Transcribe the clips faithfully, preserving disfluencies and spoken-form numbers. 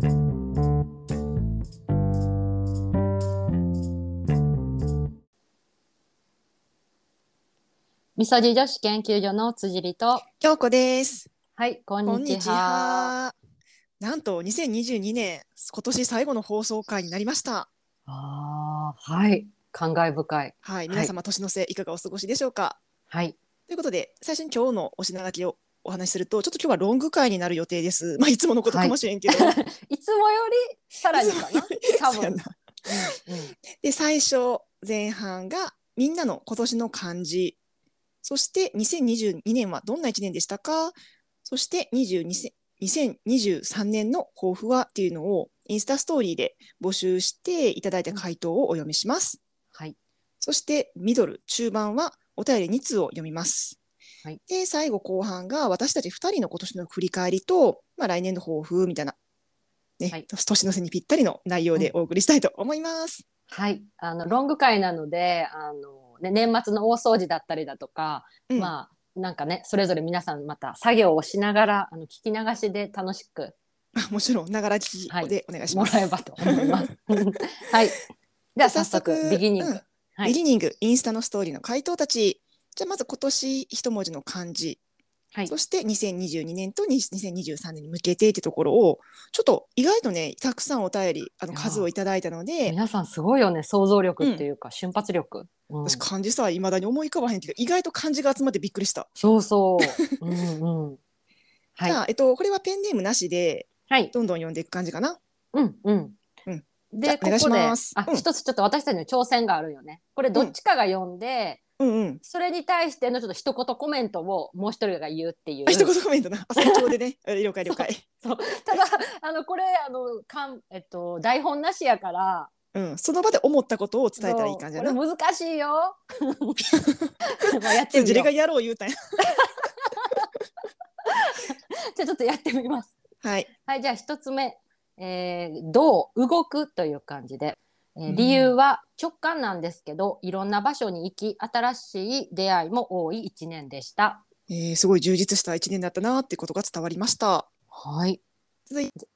みそじ女子研究所の辻里と京子です。 はい、こんこんにちにちは。 は。なんとにせんにじゅうにねん今年最後の放送回になりました。 あー、はい、感慨深い。 はい、 はい、 皆様年の瀬いかがお過ごしでしょうか。 はい、 ということで最初に今日のお品書きをお話しすると、ちょっと今日はロング回になる予定です。まあいつものことはい。 かもしれんけどいつもよりさいつもらにかな、多分。 そうやな。 うんうん。 で最初前半がみんなの今年の漢字、そしてにせんにじゅうにねんはどんないちねんでしたか、そしてにじゅうににせんにじゅうさんねんの抱負はっていうのをインスタストーリーで募集していただいた回答をお読みします。 はい、 そしてミドル中盤はお便りに通を読みます。 はい、 で最後後半が私たちふたりの今年の振り返りと、まあ、来年の抱負みたいな、ね、 はい、 年の瀬にぴったりの内容でお送りしたいと思います。 はい。あのロング会なので、あのね、年末の大掃除だったりだとか、 うん、 まあなんかね、それぞれ皆さんまた作業をしながらあの聞き流しで楽しく、 あもちろんながら聞きはい、 でお願いしもらえます。 ばと思います。はい。では早じゃあ早速ビ速、 ギニング。 うん、 はい。 ビギニングインスタのストーリーの回答たち。じゃあまず今年一文字の漢字、 はい。 そしてにせんにじゅうにねんとにせんにじゅうさんねんに向けてってところをちょっと意外とねたくさんお便りあのいや数をいただいたので、 皆さんすごいよね、想像力うん、 っていうか瞬発力。う私ん。 漢字さいまだに思い浮かばへんけど意外と漢字が集まってびっくりした。 そうそう。うんうん。はい。 じゃあ、えっと、これはペンネームなしではい。 どんどん読んでいく感じかな。 うんうん。 うん。じゃで、 あお願いしここで、 ます。 あ、 うん、 一つちょっと私たちの挑戦があるよね。これどうん、 っちかが読んで、 うん、うん。 それに対してのちょっと一言コメントをもう一人が言うっていあ、一う。 言コメントな。あ、即興でね。了解了そう解。 そう。ただ、あの、これ、あの、かん、えっと、台本なしやから、 うん、その場で思ったことを伝えたらいいそう、 感じやな。 これ難しいよ。まあやってみよう。 辻がやろう言うたんや。 じゃあちょっとやってみます。 はい。 はい、じゃあ一つ目、えー、どう動くという感じで、えー、理由うん、 は直感なんですけど、いろんな場所に行き、新しい出会いも多い一年でした。 えー、すごい充実した一年だったなってことが伝わりました。 はい。 続いて、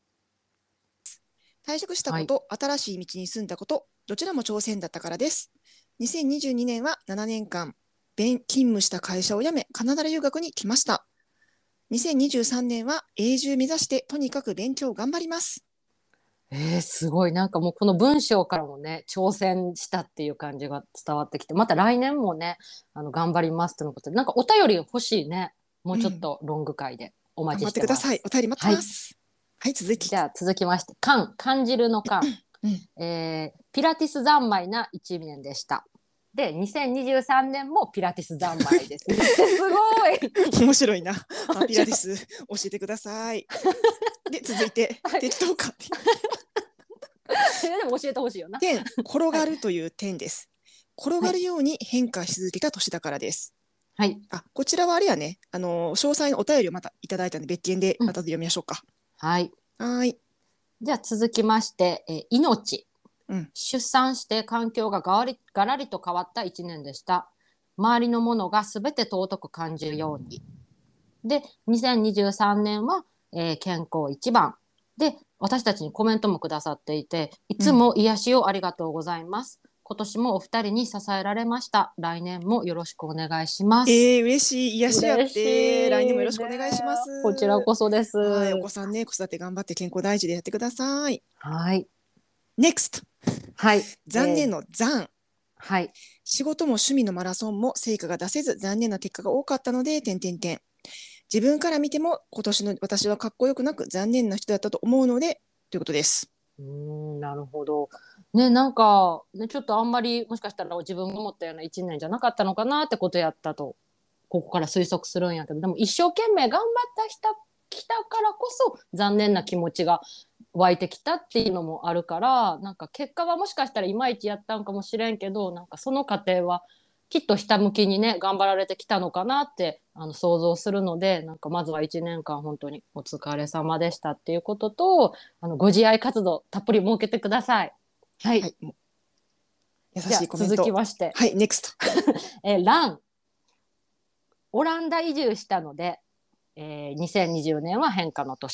退職したはい。 こと、新しい道に進んだこと、どちらも挑戦だったからです。にせんにじゅうにねんはななねんかん、勤務した会社を辞め、カナダ留学に来ました。にせんにじゅうさんねんは永住目指してとにかく勉強頑張ります。 えー、すごい。なんかもうこの文章からもね、挑戦したっていう感じが伝わってきて、また来年もね、あの、頑張りますとのことで、なんかお便り欲しいね。もうちょっうん、 とロング回でお待頑張っちしてください。 てます。 お便り待ってはい。 ます。はい、続き。 じゃあ続きまして、感、感じるの感。 うん、 えーピラティス三昧な一年でした。で、にせんにじゅうさんねんもピラティス三昧です。めっちゃすごい。 面白いな。あ、ピラ面白い。 ティス教えてください。で、続いて、 はい。 適当か。 でも教えてほしいよな。 点、転はい。 がるという点です。転はい。 がるように変化し続けた年だからです。 はい。 あ、こちらはあれやね。あの、詳細のお便りをまたいただいたので、別件でうん。 後で読みましょうか。 はい。 はい。 じゃあ続きまして、えー命。 うん。 出産して環境ががわりがらりと変わった一年でした。周りのものがすべて尊く感じるように。で、にせんにじゅうさんねんは、えー健康一番。で、私たちにコメントもくださっていて、いつうん。 も癒しをありがとうございます。今年もお二人に支えられました。来年もよろしくお願いします。 えー、嬉しい。癒しやっ嬉して。来年もよろしくおいね。 願いします。 こちらこそです。 はい。お子さんね、子育て頑張って健康第一でやってください。 はい。 ネクスト。 はい。 残念えー、 の残。 はい。 仕事も趣味のマラソンも成果が出せず残念な結果が多かったので、点点点。自分から見ても今年の私はかっこよくなく残念な人だったと思うので、ということです。 うーん、なるほど。ね、なんか、ね、ちょっとあんまりもしかしたら自分が思ったような一年じゃなかったのかなってことやったと、ここから推測するんやけど、でも一生懸命頑張った人来たからこそ残念な気持ちが湧いてきたっていうのもあるから、なんか結果はもしかしたらいまいちやったんかもしれんけど、なんかその過程はきっとひたむきにね頑張られてきたのかなってあの想像するので、なんかまずはいちねんかん本当にお疲れ様でしたっていうことと、あのご自愛活動たっぷり設けてください。はい。 はい。優じゃあ続きしいコメント。 まして、 はい。ネクスト。 えーランオランダ移住したので、えーにせんにじゅうねんは変化の年。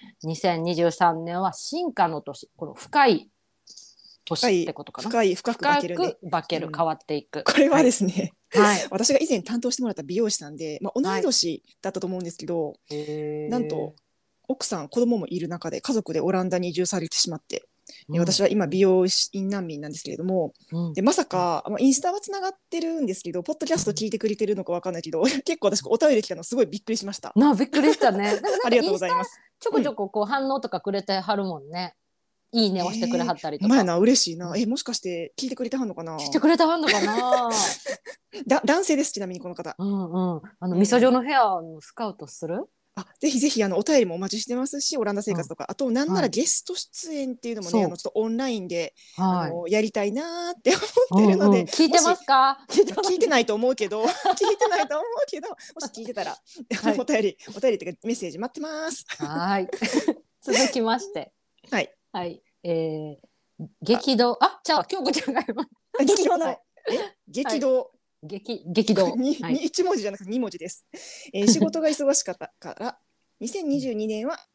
にせんにじゅうさんねんは進化の年、この深い年ってことかな。 深い深く化けるね。 深く化ける、 うん変わっていく。 これはですね、 はい。 私が以前担当してもらった美容師さんで、まあ、同い年だったと思うんですけど、 へーなんと奥さん子供もいる中で家族でオランダに移住されてしまって、 うん私は今美容師難民なんですけれども、 うんでまさか、まあ、インスタはつながってるんですけど、ポッドキャスト聞いてくれてるのかわかんないけど、結構私お便り来たのすごいびっくりしました。 なびっくりしたね。でもなんありがとうかインスタございます。 ちょこちょここう反応とかくれてはるもんね。いいねうん、 押してくれえー、 はったりほんまやとか。 な、嬉しいな。 うんえ、もしかして聞いてくれてはんのかな。 聞いてくれてはんのかな。 だ男性です、ちなみにこの方。 うんうん。あの、 うん、 みそじょの部屋のスカウトする。 あ、ぜひぜひあのお便りもお待ちしてますし、オランダ生うん。 活とか、あとなんなはい。 らゲスト出演っていうのもね、あのそちょっとオンラインでう。 あはい。 のやりたいなーって思っうんうん。 てるので、 聞いてまもしすか。聞いてまあます。 聞いてないと思うけど聞いてないと思うけど、もし聞いてたらあのおはい。 便りお便りっていうかメッセージ待ってます。 はい。続きまして。 はい。 はい。えー、激あ、 動。あ、じゃあ、京子ちゃんが今。 激動のはい。 えはい。 激動激、激動。 にはい。 にいち文字じゃなくてに文字です。えー仕事が忙しかったからにせんにじゅうにねんは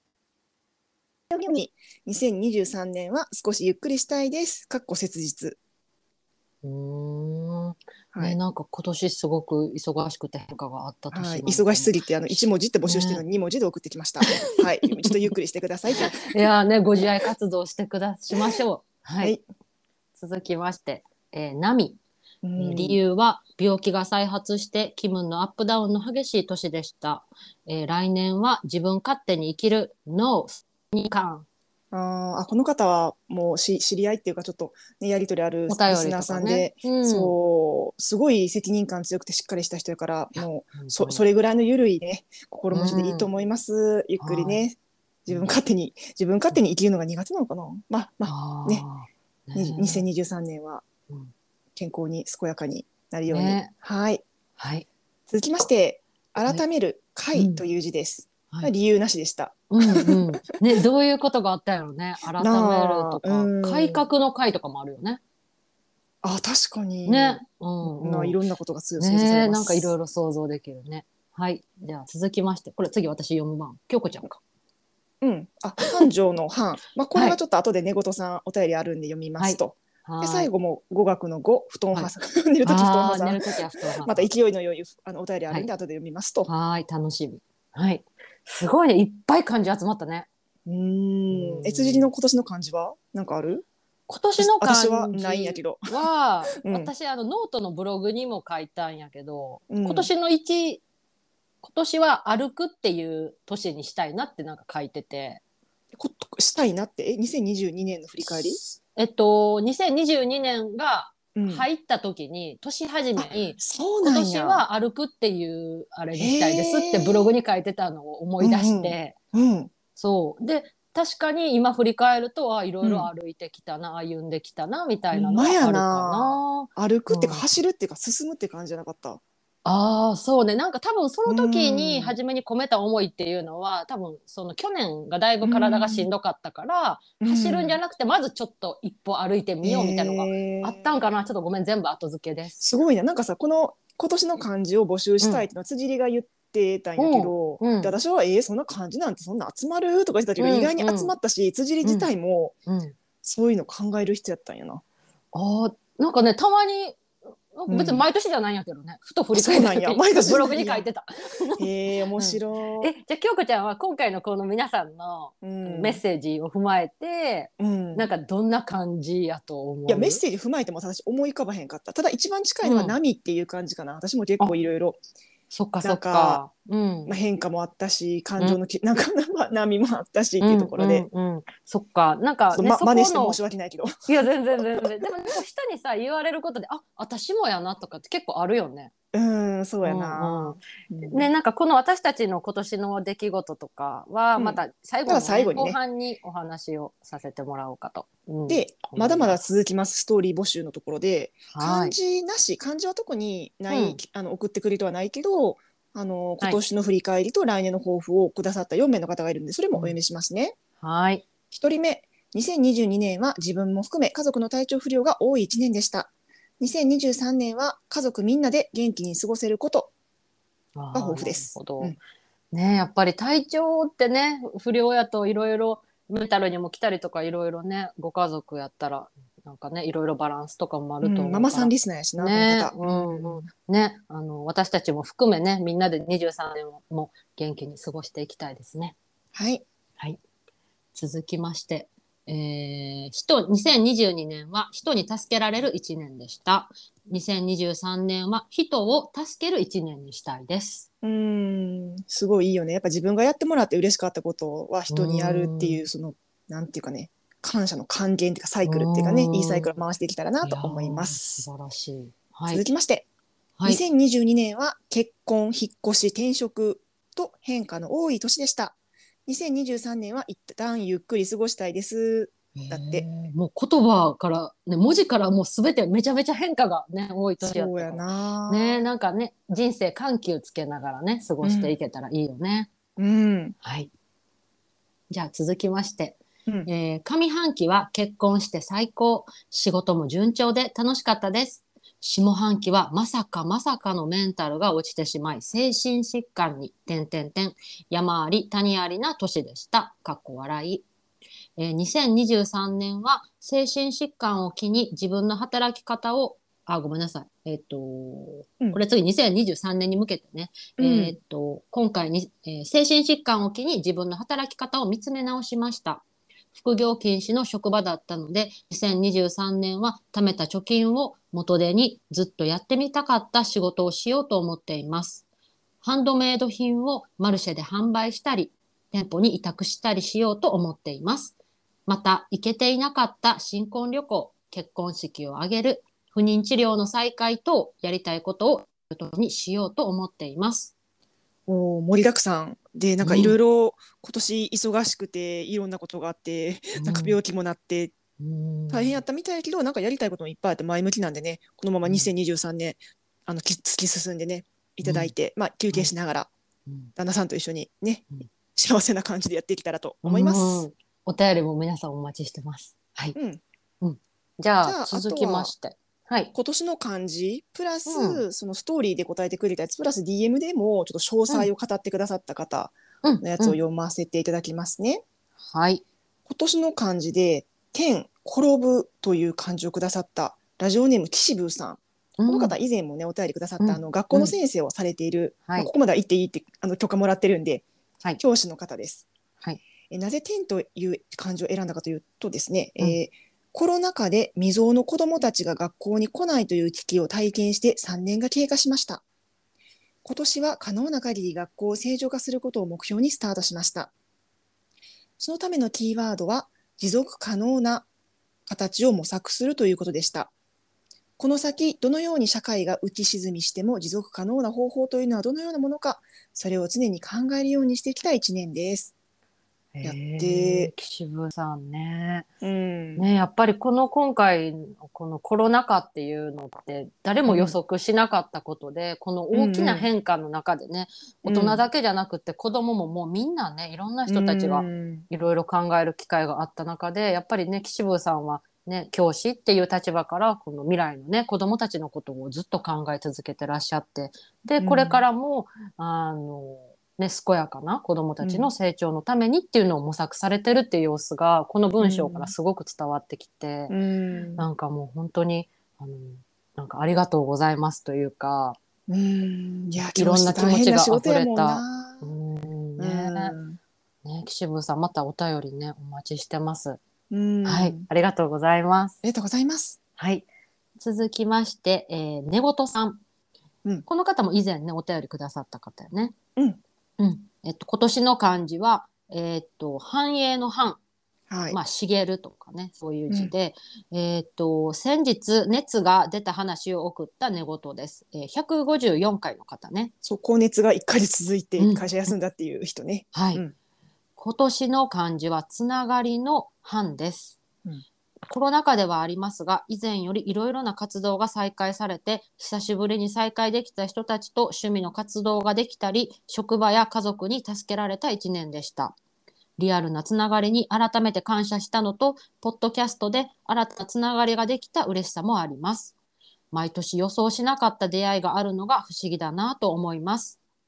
ににせんにじゅうさんねんは少しゆっくりしたいです。かっこ切実。 うーん。ね、 はい。 なんか今年すごく忙しくて変化があったはい、 年なのかも。 忙しすぎてあのいち文字って募集してるのね。 にに文字で送ってきました。はい、ちょっとゆっくりしてくださいと。 いやーね、ご自愛活動してくだしましょう。はい。 はい。 続きまして、えー、ナミ。 うえー理ん。 由は病気が再発して気分のアップダウンの激しい年でした。えー来年は自分勝手に生きる ノー に関。 あーあ、この方はもうし知り合いっていうかちょっと、ね、やり取りあるお便りリスナーとかね。 さんで、 うん。 そうすごい責任感強くてしっかりした人やから、 いや、 もうそ、 本当に。 それぐらいのゆるいね心う持ちでいいとん。 思います。ゆっくりはい。 ね、自分うん、 勝手に自分勝手に生きるのが苦手なのかな。まあまあね、 ああ、 にね 2023年はえ。うん、 健康に健やかになるように。 ねえ。 はい。 はい。 続きまして、 はい。 改めるうん。 会という字です。 はい。 理由なしでした。 うんうん。ね、どういうことがあったんやろね。改めるなあ、うとか、改ん。 革の会とかもあるよね。 あ、確かね。 に、 うんうん。 ないろんなことが想像されねえ、 ます。 なんかいろいろ想像できるね。はい。じゃあ続きまして、これ次私読む番。京子ちゃんか。 うん。あ、繁盛の繁。まあ、これはい。 はちょっと後で寝言さんお便りあるんで読みまはい。 すと。で、 はい。 最後も語学の語、布団はい。 挟む。寝るとき布団ああ、 挟む。 寝るときは布団また挟む。 勢いの良いあのお便りあはい。 るんで後で読みますと。 はい。楽しみ。はい。すごいね。いっぱい漢字集まったね。 ううーん。え、辻りーん。 の今年の漢字はなんかある？ 今年私、 の漢私はないんやけ字ど。 は、 うん。 私、あの、ノートのブログにも書いたんやけど、 うん。 今年の一、今年は歩くっていう年にしたいなってなんか書いてて、 こしたいなって、え、にせんにじゅうにねんの振り返り？ えっと、にせんにじゅうにねんがうん。 入った時に、年始めあ、 に、 そう今なんや。 年は歩くっていうあれにしたいですってブログへえ。 に書いてたのを思うい出しんうん。 て、 うん。 そう。で、確かに今振り返ると、あ、いろいろうん。 歩いてきたな、歩んできたな、みたいなのほんまやはあるかな。 な。 歩くっていうかうん。 走るっていうか進むって感じじゃなかった。 ああ、そうね。なんか多分そうの時にーん。 初めに込めた思いっていうのは、多分その去年がだいうぶ体がしーん。 んどかったから、 う走るんじゃん。 なくて、まずちょっと一歩歩いてへみようみたいなのがあったんかえ。 な。ちょっとごめん、全部後付けです。 すごいな。なんかさ、この今年の漢字を募集うん。 したいっていうのは辻りが言ってたんやけうん。 ど、で、 うん。 私は、えー、そんな漢字なんてそんな集まるとか言ってたけど、意うん。 外に集うん。 まったし、辻り自うん。 体もうん。 そういうの考える人やったんやな。 ああ、なんかね、たまに、なんか別にうん。 毎年じゃないんやけどね。ふと振あ、 りそうなんや。 返った時に、 毎ブログ年なんや。 に書いてた。 へえ、面うん。え、 白じゃあ、京子ちゃんは今回のこの皆さんの、 い。うあのメッん。 セージを踏まえて、 うん。 なんかどんな感じやといや、 思う？ メッセージ踏まえても私思い浮かばへんかった。ただ一番近いのはうん。 波っていう感じかな。私も結構あ、 いろいろ、 そっかそなんっか、 か。うん。 まあ、変化もあったし、感うん。 情のき、なんか、まあ波もあったしっていうとうん。 ころで、 うん。うん。そっか。なんかね、 ちょっと、ま、 そ真似して申この、 し訳ないけど。 いや、全然全然。でもなんか人にさ、言われることで、あ、私もやなとかって結構あるよね。 うーん、そううやんうん。 な。うん。 ね、なんかこの私たちの今年の出来事とかは、 うん。 また最まだ後のね、 最後にね。 後半にお話をさせてもらおうかと、うん、 で、まだまだ思います。 続きます、ストーリー募集のところで、漢はい。 字なし、漢字は特にない、 うん。 あの送ってくれとはないけど、あの今はい。 年の振り返りと来年の抱負をくださったよん名の方がいるんで、それもおうん。 読みしますね。 はい。 ひとりめ、にせんにじゅうにねんは自分も含め家族の体調不良が多いいちねんでした。にせんにじゅうさんねんは家族みんなで元気に過ごせることがああ、なる抱負です。 ほど。 うん。 ね、やっぱり体調ってね、不良やといろいろメンタルにも来たりとかいろいろね、ご家族やったらなんかね、いろいろバランスとかもあるとうん、マ思うから。 マさんリスナーやしな、このね、 方。ううんうん。 ん。 ね、あの私たちも含めね、みんなでにじゅうさんねんも元気に過ごしていきたいですね。 はい。 はい。続きまして、えー、人にせんにじゅうにねんは人に助けられるいちねんでした。にせんにじゅうさんねんは人を助けるいちねんにしたいです。 うん、すごいいいよね。やっぱ自分がやってもらって嬉しかったことはう人にやるってーん。 いう、その、なんていうかね、感謝の還元っていうかサイうクルっていうかね、いいサイーん。 クルを回していけたらないやと思いまー、素す。 晴らしい。はい。 続きまして、 はい。 にせんにじゅうにねんは結婚、引っ越し、転職と変化の多い年でした。にせんにじゅうさんねんは一旦ゆっくり過ごしたいです。 えだって。 ー、もう言葉から、ね、文字からもうすべてめちゃめちゃ変化がね、多い年やっそうやたから。ね、 な。 なんかね、人生緩急つけながらね、過ごしていうん。 けたらいいよね。 うん。 はい。じゃあ続きまして、 うん。 えー上半期は結婚して最高、仕事も順調で楽しかったです。下半期はまさかまさかのメンタルが落ちてしまい、精神疾患に、点点点、山あり谷ありな年でした。かっこ笑い。えーにせんにじゅうさんねんは精神疾患を機に自分の働き方を、あ、ごめんなさい。えっと、 うん。 これ次にせんにじゅうさんねんに向けてね、 うん。 えっと、今回に、えー精神疾患を機に自分の働き方を見つめ直しました。副業禁止の職場だったので、にせんにじゅうさんねんは貯めた貯金を元手にずっとやってみたかった仕事をしようと思っています。ハンドメイド品をマルシェで販売したり、店舗に委託したりしようと思っています。また、行けていなかった新婚旅行、結婚式を挙げる、不妊治療の再開等、やりたいことをにしようと思っています。 お盛りだくさんで、なんかいろいうん、 ろ今年忙しくて、いろんなことがあって、なんかうん、 病気もなって、 うん、 大変やったみたいやけど、なんかやりたいこともいっぱいあって前向きなんでね、このままうん、 にせんにじゅうさんねん、あの、突き進んでね、いたうん、 だいて、まあ、休憩はい、 しながら、 うん、 旦那さんと一緒にね、 うん、 幸せな感じでやっていけたらと思いまうん。 す。 お便りも皆さんお待ちしてます。はい。 うん。 うん。じゃあ、 じゃあ、あ続とは、 きまして。はい。 今年の漢字、プラうん、 ス、そのストーリーで答えてくれたやつ、プラス ディーエム でも、ちょっと詳うん、 細を語ってくださった方うん、 のやうん。 つを読ませていただきますね。 はい。 今年の漢字で天転ぶという漢字をくださったラジオネーム岸ブーさん。 うこの方ん、 以前もねお便りくださっうん、 たあの学校うん。 の先生をされている、まあ、こはい。 こまでは言っていいってあの許可もらってるんではい。 教師の方です。 はい。 えなぜ天という漢字を選んだかというとですね、 うん。 えーコロナ禍で未曾有の子どもたちが学校に来ないという危機を体験してさんねんが経過しました。今年は可能な限り学校を正常化することを目標にスタートしました。そのためのキーワードは持続可能な形を模索するということでした。この先、どのように社会が浮き沈みしても持続可能な方法というのはどのようなものか、それを常に考えるようにしてきたいちねんです。 へやっえ、 て、 岸部さんね。 うん、 ね、やっぱりこの今回のこのコロナ禍っていうのって誰も予うん、 測しなかったことで、このうん、 大きなうん、 変化の中でね、大うん、 人だけじゃなくて子供ももうみんなね、いろんなう人たちがん、 いろいろ考える機会があった中で、やっぱりね、岸部さんはね、教師っていう立場からこの未来のね、子供たちのことをずっと考え続けてらっしゃって、で、これかうん、 らも、あの、ね、健やかな子どもたちのうん、 成長のためにっていうのを模索されてるっていう様子がこの文章からうん、 すごく伝わってきて、 うん、 なんかもう本当にあのなんかありがとうございますというか、 うん、いや、 なんかいろんな気教師って大持ちが変な仕事溢やもんれた。 な。 うーんうね。 ん、 ね、岸部さんまたお便りねお待ちしてます。 うはい、 ん、 ありがとうございます。 ありがとうございます。 はい、続きまして、えー、寝言さん。 うん、 この方も以前ねお便りくださった方よね。 うん、 うん。えっと今年の漢字はえーっと繁栄の繁、 はい。 まあ、茂るとかね、そういううん、 字で、えーっと、先日、熱が出た話を送った寝言です。えー、ひゃくごじゅうよんかいの方ね。 そう、高熱がいっかげつ続いてうん。 会社休んだっていう人ね。 はい。 うん、 今年の漢字は、つながりの範です。 うん、 コロナ禍ではありますが、以前よりいろいろな活動が再開されて、久しぶりに再開できた人たちと趣味の活動ができたり、職場や家族に助けられたいちねんでした。リアルなつながりに改めて感謝したのと、ポッドキャストで新たなつながりができた嬉しさもあります。毎年予想しなかった出会いがあるのが不思議だなと思います。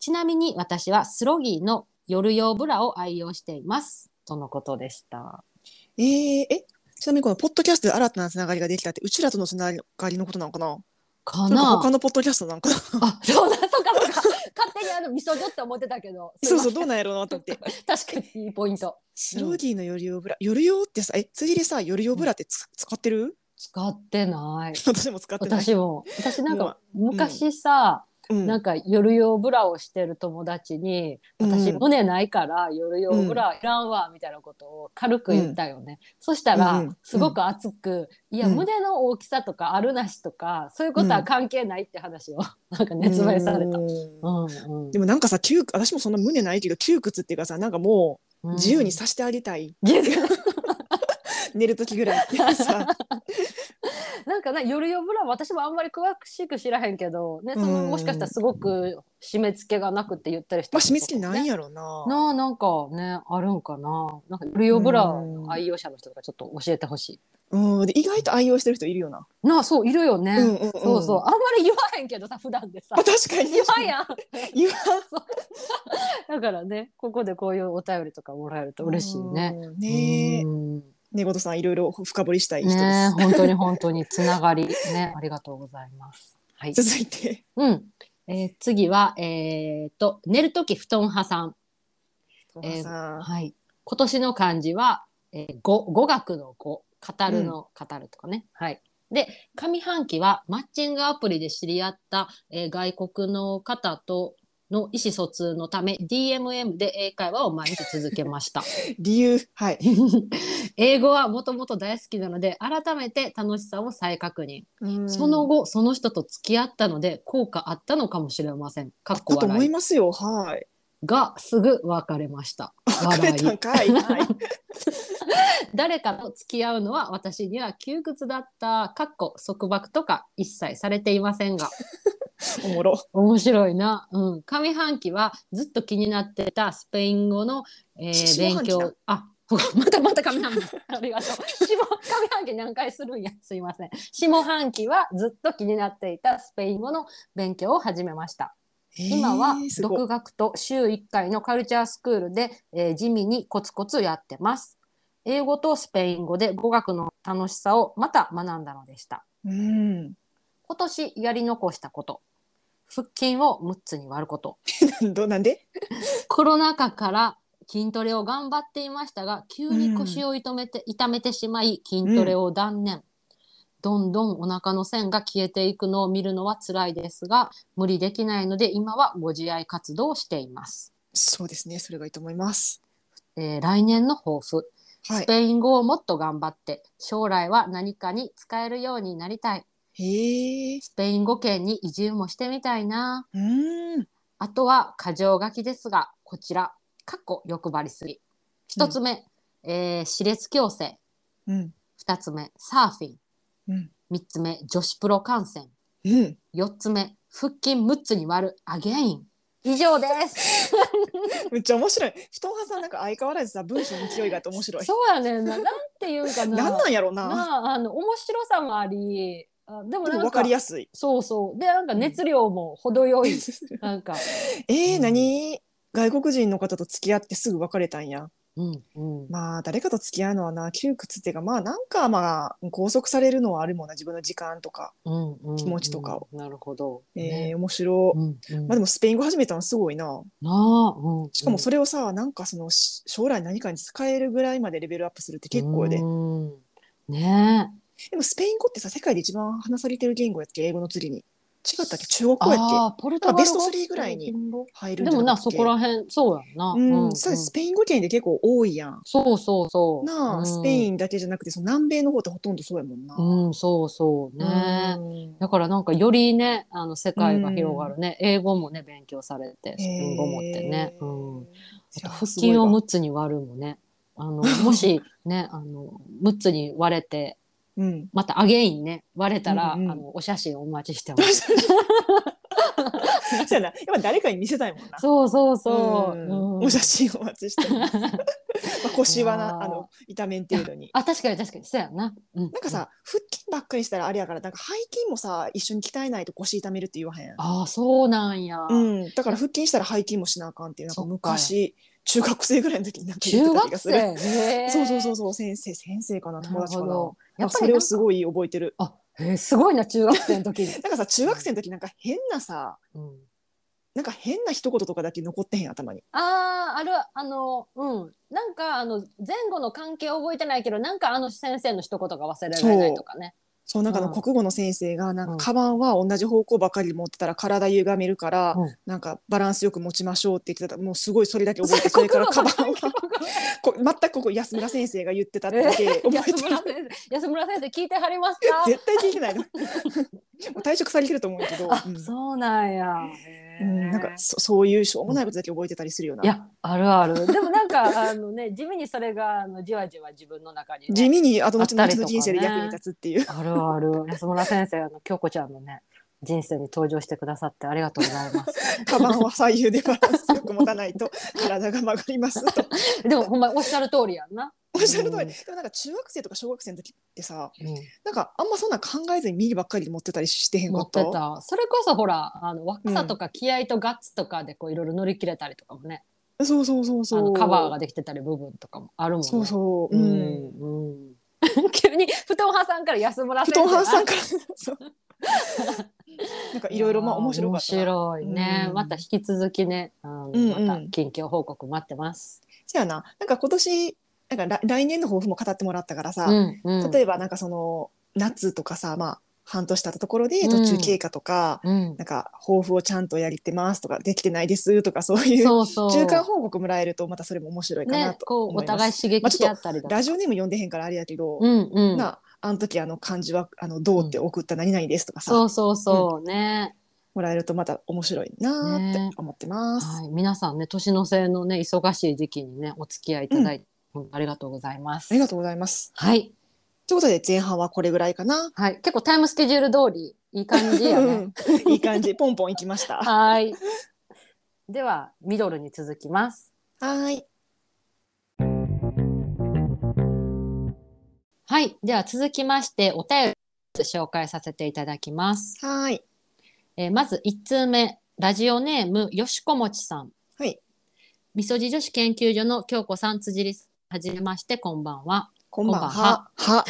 ちなみに私はスロギーの夜用ブラを愛用していますとのことでした。 えー、えちなみにこのポッドキャストで新たなつながりができたってうちらとのつながりのことなのかな。 かなんか他な。 のポッドキャストなんかな。 あ、そうだ、そうか、そうか。勝手にあの味噌汁って思ってたけど。 そうそう、どうなんやろうなと思って。 確かにいいポイント。 スローギーの夜用ブラ、夜用ってさ、え、辻でさ、夜用ブラってつ、使ってる？ 使ってない。 私も使ってない。 私も。私なんかもう、 昔さ、 うん、 なんか夜用ブラをしてる友達に、 うん、 私うん、 胸ないから夜うん、 用ブラいらんわみたいなことを軽く言っうん、 たよね。そしたうん、 らすうん、 ごく熱く、いやうん、 胸の大きさとかあるなしとかそういうことはうん、 関係ないって話をなんかう熱弁された。うん。 んうんでもなんかさ、窮私もそんな胸ないけど、窮屈っていうかさ、なんかもう、 う自由にん。 させてあげたい。 ゲス寝る時ぐらいっていうさ。 なんかね夜夜ブラ私もあんまり詳しく知らへんけど、ね、 うそのもしかしたらん。 すごく締め付けがなくって言ったりしたまあ、 って締め付けこともね。 ないんやろな。 なあ、なんかね、あるんかな。なんか、ブリうオブラのん。 愛用者の人とかちょっと教えてほしうん。で、意外と愛用してる人いるよな。 い。なあ、そう、いるよね。 うんうんそうそう。 うん。 あんまり言わへんけどさ、普段でさ。 まあ、確かに言確かに。 わんやん。 言わだからね、ここでこういうお便りとかもらえると嬉しいね。 ん。うん。 うねえ。 ん。 ねごとさん、いろいろ深掘りしたい人でねえ、 す。 本当に本当につながり。ね、ありがとうございます。はい。 続いて、 うん。えー次は、えーと、寝るとき布団派さん。 トハえーさん。 はい。今年の漢字は、えー、語、語学の語、語うん。 るの語るとかね。はい。で、上半期はマッチングアプリで知り合った、えー外国の方との意思疎通のため ディーエムエム で英会話を毎日続けました。 理由、はい。 英語はもともと大好きなので改めて楽しさを再確認。 うん。 その後、その人と付き合ったので効果あったのかもしれません。かっあったと思こ笑い。 いますよ。はい。 がすぐ別れました。 別れ笑い。 たんかい。はい。 誰かと付き合うのは私には窮屈だった。かっこ束縛とか一切されていませんが。 おもろ。 面白いな。うん。上半期はずっと気になってたスペイン語の、えしー勉下半期な。 強。あ、またまた上半期。ありがとう。下上半期何回するんや。すいません。下半期はずっと気になっていたスペイン語の勉強を始めました。 え今はー、すご。 独学と週いっかいのカルチャースクールで、えー地味にコツコツやってます。英語とスペイン語で語学の楽しさをまた学んだのでした。 うん。 今年やり残したこと。腹筋をむっつに割ること。 どうなんで？ コロナ禍から筋トレを頑張っていましたが、急に腰うん。 を痛めて、痛めてしまい筋うん。 トレを断念。どんどんお腹の線が消えていくのを見るのは辛いですが、無理できないので今はご自愛活動をしています。 そうですね。それがいいと思います。 えー来年の抱負。 はい。 スペイン語をもっと頑張って将来は何かに使えるようになりたい。 へえ。 スペイン語圏に移住もしてみたいな。 うん。 あとは箇条書きですが、こちら、かっこ欲張りすぎ。 うん。 一つ目、えー、歯列矯正。 うん。 二つ目、サーフィン。 うん。 三つ目、女子プロ観戦。 うん。 四つ目、腹筋むっつに割るアゲイン。以上です。 めっちゃ面白い。布団派さんなんか相変わらずさ、文章の勢いがあって面白い。 そうやねんな。なんていうかなんな。 なんやろな。 なあ、あの、面白さもあり、あでもでも分かりなんか、 やすい。 そうそう。で、なんかうん。 熱量も程よい。なんか、うえー、 ん、 何外国人の方と付き合ってすぐ別れたんや。 うん、うん。 まあ、誰かと付き合うのはな、窮屈っていうか、まあ、なんかまあ、拘束されるのはあるもんな、自分の時間とか、 うんう気持ちとかを。 んうん。なるほど。ね。 えー、面白い。 うんうん。 まあでも、スペイン語始めたのすごいな。 なあ、うんしかもうん。 それをさ、なんかその、し将来何かに使えるぐらいまでレベルアップするって結構やで。 うーん。ねえ。 でも、スペイン語ってさ、世界で一番話されてる言語やっけ、英語の次に。違ったっけ、中国語やっけ。 ああ、ポルなんかベストトガル語、 スリーぐスペらいにイン語。 入るんじゃなかでもな、そこったっけ。 ら辺、そうやんな。ううん、そうです。 んうん。 スペイン語圏で結構多いやん。 そうそうそう。 なあ、スペうん。 インだけじゃなくて、その南米の方ってほとんどそうやもんな。 うん、そうそううね。 ん。 だからなんかよりね、あの世う界が広がん。 るね。英語もね、勉強されて、 へスペイン語もってね。うえ。 ん。あいや、 と腹すごいわ。 筋をむっつに割るもね。あの、もしね、あの、むっつに割れて、 うん。 またアゲインね、割れうんたら、 うん。 あの、お写真お待ちしてます。 そうやな、やっぱ誰かに見せたいもんな。 そうそうそう。 うんうんお写真お待ちしてますまあ腰はいやーなあの痛めん程度に。 あ、確かに確かに。そうやな。うん。 なんかさ、腹筋ばっかりしたらあれやから、なんか背筋もさ一緒に鍛えないと腰痛めるって言わへん。 ああ、そうなんや。 うん、だから腹筋したら背筋もしなあかんっていう、なんかそっか昔中学生ぐらいの時になんか言って中学た気がする。 生へえ。 そうそうそうそう、先生先生かな、 な友達かな。 るほど。やなんかそっぱりなんか、 れをすごい覚えてる。 あ、へえ、すごいな、中学生の時に。 なんかさ、中学生の時なんか変なさ、 うんなんか変な一言とかだけ残ってへん頭に。 ああ、ある、あの、うん。なんか、あの、前後の関係を覚えてないけど、なんかあの先生の一言が忘れられないとかね。 そうなんかあのうん国語の先生がなんかうんカバンは同じ方向ばかり持ってたら体歪めるからうんなんかバランスよく持ちましょうって言ってた。もうすごいそれだけ覚えて、それからカバンはこ全くここ安村先生が言ってたってだけ覚え安てる。 村先生、安村先生聞いてはりますか？ 絶対聞いてないのもう退職されてると思うけど、 あ、 うんそうなんや。 うん、なんかへーそそういうしょうもないことだけ覚えてたりするよな。 いや、あるある。でもなんか、あのね、地味にそれが、あの、じわじわ自分の中にね、 地味に後あっ 々 たりとかねの人生で役に立つっていう。 あるある。安村先生、あの、京子ちゃんのね、人生に登場してくださってありがとうございます。 カバンは左右でバランスよく持たないと体が曲がりますと。 でも、ほんま、おっしゃる通りやんな。 おっしゃる通り。 うんでもなんか中学生とか小学生の時ってさ、 うんなんかあんまそんな考えずに右ばっかり持ってたりしてへんか持っったてた。それこそほら、あの若さとか気合とガッツとかでこういろいろ乗り切れたりとかもね、 そうそうそうそう。 あのカバーができてたり部分とかもあるもんね。 そうそう。 ううん。 ん。うん、急に布団派さんから安村布先生団さんからそうなんかいろいろまあ面白かったな。 面白いね。 うんまた引き続きね、あの、 うんうんまた近況報告待ってます。 そやな。なんか今年なんか来来年の抱負も語ってもらったからうさ、 んうん。 例えばなんかその夏とかさ、まあ半年経ったところで途中経過とか、 うん。 なんか抱負をちゃんとやりてますとかできてないですとかそういうそうそう。 中間報告もらえるとまたそれも面白いかなね、 とこうお思います。 互い刺激し合ったりだとか。 ラジオネーム読んでへんからあれやけど、 うんうん。 なあの時あの漢字はあのどうって送った何々ですとかさ、 そうそうそうね。 もらえるとまた面白いなーって思ってます。 はい、皆さんね、年の瀬のね、忙しい時期にね、お付き合いいただいて、本当ありがとうございます。 ありがとうございます。 はい。 ということで前半はこれぐらいかな。 はい。結構タイムスケジュール通り、いい感じやね。 うんいい感じ。ポンポンいきました。 はい。では、ミドルに続きます。 はーい。 はい。では、続きまして、お便り紹介させていただきます。 はーい。 えーまず、いち通目、ラジオネーム、よしこもちさん。 はい。 みそじ女子研究所の京子さん、辻里さん、はじめまして、こんばんは。 こんばんこんばんは。は。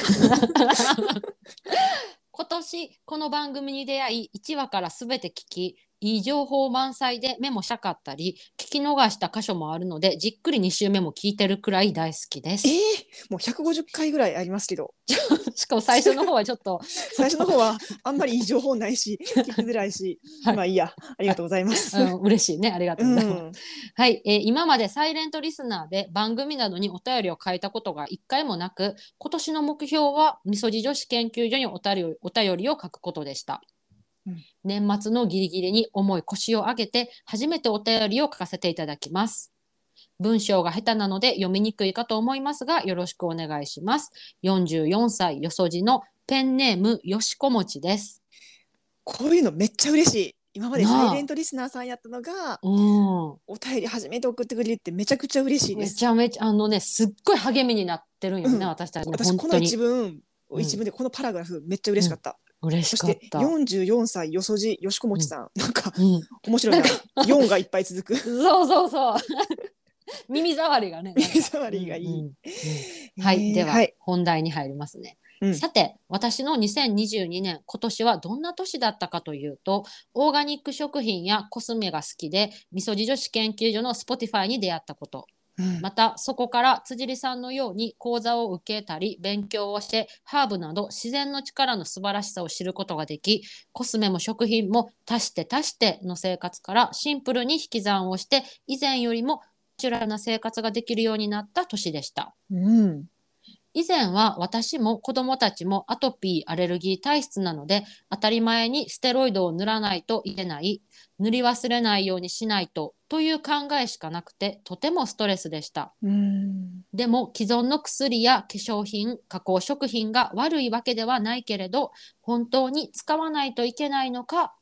今年この番組に出会いいちわからすべて聞きいい情報満載でメモしたかったり聞き逃した箇所もあるのでじっくりに週目も聞いてるくらい大好きです。 えー、もうひゃくごじゅっかいぐらいありますけど、 しかも最初の方はちょっと最初の方はあんまりいい情報ないし、聞きづらいし、 はいまあいいや。ありがとうございます。 うん、嬉しいねありがとうございます。 うん。 はい、えー今までサイレントリスナーで番組などにお便りを書いたことがいっかいもなく今年の目標はみそじ女子研究所にお便りお便りを書くことでした。 うん年末のギリギリに重い腰を上げて初めてお便りを書かせていただきます。文章が下手なので読みにくいかと思いますがよろしくお願いします。よんじゅうよんさいよそじのペンネームよしこもちです。 こういうのめっちゃ嬉しい。今までなあサイレントリスナーさんやったのが、 うん、 お便り初めて送ってくれるってめちゃくちゃ嬉しいです。 めちゃめちゃあのねすっごい励みになってるんよね、 うん私たちね私この本当に一文、 うん一文でこのパラグラフめっちゃ嬉しかった。 嬉そししかってた。 よんじゅうよんさいよそじよしこもちさん、なんかうん、 面白いな。よんがいっぱい続く。 そうそうそう耳障りがね耳障りがいい。 うんうんうんはい、では、 はい本題に入りますね。 うんさて私のにせんにじゅうにねん今年はどんな年だったかというとオーガニック食品やコスメが好きでみそじ女子研究所の Spotify に出会ったこと、 うんまたそこから辻里さんのように講座を受けたり勉強をしてハーブなど自然の力の素晴らしさを知ることができコスメも食品も足して足しての生活からシンプルに引き算をして以前よりもナチュラルな生活ができるようになった年でした。 うん以前は私も子供たちもアトピーアレルギー体質なので当たり前にステロイドを塗らないといけない塗り忘れないようにしないとという考えしかなくてとてもストレスでした。 うんでも既存の薬や化粧品加工食品が悪いわけではないけれど本当に使わないといけないのか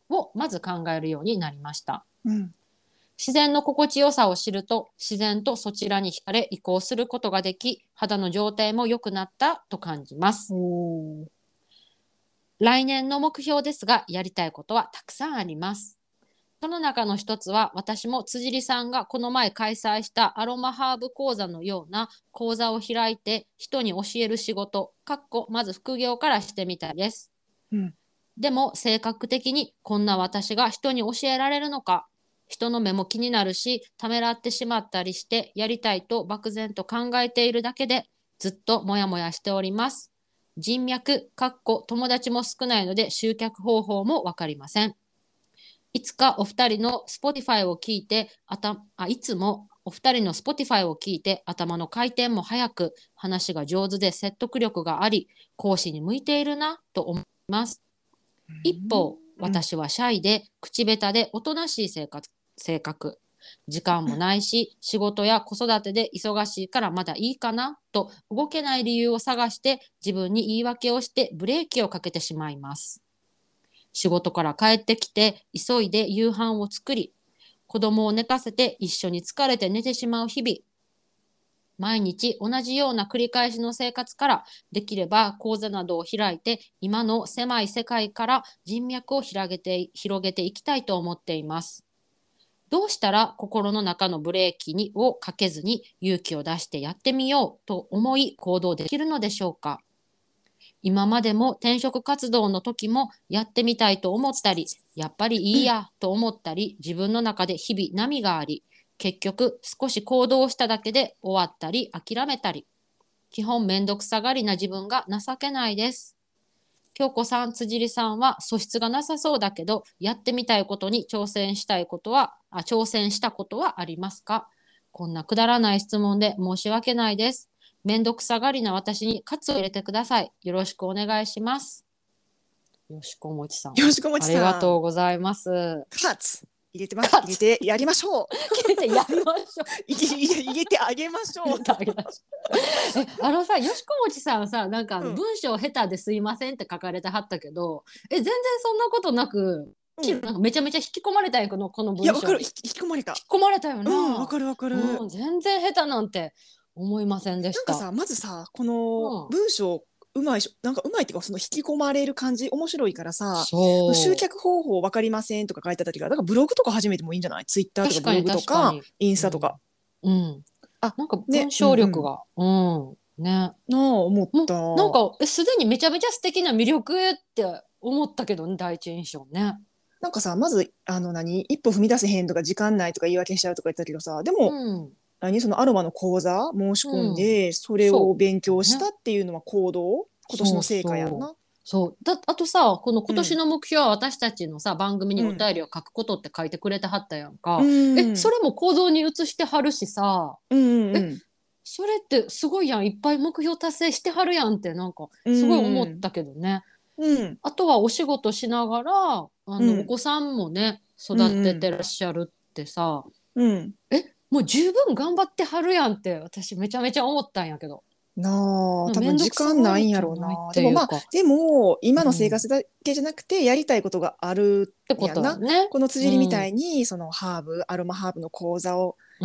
をまず考えるようになりました。 うん。 自然の心地よさを知ると自然とそちらに惹かれ移行することができ、肌の状態も良くなったと感じます。 おー。 来年の目標ですが、やりたいことはたくさんあります。その中の一つは、私も辻里さんがこの前開催したアロマハーブ講座のような講座を開いて人に教える仕事、かっこまず副業からしてみたいです。 うん。 でも性格的にこんな私が人に教えられるのか、人の目も気になるし、ためらってしまったりしてやりたいと漠然と考えているだけでずっとモヤモヤしております。人脈、かっこ友達も少ないので集客方法もわかりません。いつかお二人の Spotify を聞いてあたあいつもお二人の Spotify を聞いて頭の回転も速く話が上手で説得力があり講師に向いているなと思います。一方、私はシャイで口下手でおとなしい性格性格時間もないし仕事や子育てで忙しいからまだいいかなと動けない理由を探して自分に言い訳をしてブレーキをかけてしまいます。仕事から帰ってきて急いで夕飯を作り、子供を寝かせて一緒に疲れて寝てしまう日々。毎日同じような繰り返しの生活から、できれば講座などを開いて今の狭い世界から人脈を広げて広げていきたいと思っています。どうしたら心の中のブレーキにをかけずに勇気を出してやってみようと思い行動できるのでしょうか。今までも転職活動の時もやってみたいと思ったり、やっぱりいいやと思ったり、自分の中で日々波があり、結局少し行動しただけで終わったり諦めたり、基本めんどくさがりな自分が情けないです。京子さん、辻里さんは素質がなさそうだけど、やってみたいことに挑戦したいことは、あ、挑戦したことはありますか？こんなくだらない質問で申し訳ないです。めんどくさがりな私に喝を入れてください。よろしくお願いします。よしこもちさん。 よろしくもちさん。 ありがとうございます。 カツ入れてます。入れてやりましょう。 入れてやりましょう。 入れ入れてあげましょう。 え、あのさ、よしこもちさんさ、なんかあのうん文章下手ですいませんって書かれてはったけど、え、全然そんなことなく、 うんなんかめちゃめちゃ引き込まれたんやこのこのいや、わ文章に。 かる。引き引き込まれた。 引き込まれたよな。 うん、わかるわかる。 うん、全然下手なんて思いませんでした。 なんかさ、まずさ、こうん、 の文章うまいし、なんかうまいっていうか、その引き込まれる感じ面白いからさ、集そ客方法わかりませんとか書いてあった時が、なんかブログとか始めてもいいんじゃない？ツイッターとかブロう確かにグとか確かに。 インスタとか。 うん、うん、 あ、 なんかね、 文章力が、うん、うん、ね。 なあ、思っもた。 うなんかえすでにめちゃめちゃ素敵な魅力って思ったけどね、第一印象ね。 なんかさ、まず、あの何、一歩踏み出せへんとか、時間ないとか言い訳しちゃうとか言ったけどさ、でも、 うん、 何、そのアロマの講座申し込んうん、 で、それをそう勉強しね。 たっていうのは行動、今年そうの成果やんそう。 な。 そうだあとさ、この今年うん、 の目標は私たちのさ番組におうん、 便りを書くことって書いてくれてはったやんうか。え、そん、 れも行動に移してはるしさ、 うん、うえ、 ん、 それってすごいやん、いっぱい目標達成してはるやんってなんかうすごい思っん、 たけどね。 うん、 あとはお仕事しながらあのおうん、 子さんもねうん、 育てうん、 てらっしゃるってさ、 うん。 え、もう十分頑張ってはるやんって私めちゃめちゃ思ったんやけど。 なあ、多分時めんどくさ間ないんやがりじゃろうな。 ないっでもまあ、 ていうか。 でも、今の生うん、っ活だけじゃなくて、やりたいことがあるてことだやんな。 ね。 この辻りみたうん、 いに、そのハーブ、アロマハーブの講座をうん、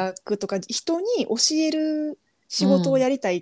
開くとか、人に教える仕う事をやん。 りたいって、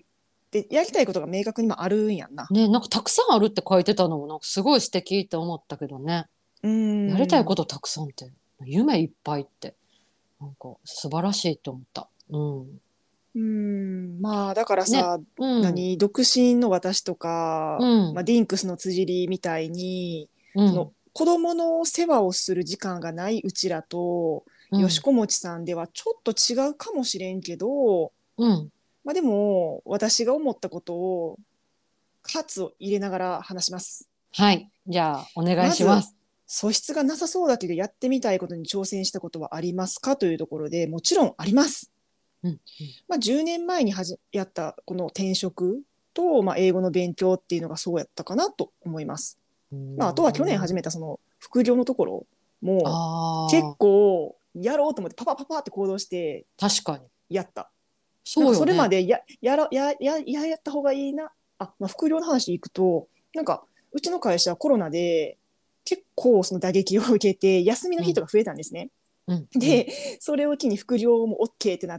やりたいことが明確にもあるんやんな。 ね、なんかたくさんあるって書いてたのもなんかすごい素敵って思ったけどね。 うーやりたいこん。 とたくさんって、夢いっぱいって、なんか素晴らしいって思った。うん。 うーん。まあ、だからね、 さ、 うん、 何、独身の私とか、まあ、 うん、 ディンクスの辻りみたいに、そのうん、 子供の世話をする時間がないうちらと、 うん、 よしこもちさんではちょっと違うかもしれんけど、 うん。 まあでも、私が思ったことを、喝を入れながら話します。 はい。じゃあ、お願いまず、 します。 素質がなさそうだけど、やってみたいことに挑戦したことはありますかというところで、もちろんあります。 うん、 まあ、じゅうねんまえにはじやったこの転職と、まあ、英語の勉強っていうのがそうやったかなと思います。 うまあ、あとは去年ん。 始めたその副業のところも結ああ、 構やろうと思ってパパパパって行動して確かに。 やった。なんかそれまそうよね。 でややらややややった方がいいなあ、まあ、副業の話いくとなんかうちの会社コロナで結構その打撃を受けて休みの日とか増えたんですね。 うんでそれを機に副業も OK ってなって、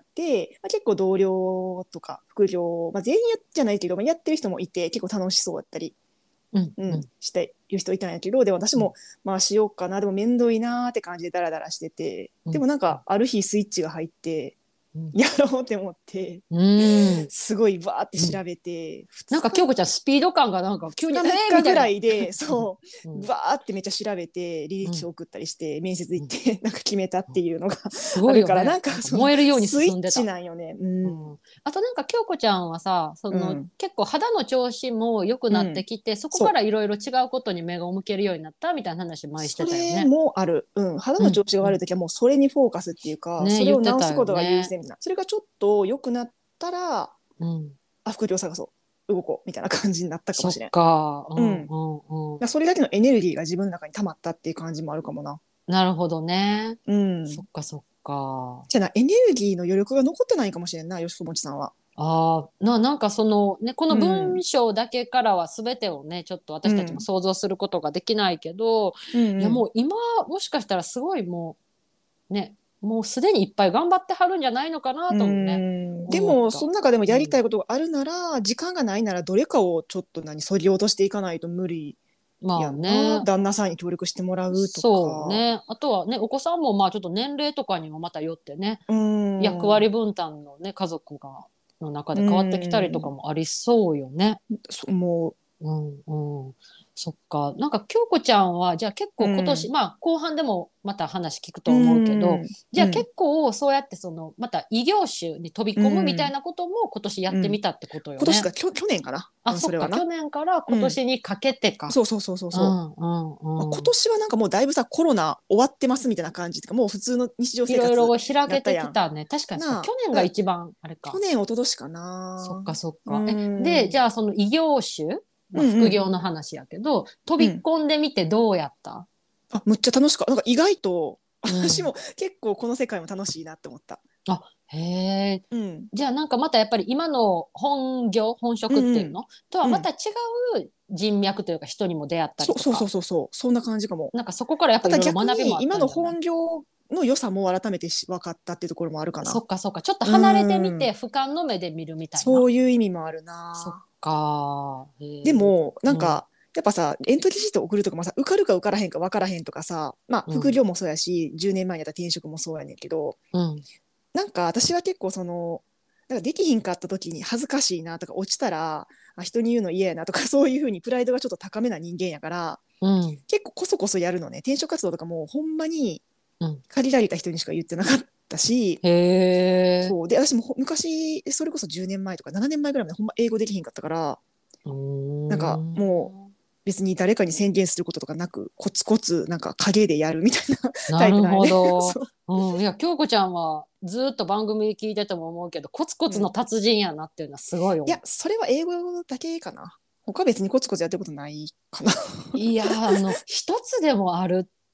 まあ、結構同僚とか副業、まあ、全員じゃないけど、まあ、やってる人もいて結構楽しそうだったり、うん、 うんうんしている人いたんやけど、で私もまあしようかな、でも面倒いなーって感じでダラダラしてて、 うんでもなんかある日スイッチが入ってうんやろうって思って。 うんすごいバーってうん調べて、2 なんか日京子ちゃんスピード感がなんか急に「えー!」 みっかぐみたいな。 らいで、そうんう、バーってめっちゃ調べて、履歴書送ったりして、面接行っうんて、なんか決めたっていうのがすあるから、 ごいよね。 なんかその燃えるようにスイッチ進んでた。 なんよね。ううん。 ん、あとなんか京子ちゃんはさその、 うん。 結構肌の調子も良くなってうん。 きて、そこかそう。 らいろいろ違うことに目が向けるようになったみたいな話前しそれてたよね。 もある。うん。肌の調うん子が悪い時はもうそれにフォーカスっていうか、そねれを言ってた直すことが優よね。 先みたいな。それがちょっと良くなったら、 うんあ、副業探そう。動こう。みたいな感じになったかもそっしれん。 か。ううん。だかんうんうん。 らそれだけのエネルギーが自分の中に溜まったっていう感じもあるかもな。 なるほどね。 うん。 そっかそっか。 じゃあな、エネルギーの余力が残ってないかもしれんな、よしこもちさんは。 ああ、な、なんかそのね、このうん。 文章だけからは全てをね、ちょっと私たちもうん。 想像することができないけど、いやうんうん。 もう今、もしかしたらすごいもうね、もうすでにいっぱい頑張ってはるんじゃないのかなうともね、 ん。でも、そ思った。 の中でもやりたうん。 いことがあるなら、時間がないなら、どれかをちょっと何、削ぎ落としていかないと無理まあやんな。 ね、 旦那さんに協力してもらうとか。 そうね。あとはね、お子さんもまあちょっと年齢とかにもまたよってね、 うん。 役割分担のね、家族が、の中うで変わってきたりとかん。 もありそうよね。 そう思うんうん、そっか。なんか京子ちゃんはじゃあ結う。う構今年、 ん。 まあ後半でもまた話聞くうと思うけど、 ん。 じゃあ結うん。 構そうやってそのまた異業種に飛びう込むみたいん。 なことも今年やっうん。 てみたってことよね。 今年か、きょ、去年かな。うあ、 ん、 そっか。去それはな。 年から今うん。 年にかけてか。 そうそうそうそうそう。 うんうんまあ、今うん。 年はなんかもうだいぶさコロナ終わってますみたいな感じっていうか、もう普通の日常いろいろ生活開けてになったやん。 きたね。確かにそっか。 なあ、 去年がだから一番あれか。 去年一昨年かそっな。 かそっうーか。え、で、じん。 ゃあその異業種、まあ、 うんうん。 副業の話やけど、飛びうん。 込んでみてどうやった？ あ、むっちゃ楽しかった。なんか意外と、私うん。 も結構この世界も楽しいなって思った。 あ、へえ。 うん。 じゃあなんかまたやっぱり今の本業、本うんうん。 職っていうのとはうん。 また違う人脈というか人にも出会ったそうそうそうりとか、 そうそう。そんな感じかも。 なんかそこからやっぱいろいろただ逆学びもあっに今のたんじゃない？ 本業の良さも改めてし分かったっていうところもあるかな。 そっかそっか。ちょっとう離れてみーん。 て俯瞰の目で見るみたいな。 そういう意味もあるそっな。 か。へえ。 でも、なんうん。 か、やっぱさ、エントリーシート送るとかもさ、受かるか受からへんか分からへんとかさ、まあ、 うん。 副業もそうやし、じゅうねんまえにやった転職もそうやねんけど、 うん。 なんか私は結構その、なんかできひんかった時に恥ずかしいなとか、落ちたら、あ、人に言うの嫌やなとか、そういうふうにプライドがちょっと高めな人間やから、 うん。 結構こそこそやるのね。転職活動とかもほんまにうん。 限られた人にしか言ってなかったし、 へえ。 そう。で、私もほ昔、それこそじゅうねんまえとかななねんまえぐらいまでほんま英語できひんかったから、 うーなんかもう、 ん。 別に誰かに宣言することとかなくコツコツなんか影でやるみたいなタなるほイプなんやね。 ど。 そう、 うん。いや、京子ちゃんはずっと番組聞いてても思うけど、コツコうん、 ツの達人やなっていうのはすごい思う。 いやそれは英語だけかな。他別にコツコツやってることないかな。 いやー、あの、一つでもあるって、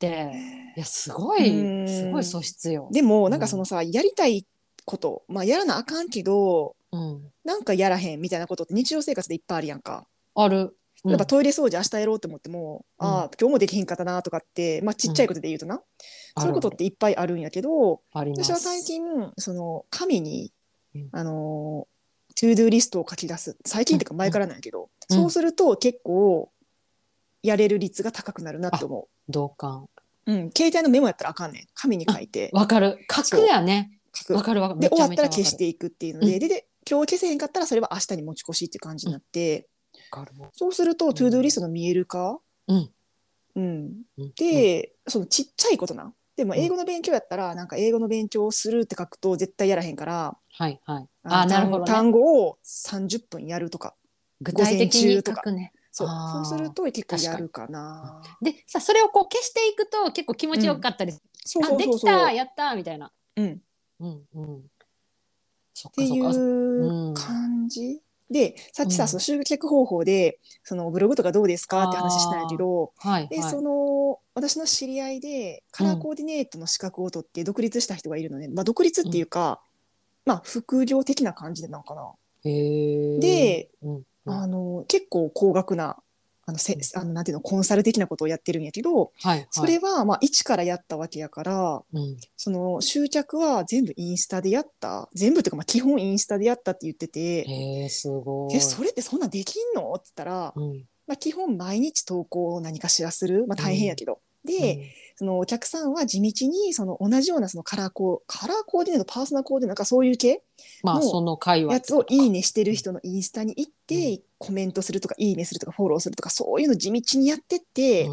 いや、すごうい、すごい素ーん、 質よ。 でもなんかそのうん。 さ、やりたいこと、まあやらなあかんけどうん。 なんかやらへんみたいなことって日常生活でいっぱいあるやんか。 ある。う例えばん。 トイレ掃除明日やろうと思っても、 うん。 ああ今日もできひんかったなとかって、まあ、ちっちゃいうん。 ことで言うとな、そういうことっあるある。 ていっぱいあるんやけど、 あり私は最ます。 近その紙にうん。 あのトゥードゥーリストを書き出す、最近っていうか前かうん。 らなんやけど、 うん。 そうすると結構やれる率が高くなるなってあ、 思同感。 う。うん、携帯のメモやったらあかんねん、紙に書あ、 いて、 わかる。書くそやね。 う書く。 わかるわかる。めちゃで終わったらめちゃわかる。 消していくっていうので、 うん。 でで今日消せへんかったらそれは明日に持ち越しっていう感じうん。わになって、 かるわ。 そうするとトゥードゥーリスうん。 トの見える化、 うん。 うん、 うん。うん。 でそのちっちゃいことな。でもうん。 英語の勉強やったらなんか英語の勉強をするって書くと絶対やらへんから、 はいはい。 あのあ、なるほ単どね。 単語をさんじゅっぷんやるとか、 具午前体的に中とか、 書くね。 そうそうするああ、 と結構確かに。 やるかな。 で、さ、それをこう消していくと結構気持ちようん、 かったり、あ、 そうそうできた、 そうそやった、みたいな。 う、うん、っうんうん。そってかそっか。あそういうん。 感じで、さっきさそのうん。 集客方法でそのブログとかどうですかって話したんやけああ、 ど、でそはいはい。 の私の知り合いでカうん。 ラーコーディネートの資格を取って独立した人がいるのね、まあ、独立っうん。 ていうか、まあ、副業的な感じでなんかな。 へえ。 で、 うんうん。 あの、結構高額な。 あのせあのなんていうのコンサル的なことをやってるんやけど、 はいはい。 それはまあ一からやったわけやから、 うん、 その集客は全部インスタでやった、全部っていうかまあ基本インスタでやったって言ってて、 へえ、すごい。 えそれってそんなんできんのって言ったら、 うん、 まあ、基本毎日投稿を何かしらする、まあ、大変やうん、 けど。で、 うん。 そのお客さんは地道にその同じようなそのカラーコー、カラーコーディネート、パーソナルコーディネート、なんかそういう系まあ、そのの界隈っやつをてことか。 いいねしてるうん、 人のインスタに行っうん、 て、コメントするとか、いいねするとか、フォローするとか、そういうの地道にやってって、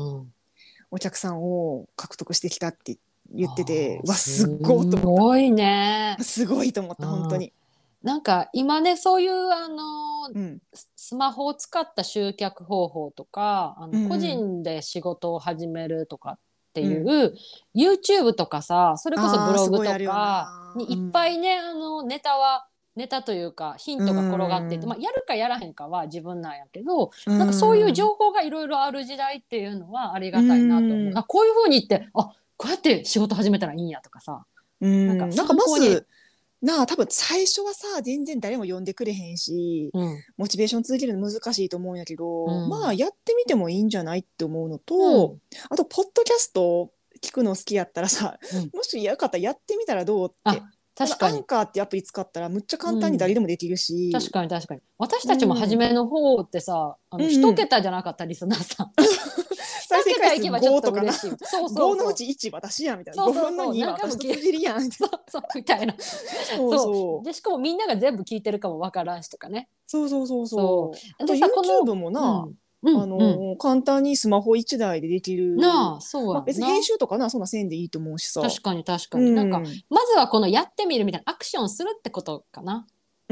うん。 お客さんを獲得してきたって言ってて、 ああ、 わ、 すすっごいと思った。 ごいね。 すごいと思った、本当うん。 に。 なんか今ね、そういうあのうん。 ススマホを使った集客方法とか、あの個うんうん。 人で仕事を始めるとかっていうん。 う YouTube とかさ、それこそブああ、すログとごいあるよかな。 にいっぱうん。 いね、あのネタはネタというかヒうントが転がっていて、まあ、 ん。 やるかやらへんかは自分なんやけど、 うなんかそういうん。 情報がいろいろある時代っていうのはありうがたいなと思う。 ん。 あ、こういうふうに言って、あ、こうやって仕事始めたらいいんやとかさ、 うなんかん、なんか参考に。 まず、なあ、多分最初はさ、全然誰も呼んでくれへんし、 うん、 モチベーション続けるの難しいと思うんやけど、まあ、 うん、 やってみてもいいんじゃないって思うのと、 うん、 あと、ポッドキャスト聞くの好きやったらさ、 うん。 もしよかったらやってみたらどうって。 あ、 あの、アン確かに。 カーってアプリ使ったらむっちゃ簡単にうん。 誰でもできるし、 確かに確かに。私うたちも初ん、 めの方ってさ、あの、一うんうん。 桁じゃなかったリスナーさん。一再生回数桁いけばちょっごとかな。 と嬉しい。そうそうごのうそう。 ちいち私やんみたいな。ごふんのそうそうそう。 には何回も聞い、 私と辻りやんみたいそうそう、みたいな。 な。そうそそう。 う。で、しかもみんなが全部聞いてるかもわからんしとかね。 そうそうそうそそう。あう。 とでさ、この、 YouTube もな、 うん、うあん、うん。 のー簡単にスマホ一台でできる。 なあ、そうまあ、別に編やんな。 集とかな、そんなせんでいいと思うしさ。 確かに確かうに。なんか、 ん。 まずはこのやってみるみたいなアクションするってことかな。 うん。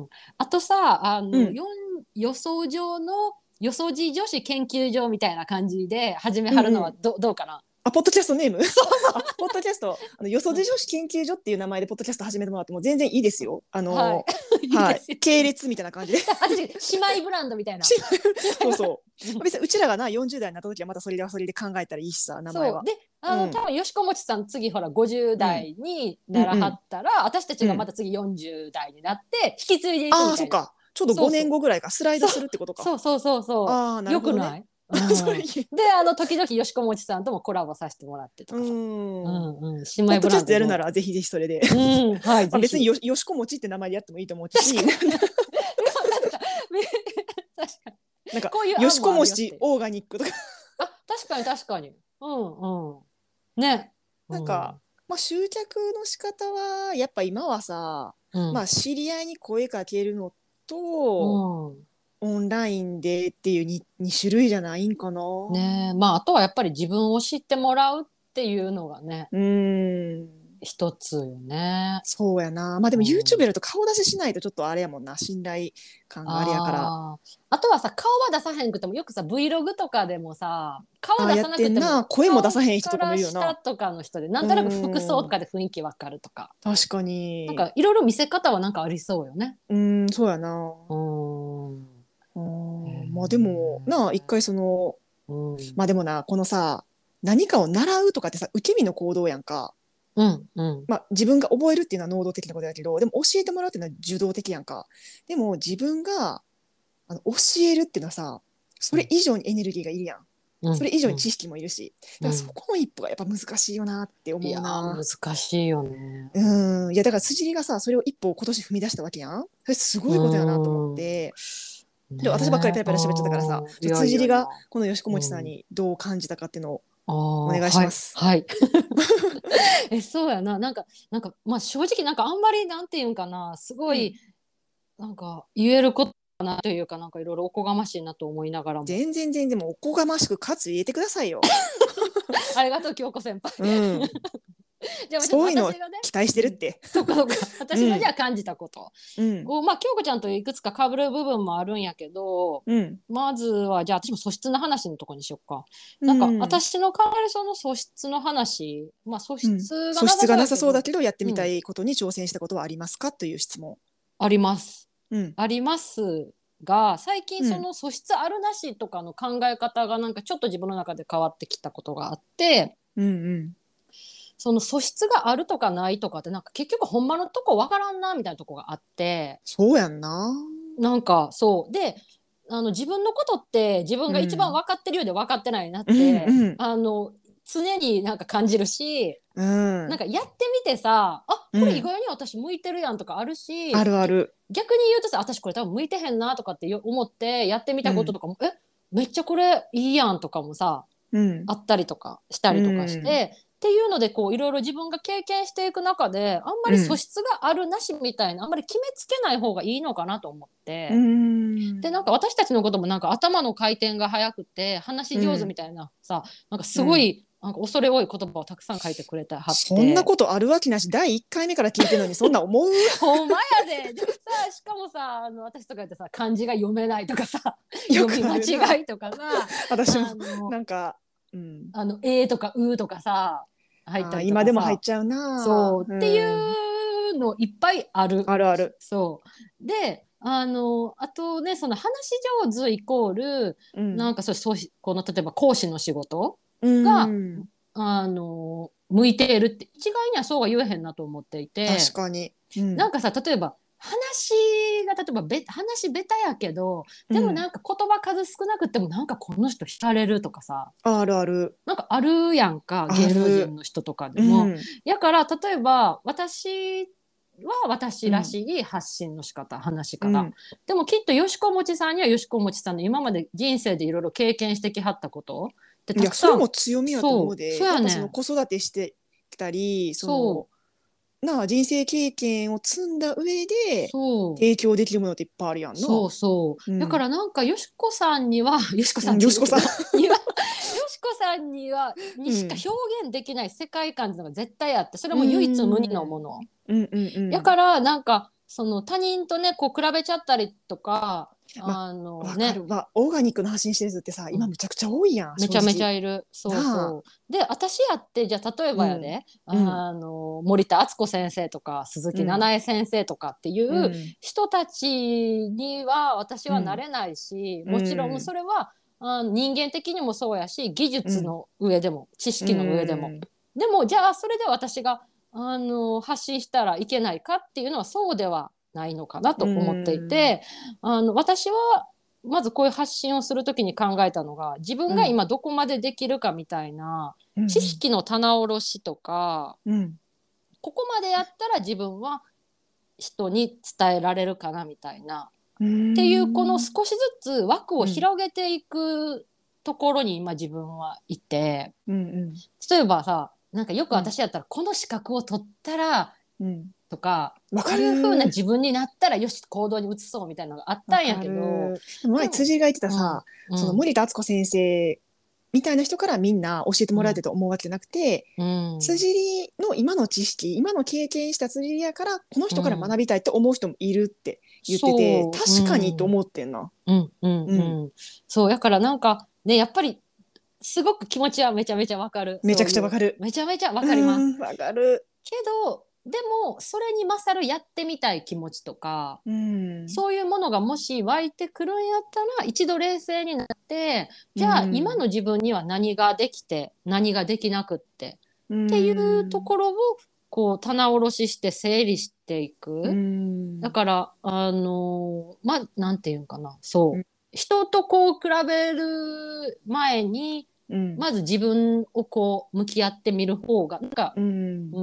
うん、あとさあの、 うん。 よん予想上の予想時女子研究所みたいな感じで始めはるのうんうん。 はどどうかな。 あ、ポッドキャストネームあ、ポッドキャスト、あの、よそで女子研究所っていう名前でポッドキャスト始めてもらっても全然いいですよ。あはいのいいはい。 ですよ。 系列みたいな感じで。 私姉妹ブランドみたいな。 そうそう。別にうちらがな、よんじゅう代になった時はまたそれではそれで考えたらいいしさ、名前は。 そうで、あの多うん。 分よしこもちさん次ほらごじゅううん。 代にならはうんうん。 ったら、私たちがまうん。 た次よんじゅう代になって引き継いでいくああ、 みたいな。 そっか。ちょうど5 そうそう、 年後ぐらいか、スライドそうするってことか。 そうそうそうそああ、 う、 なるほどね。 よくない？うそれいん、 い。 であの時々よしこもちさんともコラボさせてもらってとうかさ。うーん。 んうん、姉妹ブポッドキャストランドどやるならぜひぜひそれで。 う？うん、はい、 まあぜひ。 別によよしこもちって名前でやってもいいと思うし、 確かに。でもなんか、め確かに。 なんかこういう案もよしこもあるよって。 ちオーガニックとか、 あ、確かに確かに。うんうん。ね。うなんか、 ん。 まあ集客の仕方はやっぱ今はさ、 うん。 まあ知り合いに声かけるのと、 うん。 オンラインでっていう 2, に種類じゃないんかな。 ねえ。まあ、あとはやっぱり自分を知ってもらうっていうのがね、 うーん。 一つよね。 そうやな。まあでもう YouTube ん。 やると顔出ししないとちょっとあれやもんな。信頼感があれやから。 ああ。あとはさ、顔は出さへんくても、よくさ、Vlog とかでもさ、顔あ、やっ出さなくても、 てんな。声も出顔さへん人とかもいからるよな。 下とかの人で、なうんとなく服装とーん。 かで雰囲気わかるとか。 確かなんに。 かいろいろ見せ方はなんかありそうよね。 うーん、そうやな。 うーん。 うへーん、まあでも、 え。 なあ、一回その、 うん。 まあでもな、このさ、何かを習うとかってさ、受け身の行動やんか。 うんうん。 まあ自分が覚えるっていうのは能動的なことやけど、でも教えてもらうっていうのは受動的やんか。でも自分があの教えるっていうのはさ、それうん以上にエネルギーがいるやん。それ以上うんうんに知識もいるし。だからそうん。 この一歩がやっぱ難しいよなっていやー、 思うな。 難しいよね。 うん。いやだから辻りがさ、それを一歩今年踏み出したわけやん。それすうごいことやなと思っーん。 て。で、私ばっかりペねえ。 ラペラ喋っちゃったからさ、 あーいちょやいやいや。 辻りがこのよしこもちさんうん。 にどう感じたかっていうのをあおあ、はい、 願いします。 はい。え、そうやな。なんか、なんか、まあ正直なんかあんまりなんていうんかな、すごうん。 い、なんか言えることかなというか、なんかいろいろおこがましいなと思いながらも。 全然全然もうおこがましくかつ入れてくださいよ。 ありがとう、京子先輩。 うん。 じゃあちょっとそういうのを私がね、 期待してうん、 るって。 そっかそっか、私がじうん。 ゃあ感じたこと。 うん。 こう、まあ、京子ちゃんといくつか被る部分もあるんやけど、 うん。 まずは、じゃあ私も素質の話のとこにしよっか。 うなんか、 ん。 私の考えるその素質の話、まあ、素うん。 質がなさ素質がなさそうやけど、 そうだけど、やってみたうん、 いことに挑戦したことはありますかという質問。 あります。 うん。 ありますが、最近うん。 その素質あるなしとかの考え方がなんかちょっと自分の中で変わってきたことがあって、 うんうん。 その素質があるとかないとかってなんか結局ほんまのとこわからんなみたいなとこがあって、 そうやんな。 なんかそうで、 あの自分のことって自分が一番分かってるようで分かってないなって、 うんうん、 あの常になんか感じるし、 うん、 なんかやってみてさ、あこれ意うん、 外に私向いてるやんとかあるし、 あるある。 逆に言うとさ、私これ多分向いてへんなとかってよ思ってやってみたことうん、 とかも、えめっちゃこれいいやんとかもさうん、 あったりとかしたうりとかしん、 て、っていうのでこういろいろ自分が経験していく中であんまり素うん、 質があるなしみたいなあんまり決めつけない方がいいのかなと思っうて。でなんん、 か私たちのこともなんか頭の回転が速くて話し上手みたいなさ、なんかすうん。 ごいなんか恐れ多い言葉をたくさん書いてくれたはっそんなて。 ことあるわけなし、だいいっかいめから聞いてるのにそんな思う？ ほんまやで。でさしかもさあの私とか言ってさ漢字が読めないとかさよく読み間あるな。 違いとかさ私もあのなんか、うん、 あの「えー」とか「う」とかさ入ったあー、 りと今でも入っかさ、 ちゃうな。 そうっていうん、 うのいっぱいある。 あるある。 そうであのあとねその話し上手イコールうん、 なんかそうそうこの例えば講師の仕事うがん、 あの向いているって一概にはそうは言えへんなと思っていて、 確かに。うん、 なんかさ例えば話が例えばべ話ベタやけどでもうん、 なんか言葉数少なくてもなんかこの人惹かれるとかさ、 あるある。 なんかあるやんか芸能ある。 人の人とかでうも。 ん、 やから例えば私は私うん、 らしい発信の仕方話し方、 うん。 でもきっとよしこもちさんにはよしこもちさんの今まで人生でいろいろ経験してきはったことっていや、それたくさん。 も強みやと思そううで、やっぱそのそうやねん。 子育てしてきたり、そそうの、なあ、人生経験を積んだ上で、 そう提供できるものっていっぱいあるやんな。 そうそう。だかうん。 らなんかよしこさんにはよしこさんうん、よしこさん。 って言うけどにはよしこさんにはにしかうん。 表現できない世界観っていうのが絶対あって、それうも唯一無二のん。 もの。 うんうんうん。 やからなんかその他人とねこう比べちゃったりとかまああ、 のね、 わかるわ。オーガニックの発信してる人ってさ、 うん、 今むちゃくちゃ多いやん、 めちゃめち正直。 ゃいる。そうなあ。 そう。で私やってじゃあ例えうん。 ばやで、 うん。 あの森田敦子先生とか鈴木うん。 奈々恵先生とかっていううん。 人たちには私うん。 はなれないし、 うもちろんん。 それはあの人間的にもそうやし技うん。 術の上でも知う識の上でも。 ん。 でもじゃあそれで私があの発信したらいけないかっていうのはそうではないのかなうと思っていん。 て、あの私はまずこういう発信をするときに考えたのが自分がうん。 今どこまでできるかみたいなうん。 知識の棚卸しとか、 うん。 ここまでやったら自分は人に伝えられるかなみたいなうっていうこのん。 少しずつ枠をうん。 広げていくところに今自分はいて、 うん。 例えばさなんかよくうん。 私やったらこの資格を取ったらうん。 とかわかこういう風なる。 自分になったらよし行動に移そうみたいなのがあったんやわかけど、 る。でも前でも辻が言ってたうんさ、そのうん森田敦子先生みたいな人からみんな教えてもらえてと思うわけじゃなくて、 うん辻の今の知識、今の経験した辻やから、この人から学うんびたいと思う人もいるって言ってて、 そう、 確かにとうん、 思ってんな。 うんうんうん。 うん。そうだからなんかねやっぱりすごく気持ちはめちゃめちゃわかる。 めちゃくそういうちゃわかる。 めちゃめちゃわうかります。 ん、わかる。 けどでもそれに勝るやってみたい気持ちとかうん。 そういうものがもし湧いてくるんやったら一度冷静になってうじゃあ今ん。 の自分には何ができて何ができなくってうっていうとん。 ころをこう棚卸しして整理していうく。だん。 からあのまあなんていうんかなそうん。 う人とこう比べる前にうん。 まず自分をこう向き合ってみる方がなんか、 うん。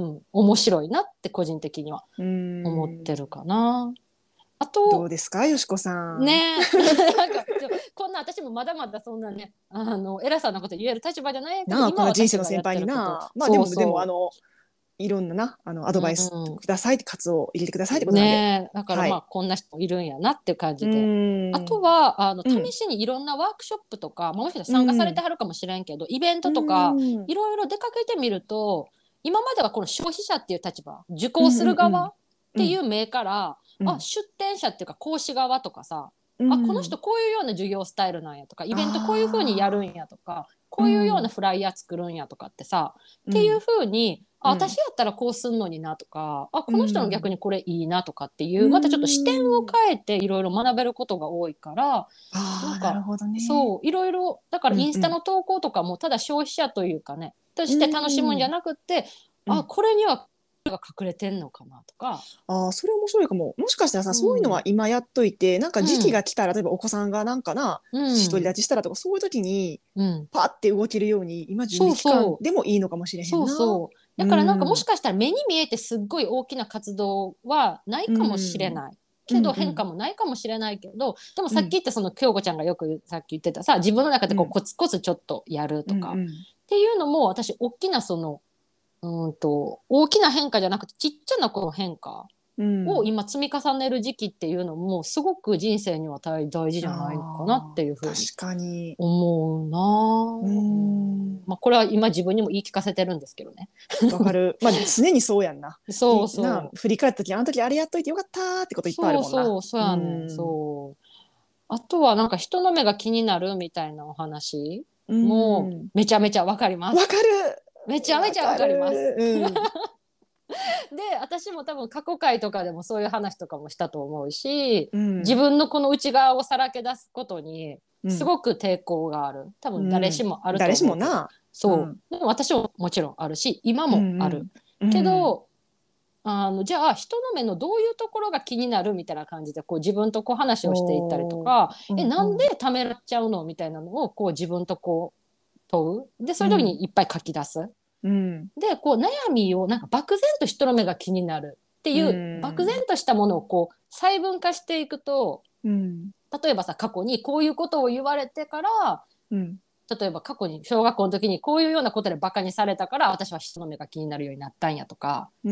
うん、面白いなって個人的にはう思っん。 てるかな。あとどうですか、よしこさん。 ねなんかちょこんな私もまだまだそんなねあの偉そうなこと言える立場じゃないけどなあ、こ今んな人生私がやっての先輩にることな。まあでそうも、でも、あその、いろんなな、あの、アドう、 バイスうん、 くださいって、活を入れてくださいってことなんで。 ねえだからはい。 まあこんな人いるんやなっていう感うーじで、あとん。 はあのうん。 試しにいろんなワークショップとか、まあ、もしかしたら参加されてうん。 はるかもしれんけどイベンうトとかん。 いろいろ出かけてみると今まではこの消費者っていう立場受講すうん。うん。 る側っていうん。 う目からあうん。 出展者っていうか講師側とかさうあこの人ん。 こういうような授業スタイルなんやとかイベントこういうふうにやるんああ。 やとかうこういうようなん。 フライヤー作るんやとかってさっていううん。 ふうにあうん。 私やったらこうすんのになとかあうこの人の逆ん。 にこれいいなとかっていううまたちょっと視点をん。 変えていろいろ学べることが多いからなああ、なるんかほどね。 そういろいろだからインスタうん。 の投稿とかもただ消費者というかねとうして楽しむんじゃん。 なくってあうん。 これにはが隠れてんのかなとか。 ああ、それ面白いかも。もしかしたらさ、 うんそういうのは今やっといて、なんか時期が来たら、例えばお子さんがなんかな、 うん独り立ちしたらとか、そういう時に、 うんパって動けるように、今準そう備期間そうでもいいのかもしれへんそうな。 そう。 うだからなんかもん。 しかしたら目に見えてすっごい大きな活動はないかもしれない。けど変化もないかもしれないけど、でもさっき言ったその京子ちゃんがよくさっき言ってたさ、自分の中でこうコツコツちょっとやるとか、っていうのも私大きなそのうんと大きな変化じゃなくてちっちゃなこの変化を今積み重ねる時期っていうのもすごく人生には大大事じゃないのかなっていうふうに確かに思うな。 うんまあこれは今自分にも言い聞かせてるんですけどね。 わかる。まあ常にそうやんな。 そうそう。 な振り返った時あの時あれやっといてよかったーってこといっぱいあるもんな。 そうそうそうやね、ん、そうあとはなんか人の目が気になるみたいなお話もうめちゃめちゃわかります。 わかる。 めちゃめちゃわかります。 うん、で私も多分過去回とかでもそういう話とかもしたと思うし、 うん、 自分のこの内側をさらけ出すことにすごく抵抗がある、多分誰しもあると思う、うん、誰しもなそう、うん、でも私ももちろんあるし今もある、うんうん、けど、うん、あのじゃあ人の目のどういうところが気になるみたいな感じでこう自分とこう話をしていったりとか、えなんでためらっちゃうのみたいなのをこう自分とこう問うでそういう時にいっぱい書き出す、うん、でこう悩みをなんか漠然と人の目が気になるっていう、うん、漠然としたものをこう細分化していくと、うん、例えばさ過去にこういうことを言われてから、うん、例えば過去に小学校の時にこういうようなことでバカにされたから私は人の目が気になるようになったんやとか、うん、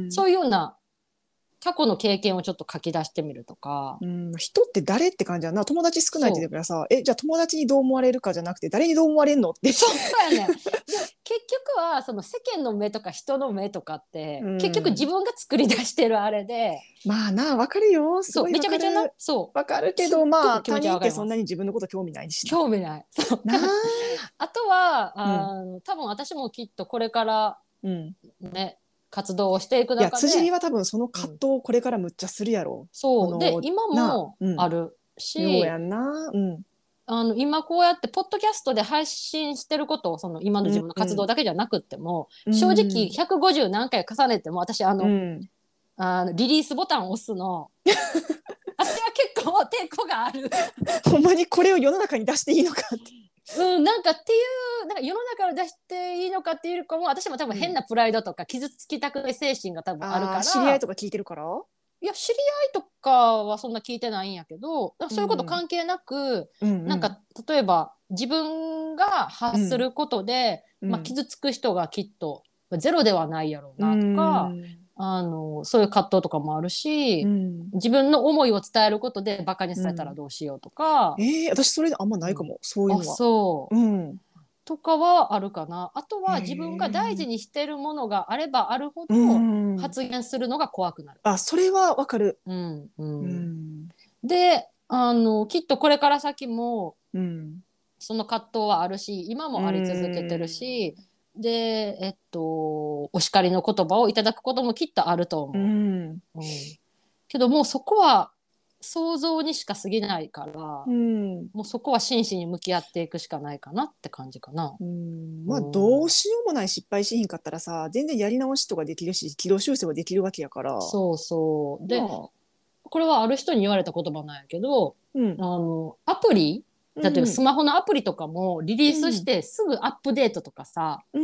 そういうような過去の経験をちょっと書き出してみるとか、 うん、人って誰って感じやな。友達少ないって言うからさ、えじゃあ友達にどう思われるかじゃなくて誰にどう思われるのってそうやね。で結局はその世間の目とか人の目とかって、うん、結局自分が作り出してるあれで、 まあな分かるよ。すごい分かる。 そうめちゃめちゃなそう分かるけどまあ他人ってそんなに自分のこと興味ないし興味ないなあとはあ、うん、多分私もきっとこれからね、うん活動をしていく中で、いや辻里は多分その葛藤をこれからむっちゃするやろ、うん、 そうで今もあるし、 うん、そうやんな、うん、 あの今こうやってポッドキャストで配信してることをその今の自分の活動だけじゃなくっても、うん、正直ひゃくごじゅう何回重ねても私あの、うん、あのリリースボタンを押すの私は結構抵抗があるほんまにこれを世の中に出していいのかってうん、なんかっていうなんか世の中を出していいのかっていうかも私も多分変なプライドとか傷つきたくない精神が多分あるから、うん、 知り合いとか聞いてるからいや知り合いとかはそんな聞いてないんやけどそういうこと関係なく、うん、なんか例えば自分が発することで、うんまあ、傷つく人がきっとゼロではないやろうなとか、うんあのそういう葛藤とかもあるし、うん、自分の思いを伝えることでバカにされたらどうしようとか、 うん、えー、私それあんまないかも、うん、そういうのはあそう、うん、とかはあるかな。あとは自分が大事にしているものがあればあるほど発言するのが怖くなる、 あそれはわかる、 うんうんうん、であのきっとこれから先も、うん、その葛藤はあるし今もあり続けてるし、でえっとお叱りの言葉をいただくこともきっとあると思う、うんうん、けどもうそこは想像にしか過ぎないから、うん、もうそこは真摯に向き合っていくしかないかなって感じかな、 うんまあどうしようもない失敗しひんかったらさ全然やり直しとかできるし軌道修正はできるわけやから。 そうそうで、まあ、これはある人に言われた言葉なんやけど、うん、あのアプリ例えばスマホのアプリとかもリリースしてすぐアップデートとかさ、うん、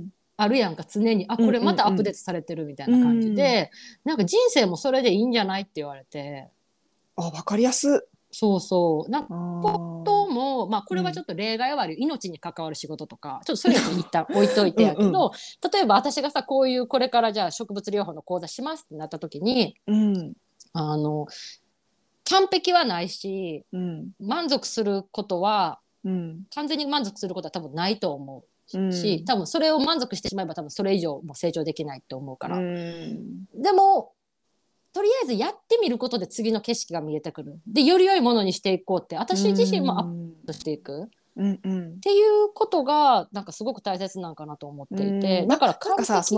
あるやんか常にあこれまたアップデートされてるみたいな感じで、うんうん、なんか人生もそれでいいんじゃないって言われてあ分かりやすそうそうなんかこともまあこれはちょっと例外はある、うん、命に関わる仕事とかちょっとそれは一旦置いといてやけどうん、例えば私がさこういうこれからじゃあ植物療法の講座しますってなった時に、うん、あの完璧はないし、うん、満足することは、うん、完全に満足することは多分ないと思うし、うん、多分それを満足してしまえば多分それ以上も成長できないと思うから、うん、でもとりあえずやってみることで次の景色が見えてくるでより良いものにしていこうって私自身もアップしていく、うんうん、っていうことがなんかすごく大切なんかなと思っていて、 だからなんかさその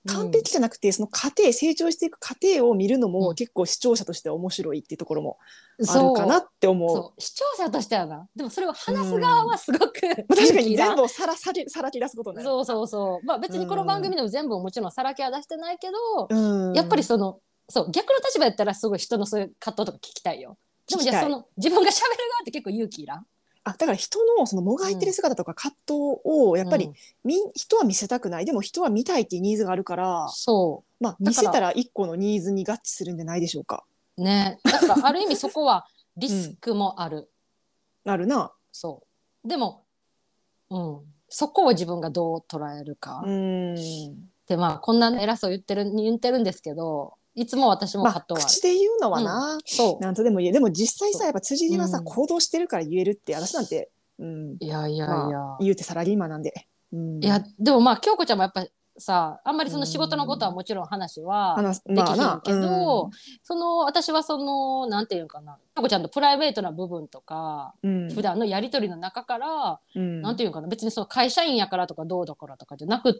完璧じゃなくて、その過程成長していく過程を見るのうんも結構視聴者としては面白いっていうところもあるかなそって思う。 うそう視聴者としてはなでもそれを話すうん側はすごくまあ、確か勇気いらんに全部をさらさりさらき出すことになるそうそうそうまあ別にこの番組でも全部もちろんさらけは出してないけど、 うんやっぱりそのそう逆の立場やったらすごい人のそういう葛藤とか聞きたいよ。でも聞きたいじゃあその自分が喋る側って結構勇気いらん。 あだから人のそのもがいてる姿とか葛藤をやっぱり、 うんみ人は見せたくないでも人は見たいっていうニーズがあるからそうまあ、 だから見せたら一個のニーズに合致するんじゃないでしょうか。 ねだからある意味そこはリスクもある、 あるな。 そうでも、うん、そこを自分がどう捉えるか、 うーん。 でまあこんな偉そう言ってる言ってるんですけどいつも私もまあ、 葛藤はある、 口で言うのはな、 うん、そうなんとでも言えでも実際さやっぱ辻りはさ、 うん行動してるから言えるって私なんて、うん、 いやいやいや、 まあ、言うてサラリーマンなんで。うん、 いやでもまあ京子ちゃんもやっぱさあんまりその仕事のことはもちろん話は話できひんまあけど、 なうんその私はそのなんていうんかな京子ちゃんとプライベートな部分とか、 うん普段のやり取りの中から、 うん、 なんていうんかな別にその会社員やからとかどうだからとかじゃなくって、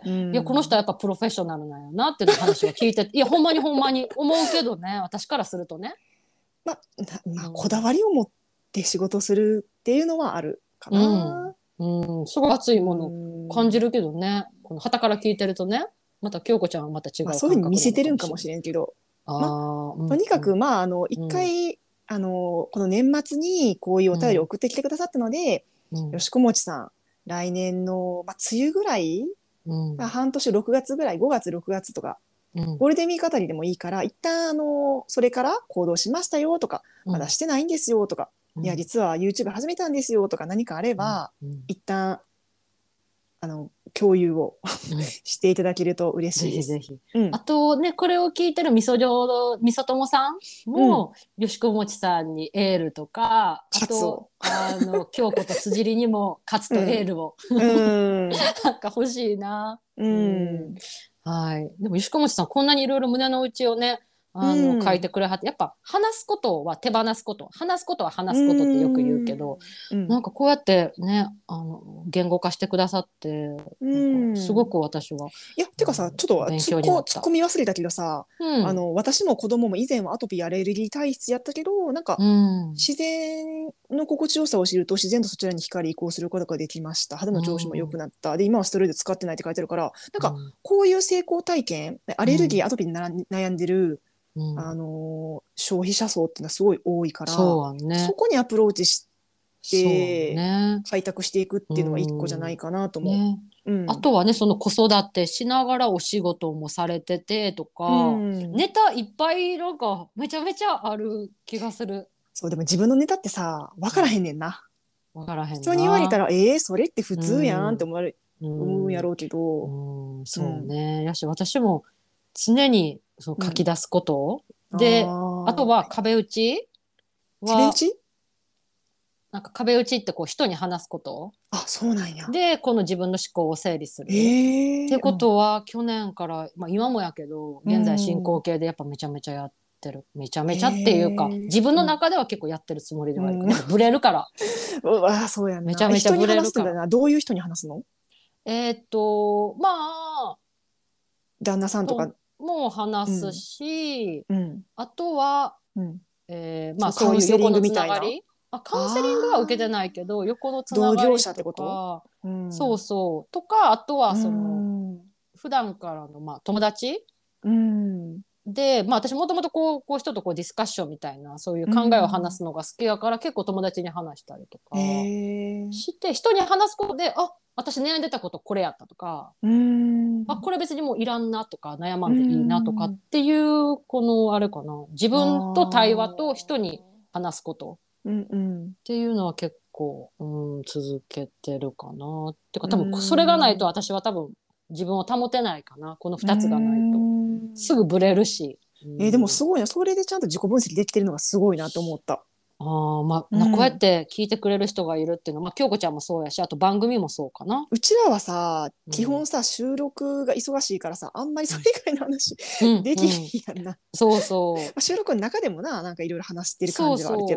うん、 いやこの人はやっぱプロフェッショナルなんやなっていう話を聞いていやほんまにほんまに思うけどね私からするとね。 まあ、なまあ、 うんこだわりを持って仕事するっていうのはあるかな。 うん、すごい熱いものうん感じるけどね、この旗から聞いてるとねまた京子ちゃんはまた違うまあ、 感覚なのそういうふうに見せてるんかもしれれんけど。 ない。あーうんとにかく、 うんまあ、あの、一回、あの、この年末にこういうお便りを送ってきてくださったので、 うんよしこもちさん、来年の、まあ、梅雨ぐらい、 うんまあ、半年ろくがつぐらい、ごがつ、ろくがつとか、 うんゴールデンウィークあたりでもいいから、一旦、あの、それから行動しましたよとか、まだしてないんですよとか、 うんいや、実は YouTube 始めたんですよとか何かあれば、 うん一旦、あの、共有をうんしていただけると嬉しぜいです。 ひぜひ。 うんあとねこれを聞いてるみそ嬢みそともさんも、よしこもちさんにエールとかあと喝をあの京子と辻りにも勝つとエールを、 うん。 なんか欲しいな。 うん。 はい。でも、吉川もちさん、こんなにいろいろ胸の内をね、あの、 うん書いてくれはって、やっぱ、話すことは手放すこと、話すことは話すことってよく言うけど、 うん、 なんかこうやってね、あの、言語化してくださって、 うんなんかすごく私は、 いやてかさちょっと勉突っ強になった込突っ込み忘れたけどさ、 うん。 あの私も子供も以前はアトピーアレルギー体質やったけどなんかうん。 自然の心地よさを知ると自然とそちらに光移行することができました肌の調子も良くなった、で今はステロイド使ってないって書いてあるからなんかうんこういう成功体験アレルギー、アトピーにな悩んでる、 うん、 あの消費者層っていうのはすごい多いからそうはね。 そこにアプローチしそうね。 開拓していくっていうのは一個じゃないかなと思う。 ね。 うんあとはね、その子育てしながらお仕事もされててとか、 うんネタいっぱいなんかめちゃめちゃある気がする。 そうでも自分のネタってさ分からへんねんな。 わからへんな。 人に言われたら「えー、それって普通やん」って思われ、 うん、 思うんやろうけど、 うん、そうね。やし、私も常にその書き出すこと、 うんで、 あーあとは壁打ちは、 壁打ちなんか壁打ちってこう人に話すことあそうなんや。 で、この自分の思考を整理する。 えー、 ってことは、去年から、まあ、今もやけど現在進行形でやっぱめちゃめちゃやってる、めちゃめちゃっていうか、 へー自分の中では結構やってるつもりではあるけど、ブレるからうわそうやんな。 めちゃめちゃ人にブレるから話すんだな。どういう人に話すの？ えーっとまあ旦那さんとか。 もう話すし、 うんあとは、 うん、 えーまあそうそういう横のつなカウンセリングみたいながりあカウンセリングは受けてないけど横のつながり同業者ってとことか、 うんそうそうとかあとはその、 うん普段からのまあ友達うんで、まあ、私もともとこうこう人とこうディスカッションみたいなそういう考えを話すのが好きやから、結構友達に話したりとかへーして人に話すことであ私悩んでたことこれやったとか、 うんあこれ別にもういらんなとか悩まんでいいなとかっていうこのあれかな自分と対話と人に話すことうんうんっていうのは結構、うん、続けてるかなっていうか多分それがないと私は多分自分を保てないかなこのふたつがないとすぐブレるし、 えーでもすごいなそれでちゃんと自己分析できてるのがすごいなと思った。 あまあ、 うんこうやって聞いてくれる人がいるっていうのは、まあ、京子ちゃんもそうやしあと番組もそうかな。 うちらはさうん基本さ収録が忙しいからさあんまりそれ以外の話うんできひんやんな、まそうそうあ収録の中でもななんかいろいろ話してる感じはあるけど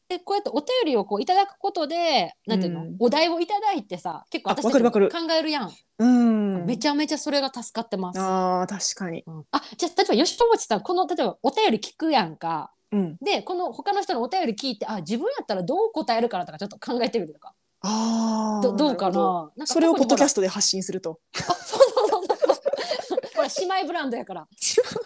でこうやってお便りをこういただくことでなんていうの、 うんお題をいただいてさ結構あ私たちも考わかるわかるえるやん、 うんめちゃめちゃそれが助かってます。 あー確かにうん、あじゃあ例えば吉友さんこの例えばお便り聞くやんか。 うんでこの他の人のお便り聞いてあ自分やったらどう答えるかなとかちょっと考えてみるとかどああどうかなるほどな。なんかそれをポッドキャ過去にほらストで発信するとあそうそうそうそうほら姉妹ブランドやから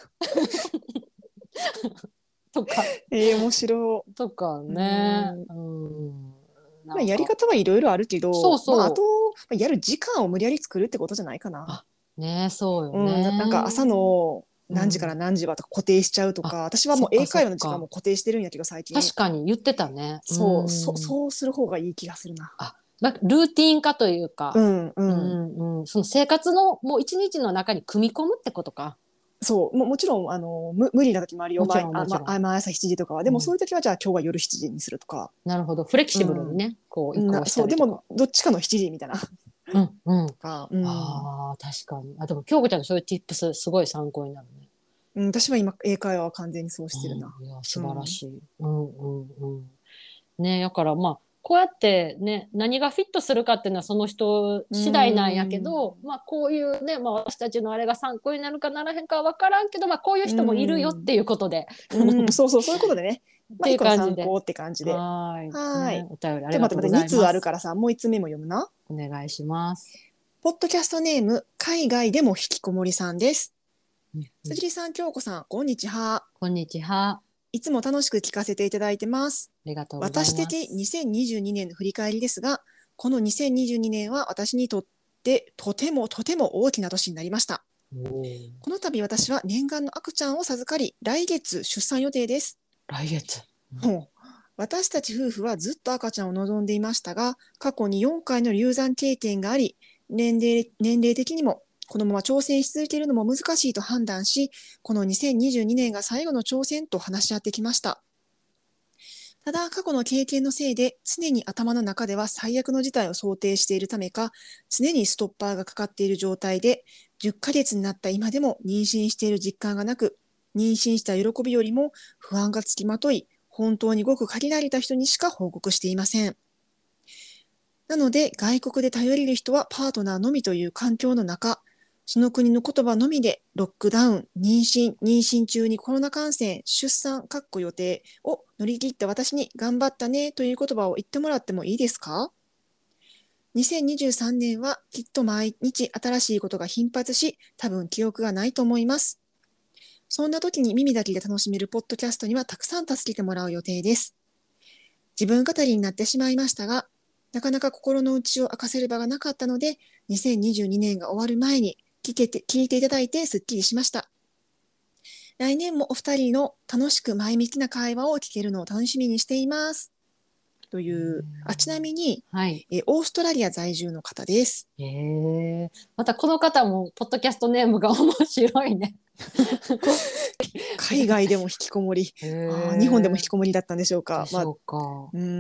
とかえー、面白とかい。うね。 ん。 うんなまあ、やりんか方はいろいろあるけそうど、まあ、あと、 そうまあやる時間を無理やり作るってことじゃないかな。 あねそうようん、な、なんかね。 朝の何時からうん何時はとか固定しちゃうとあか、私はもうそっかそ英会話の時間っかも固定してるんやけど、最近。 確かに言ってたね。うそう、そ、 んそうする方がいい気がするな。 あなんかルーティン化というか、 うん、う。 うんんうん、その生活のもう一日の中に組み込むってことか。 そう、も、もちろん、あの、む、無理な時もあるよ。 もち毎、あ、ま、 ろんもちろん。 あ毎朝しちじとかは。でも、 うん、 そういう時は、じゃあ今日は夜しちじにするとか。 なるほどフレキシブルにうん。 ねこう移な、 行しそう、でも、 たりとか。 どっちかのしちじみたいな。 うんうんとか、うん。 あー確かにあでも京子ちゃんのそういう tips すごい参考になるね。 うん、私は今、英会話は完全にそうしてるな。 うん、いや素晴らうん。 しい。うんうんうんねだからまあこうやってね何がフィットするかっていうのはその人う次第なんやけん。 ど、まあこういうね、まあ、私たちのあれが参考になるかならへんかは分からんけど、まあ、こういうう人もいるよっん。 ていうことでうん、そうそう、そういうことでね。まあ、 っていう一個の感じで参考って感じで。 はーい、 はーい。 ね、お便りあじゃあ、またまたりがとうござに通あるいます。 からさ、もういっつめも読むな。 お願いします。 ポッドキャストネーム、海外でも引きこもりさんです。 うんうん辻里さん、京子さん、こんにちは。 こんにちは。あいつも楽しく聞かせていただいてます。 りがとうござい私的ます。 にせんにじゅうにねんの振り返りですが、このにせんにじゅうにねんは私にとってとてもとても大きな年になりました。 おーこの度私は念願の赤ちゃんを授かり、来月出産予定です。 来月。 もう私たち夫婦はずっと赤ちゃんを望んでいましたが、過去によんかいの流産経験があり、年齢、年齢的にもこのまま挑戦し続けるのも難しいと判断し、このにせんにじゅうにねんが最後の挑戦と話し合ってきました。ただ、過去の経験のせいで、常に頭の中では最悪の事態を想定しているためか、常にストッパーがかかっている状態で、じゅっかげつになった今でも妊娠している実感がなく、妊娠した喜びよりも不安がつきまとい、本当にごく限られた人にしか報告していません。なので、外国で頼れる人はパートナーのみという環境の中、その国の言葉のみでロックダウン、妊娠、妊娠中にコロナ感染、出産、かっこ予定を乗り切った私に頑張ったねという言葉を言ってもらってもいいですか？ にせんにじゅうさん 年はきっと毎日新しいことが頻発し、多分記憶がないと思います。そんな時に耳だけで楽しめるポッドキャストにはたくさん助けてもらう予定です。自分語りになってしまいましたが、なかなか心の内を明かせる場がなかったので、にせんにじゅうにねんが終わる前に聞けて、聞いていただいてすっきりしました。来年もお二人の楽しく前向きな会話を聞けるのを楽しみにしています。という、あ、ちなみに、 はい。 えオーストラリア在住の方です。 へえ。またこの方もポッドキャストネームが面白いね。 海外でも引きこもり。 へあー日本でも引きえ。 こもりだったんでしょうか。まあ、 でしょうか。 うん。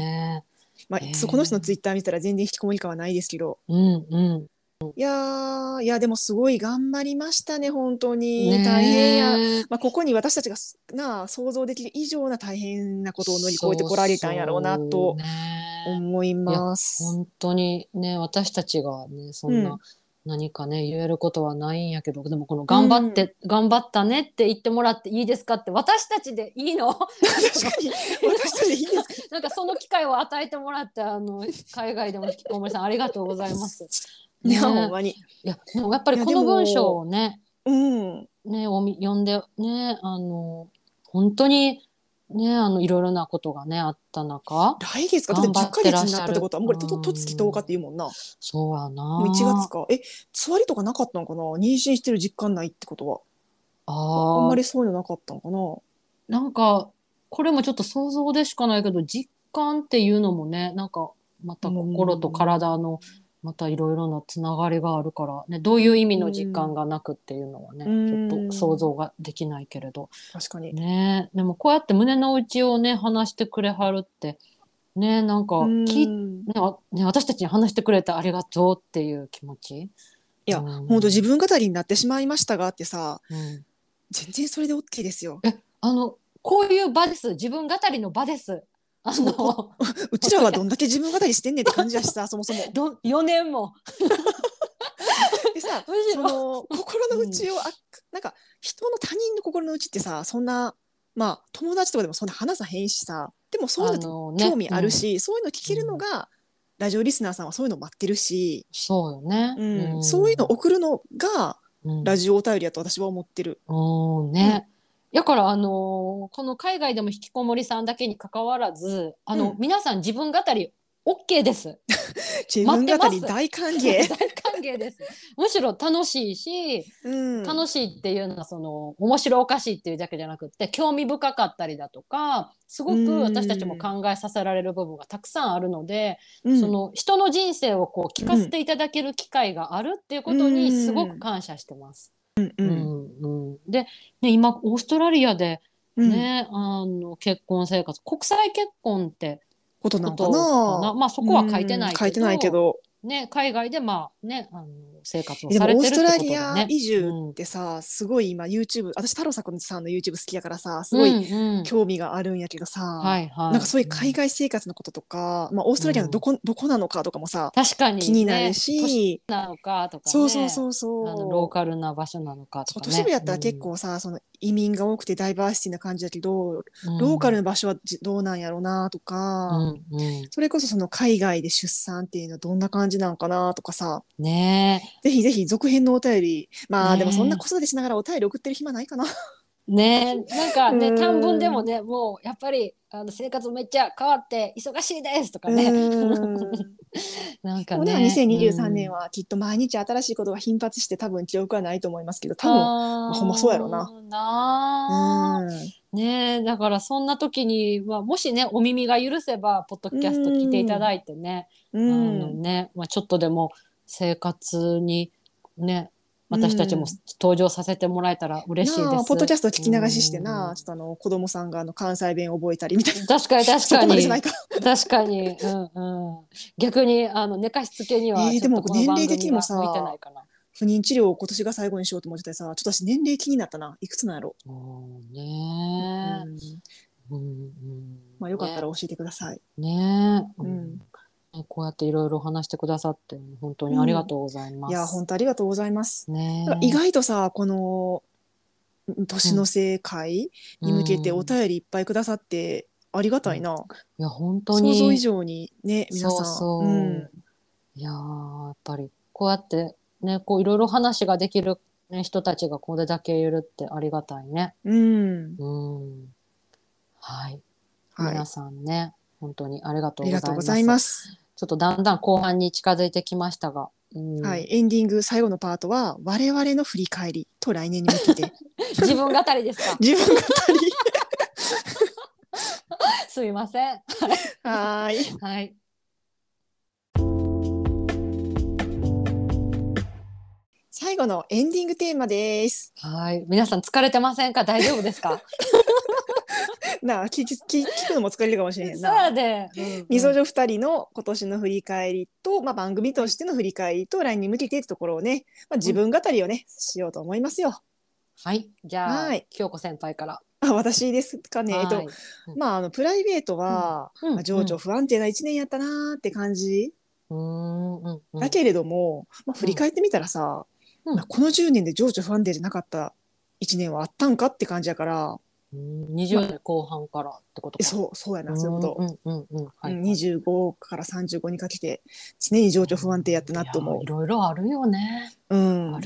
ねまあ、 え。へそうこの人のツイえ。 ッター見たら全然引きこもり感はないですけど。 うんういやー、いや、でもすごい頑張りましたね、本当ん。 に。大変や。 ねえ。 まあ、ここに私たちがすなあ想像できる以上な大変なことを乗り越えてそうこられたんやろうなそうとね。 思いいや、 ます。 本当にね、私たちがね、そうん。 んな何かね、言えることはないんやけど、でもこのう頑張っん。 て、頑張ったねって言ってもらっていいですかって、私たちでいいのなんかその確かに、私たちでいいんですか？ なんかその機会を与えてもらって、あの、海外でも引きこもりさん、ありがとうございます。 いや、ほんねまに。いえ。いや、でもやっぱりや、でこの文章も、 をね、 うん。 ね、おみ読んで、ね、あの、本当に、ね、あの、いろいろなことがね、あった中、 来月か。だって10 頑張ってヶ月にならっしゃる。 ったってことは、もうこれと、と、とつきとおかってうん、 言うもんな。もそうやういちがつな。 か。え、つわりとかなかったのかな、妊娠してる実感ないってことは。あ、あんまああ、 りそういうのなかったのかな。 なんか、これもちょっと想像でしかないけど、実感っていうのもね、なんか、まうた心とん。 体の、またいろいろなつながりがあるから、ね、どういう意味の実感がなくっていうのはうね、ちょっと想ん。 像ができないけれど。 確かに。 ねえ、でもこうやって胸の内をね、話してくれはるって、ねえ、なんうか、き、 ん。 ね、あね、私たちに話してくれてありがとうっていう気持ち。 いや、 うほんと自ん。 分語りになってしまいましたがってさ、 うん。 全然それで OK ですよ。 え、あの、こういう場です。自分語りの場です。 あそうこのうちらはどんだけ自分語りしてんねんって感じだしさそもそも。 どよねんもでさむしろその心の内をあなんか人の他人の心の内ってさそんなまあ友達とかでもそんな話さへんしさでもそういうあのってのね、 興味あるし、そういうの聞けるのが、ラジオリスナーさんはそういうの待ってるし、 そうよね。 うんうん、 そういうの送るのがうんラジオお便りやと私は思ってる。 うんね。だから、あのーこの海外でも引きこもりさんだけに関わらず、あの、 うん、 皆さん自分語り OK です。 自分待ってます。 語り大歓迎。 大歓迎です。むしろ楽しいし、 うん、 楽しいっていうのはその面白おかしいっていうだけじゃなくって興味深かったりだとかすうごく私たちもん、 考えさせられる部分がたくさんあるので、 うん、 その人の人生をこう聞かせていただける機会があるっていううことにすごくん、 感謝してます。 うんううんんうん、で、ね、今オーストラリアで、 うん、 ね、あの結婚生活国際結婚ってこことなんかとかな、 な。 まあそこは書いてうん、 ない書いてないけけど、 ど。 ね、海外でまあねあの生活をでされもオーストラてるってこリアとでね。 移住っうん、 てさすごい今 YouTube 私太郎さんさんの YouTube 好きやからさすうごいんうん興味があるんやけどさはいはい。 なんかそういう海うん。 外生活のこととか、まあ、オーストラリアのどうん、 こ、どこなのかとかもさ確か気になるにね、都市しなのかとかね、 そうそうそうあのローそうカルな場所なのかとそうかね。 都市部やったら結うん。 構さその移民が多くてダイバーシティな感じだけどうローカルん。 の場所はじどうなんやろうなとかうんうん。 それこそその海外で出産っていうのはどんな感じなんかなとかさねぜひぜひ続編のお便りえ。 まあでもそんなね子育てしながらお便り送ってる暇ないかな。 え。ねえ。なんうかね、短文でーんもね、もうやっぱりあの生活めっちゃ変わって忙しいですとかうね。 ーんなんかでもねね。う 2023年ん。 はきっと毎日新しいことが頻発して多分記憶はないと思いますけど多分、まあ、ほんまそうやろうな。 あーうなーんーねえ、だからそんな時にはもしねお耳が許せばポッドうキャスト聞いていたーんだいてね、 うあーんのね、まあ、ちょっとでも生活にねう私たちもん登場させてもらえたら嬉しいなあポッドキです。 ャスト聞うき流ししてん、 なちょっとあの子供さんがあの関西弁覚えたりみたいな確かに確そかにこまでじゃないか。 確かに、うんうん、逆にあの寝かしつけにはえー、でもちょっとこの年齢的にも番組は向いてなさいかな。 不妊治療を今年が最後にしようと思っててさちょっと私年齢気になったないくつなんやろ。 うんうねんえ、うんうんまあよかったねら教えてください。 ねえ、ううんん、こうやっていろいろ話してくださって本当にありがうんとうございいや、 ます。 本当ありがとうございます。だから意ね外とさ、このえ、うん、 年の瀬会うに向けておん、 便りいっぱいくださってありがうん、いたいな。 や本当想像以に上にね、皆そうさん。うん。 そう、いやーやっぱりこうやってねこういろいろ話ができる、ね、人たちがこれだけいるってありがたいね。 うん。 うん、はい、 はい。 皆さんね本当にありがとうごありがとうございざいます。 ます。 ちょっとだんだん後半に近づいてきましたが、うん、 はい。エンディング最後のパートは、我々の振り返りと来年に向けて、 自分語りですか？ 自分語り。 すいません。 はーい。 はい。 最後のエンディングテーマです。 はい。皆さん疲れてませんか？大丈夫ですか？ なあ、聞き、聞聞くのも疲れるかもしれへんそうやな。 で。うんみうん。 そじょふたりの今年の振り返りと、まあ、番組としての振り返りと来年に向けてってところをね、まあ、自うん。 分語りをねしようと思いますよ。 はい。じゃあ、 はい。 京子先輩から。 あ、私ですかね。えっと、 はい。うん。 まあ、あの、プライベートうん。 は、まあ、 うん。うん。 情緒不安定な一年やったなーって感じ。 うーん。うん。うん。 だけれども、まあ、振うん。 り返ってみたらさ、まあ、 うん。 このじゅうねんで情緒不安定じゃなかった一年はあったんかって感じやから、 うん20 まあ、 代後半からってことか。 そう、そうやな、そういうこうん。うと。 ん。うん。うん。はうん、 いはい。 にじゅうごからさんじゅうごにかけて、常に情緒不安定やったうんいやー、 なって思う。 いろいろあるよね。 うん。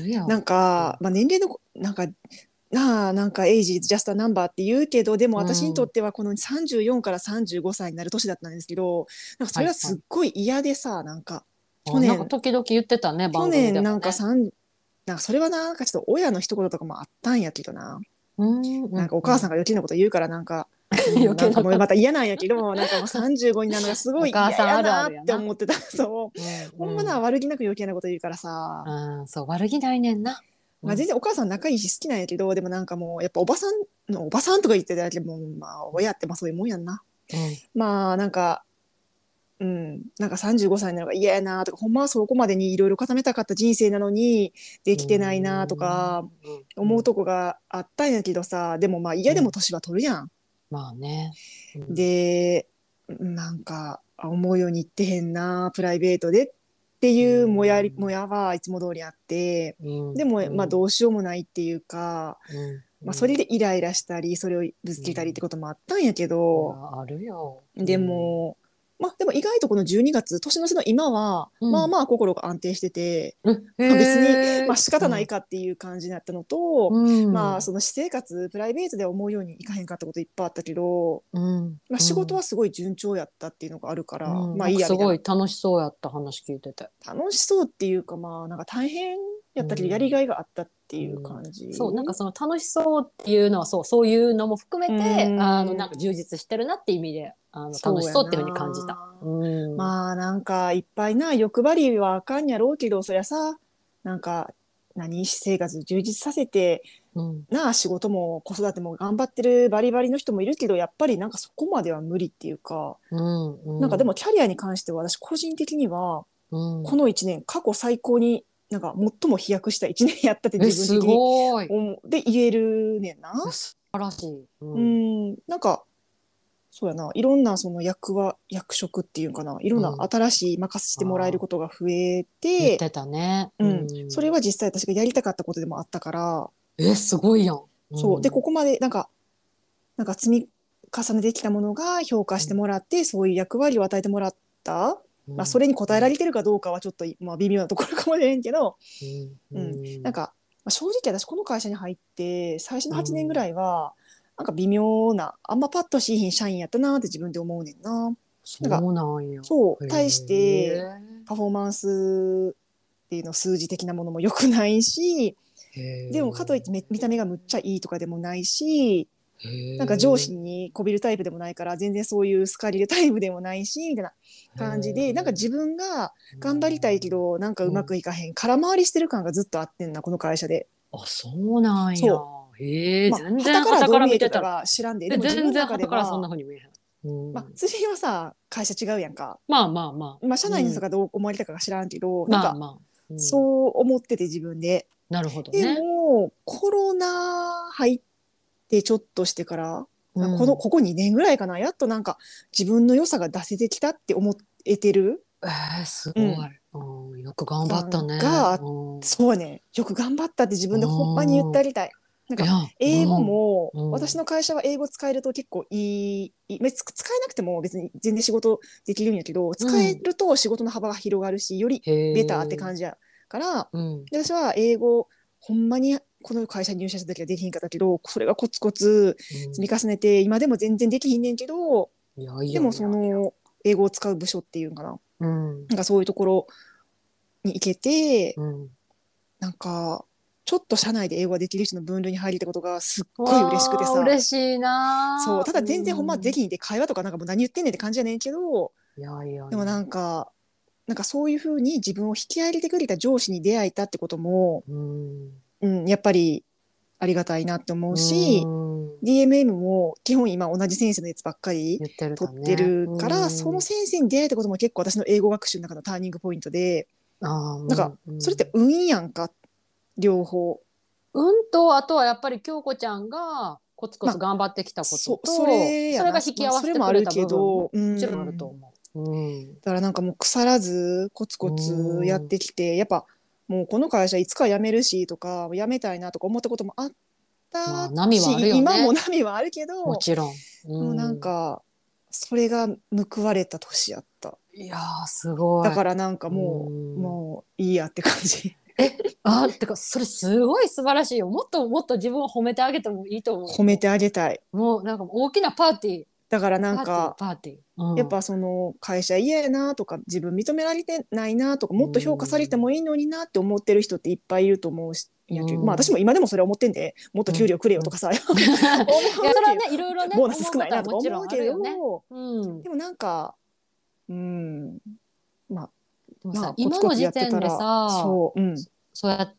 あるよ。 なんか、 うん。 まあ、年齢の、なんか、なあ、なんか、エイジーズ・ジャスト・ナンバーって言うけど、でもう私にとっん。 てはこのさんじゅうよんからさんじゅうごさいになる年だったんですけど、なんかそれはすっはいはい。 ごい嫌でさ、なんか、去あ、なんか年、 時々言ってたね、 去番組年なんかでもね。 さん、なんかそれはなんかちょっと親の一言とかもあったんやけどな。 うん。うん。 なんかおうん。 母さんが余計なこと言うからなんか、う余ん、なんか計なこと。 もうまた嫌なんやけど、なんかもうさんじゅうごになるのがすごおい嫌や母さんあるあなってるやな。 思ってた。そう。 うんほんまなうん。 悪気なく余計なこと言うからさ。 うん、そう、悪気ないねんな。うまあ、 ん。 全然お母さん仲いいし好きなんやけどでもなんかもうやっぱおばさんのおばさんとか言ってただけでもまあ親ってまあそういうもんやんな。 うん。 まあなんかうんなんかさんじゅうごさいになるのが嫌やなとかほんまはそこまでにいろいろ固めたかった人生なのにでうきてないなとん。 かうん。うん。 思うとこがあったんやけどさでもまあ嫌でもうん。 年は取るやん。 まあね。うん。 でなんかあ思うようにいってへんなプライベートでっていうもやりもやはいつも通りあって、 うんでも、 うんまあどうしようもないっていうか、 うんまあ、それでイライラしたりそれをぶつけたりってこともあったんやけど、 いやあるよ。 でも、まあでも意外とこのじゅうにがつ年の瀬の今は、 うん、 まあまあ心が安定してて、 うんまあ、別に、 へえまあ仕方ないかっていう感じになったのと、 うんまあその私生活プライベートで思うようにいかへんかったこといっぱいあったけど、 うんまあ、仕事はすごい順調やったっていうのがあるから、 うん、 まあなんかすごいいやみたいな。 い楽しそうやった話聞いてて。 楽しそうっていうか、まあなんか大変やったけどやりがいがあったっていううん、 感じ。 そうなんかその楽しそうっていうのはそうそういうのも含めうてあのーん、 なんか充実してるなって意味であの楽そうやしそうっていうふうに感じた。 な。 うん、 まあなんかいっぱいな欲張りはあかんやろうけど、そりゃさ、なんか何私生活充実させてうんなあ、仕事も子育ても頑張ってるバリバリの人もいるけど、やっぱりなんかそこまでは無理っていうか、 うんなんかうんでもキャリアに関しては私個人的にはうん、 このいちねん過去最高になんか最も飛躍したいちねんやったってえす自分的にごい。 思うで言えるねんな。 え素晴らしい。 ううんん、なんかそうやないろんなその役は役職っていうかないろんなうん、 新しい任せてもらえるあことが増えて、 言ってたね。 うん、それうん、 は実際私がやりたかったことでもあったから、 えすごいやん。うそうでこんこまでなんかなんか積み重ねてきたものが評価してもらってそういう役割を与えてもらった、まあ、そうんれに応えられてるかどうかはちょっと、まあ、微妙なところかもしれんけど、 うんううん、なんんか、まあ、正直私この会社に入って最初のうはちねんぐん、 らいはなんか微妙なあんまパッとしいひん社員やったなって自分で思うねんな。なんかそうなんや。 そうへ対してえ。 パフォーマンスっていうの数字的なものも良くないし、 へでもかといってえ。 見見た目がむっちゃいいとかでもないし、 へなんか上司え。 にこびるタイプでもないから全然そういう好かれるタイプでもないしみたいなへ感じで、なんか自え。 分が頑張りたいけどなんかうまくうん。 いかへん空回りしてる感がずっとあってんなこの会社で。 あ、そうなんや。 そへえ、 うまあ全然傍傍からどうから見てたら。 見えてたか知らんで、でえ、 も自分の全然中で傍からそんなは、 風に見えへん。うまあん。 辻はさ会社違うやんか、 まあまあまあ。 まあ社内の人うん。 がどう思われたかが知らんけど、なんかまあまあ。うん。 そう思ってて自分で。 なるほどでね。 もコロナ入ってちょっとしてからうん。 このここにねんぐらいかなやっとなんか自分の良さが出せてきたって思えてる、 えー、すうん、 ごい。うん。よく頑張った感ね。 が、 うん。 そうね、よく頑張ったって自分でほんまに言ってうん。 あげたい。なんかいや、 英語うん。 もうん。 私の会社は英語使えると結構いい、いい別に使えなくても別に全然仕事できるんやけど、 う使えん。 ると仕事の幅が広がるしよりへベターってえ。 感じやからうん。 で私は英語ほんまにこの会社に入社した時はできひんかったけどそれがコツコツうん。 積み重ねて今でも全然できひんねんけど、 いやいでもやいや。 その英語を使う部署っていうのかな、 うん。 なんかそういうところに行けて、 うん。 なんかちょっと社内で英語ができる人の分類に入れたことがすっごい嬉しくてわあ、 さ、 嬉しいそうなー。 ただ全然ほんまでうん。 きひんで会話とかなんかもう何言ってんねんって感じやねんけど、 いやいやいや。 でもなんかなんかそういうふうに自分を引き上げてくれた上司に出会えたってことも、 うん。 うん、やっぱりありがたいなって思ううし、 ん。 ディーエムエム も基本今同じ先生のやつばっかり言ってる取ってだね。 るから、そのうん。 先生に出会えたことも結構私の英語学習の中のターニングポイントで、 ああ、うなんかん。うん。 それって運やんか、両方。 うんと、あとはやっぱり京子ちゃんがコツコまあ、 ツ頑張ってきたことそ、そと、 れやな。 それが引きまあ、 合わせてそれもあるくれた部分けど、 もうもちろんあるとん。 思う。うん。 だからなんかもう腐らず、コツうコツやっん。 てきて、やっぱもうこの会社いつか辞めるしとか、辞めたいなとか思ったこともあっまあ、 た波はあるし、今もよね。 波はあるけど、 もちろん。 もうなんうん。 か、それが報われた年やった。 いやー、すごい。 だからなんかうもう、 ん。 もういいやって感じ。 え、あ、てか、それすごい素晴らしいよ。もっともっと自分を褒めてあげてもいいと思う。も褒めてあげたい。 う、もうなんか大きなパーティー、 だからなパーティー、 んか、 パーティー。うん。 やっぱその会社嫌やなとか自分認められてないなとかうもっと評価されてん。 もいいのになって思ってる人っていっぱいいると思うんやけど、まあうん。 私も今でもそれ思ってんでもっとうん。 給料くれようん。 とかさ思ういや、それはけど、 ね、いろいろね、 ボーナス思う少ないなとかことはもちろん思うけあるよね。 ど、 うん。 でもなんかうんまあでもさ、 まあコツ今のコツやって時点でたらさ、 そううんそそうやって、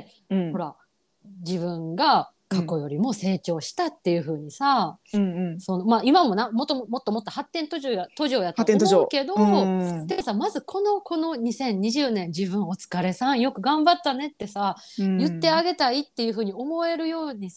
うんほら、自分がうん過去よりも成長したっていう風にさ、 うんうんそのまあ、今もなもっともっともっと発展途上や途上やと発展途上思うけうど、 んでさまずこのこのにせんにじゅうねん自分お疲れさんよく頑張ったねってさう言ってあんげたいっていうふうに思えるようにさ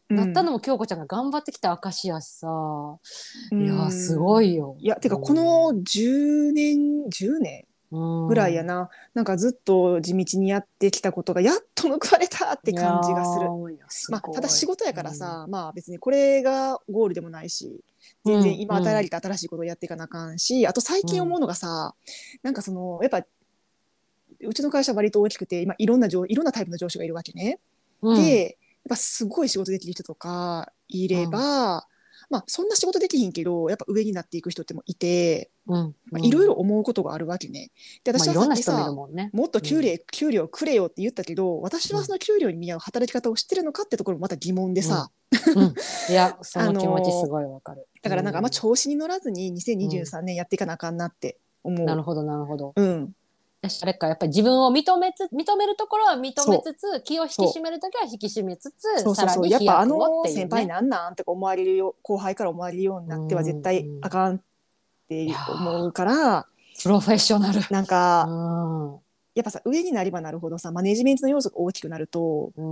なったのも京子ちゃんが頑張ってきた証やしさ、 うんいやすごいよ。 いやてかこのじゅうねんじゅうねんぐらいやな、なんかずっと地道にやってきたことがやっと報われたって感じがする。 いやすまあ、 ごいただ仕事やからさ、うん、まあ別にこれがゴールでもないし、全然今与えられた新しいことをやっていかなあかんし、うん、あと最近思うのがさ、うん、なんかそのやっぱうちの会社割と大きくて今いろんな上いろんなタイプの上司がいるわけね。うん、でやっぱすごい仕事できる人とかいれば、うん、まあそんな仕事できひんけどやっぱ上になっていく人ってもいて。いろいろ思うことがあるわけね。で私はさっきさ、まあもね、もっと給料、うん、給料くれよって言ったけど私はその給料に見合う働き方を知ってるのかってところもまた疑問でさ、 うんうん、いやその気持ちすごいわかる。 だからなんかあんま調子に乗らずににせんにじゅうさんねんやっていかなあかんなって思う。 なるほどなるほど。 うん。 あれかやっぱり自分を認めつ認めるところは認めつつ気を引き締めるときは引き締めつつそうそうそうやっぱあの先輩なんなんとか思われるよ後輩から思われるようになっては絶対あかんって思うから。 プロフェッショナルなんか、うん、やっぱさ上になればなるほどさマネジメントの要素が大きくなると、うん、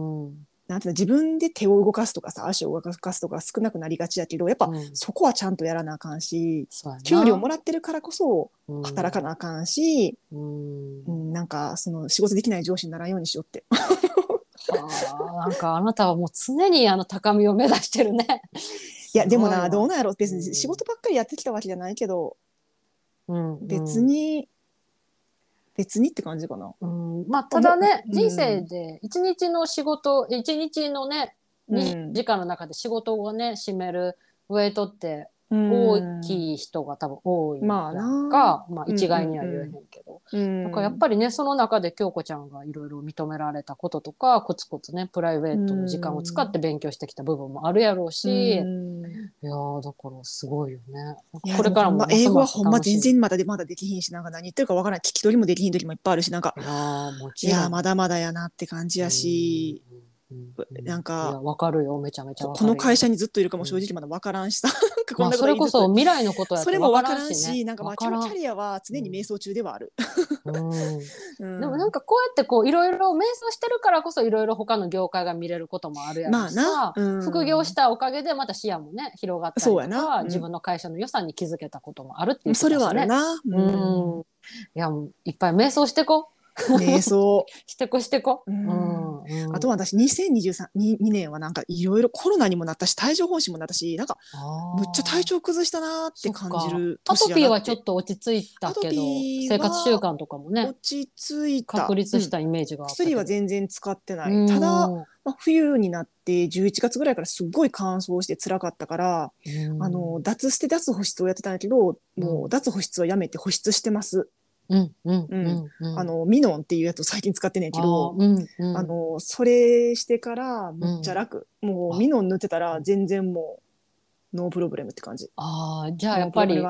なんていうの自分で手を動かすとかさ足を動かすとか少なくなりがちだけどやっぱ、うん、そこはちゃんとやらなあかんし給料もらってるからこそ働かなあかんし、うんうん、なんかその仕事できない上司にならんようにしようってあなんかあなたはもう常にあの高みを目指してるねいやでもなどうなんやろ別に仕事ばっかりやってきたわけじゃないけどうんうん、別に別にって感じかな、 うん、まあただね、うん、人生で一日の仕事一日のねにじゅうじかんの中で仕事をね占めるウェイトって大きい人が多分多いのか、まあ、まあ一概には言えへんけど、うんうんうん、だからやっぱりねその中で京子ちゃんがいろいろ認められたこととかコツコツねプライベートの時間を使って勉強してきた部分もあるやろうし、うん、いやだからすごいよね。これからもますます英語はほんま全然まだでまだできひんしなんか何言ってるかわからない聞き取りもできひん時もいっぱいあるしなんかいやもちろんいやまだまだやなって感じやし。うんうん、なんかわかるよめちゃめちゃわかるよこの会社にずっといるかも正直まだわからんしさ、 うんまあ、それこそ未来のことやってわからんし、ね、それもわからんしなんかまあキャリアは常に迷走中ではある、 うんうん、でもなんかこうやってこういろいろ迷走してるからこそいろいろ他の業界が見れることもあるやろうしさ、まあうん、副業したおかげでまた視野もね広がったりとか、うん、自分の会社の予算に気づけたこともあるっていう、ね、 それはあるな、 うん、いやいっぱい迷走してこ瞑想してこしてこ、 うんうん、あとは私にせんにじゅうさんにねんはなんかいろいろコロナにもなったし帯状疱疹もなったしなんかむっちゃ体調崩したなって感じる年やなって。アトピーはちょっと落ち着いたけど生活習慣とかもね落ち着いた確立したイメージがあったけど、 うん、薬は全然使ってない。ただ、まあ、冬になってじゅういちがつぐらいからすっごい乾燥して辛かったからあの脱捨て脱保湿をやってたんだけどもう脱保湿はやめて保湿してます。うんうんうんうん、あのミノンっていうやつを最近使ってんねんけどあ、うんうん、あのそれしてからむっちゃ楽、うん、もうミノン塗ってたら全然もうノープロブレムって感じ。 あじゃあやっぱり、うん、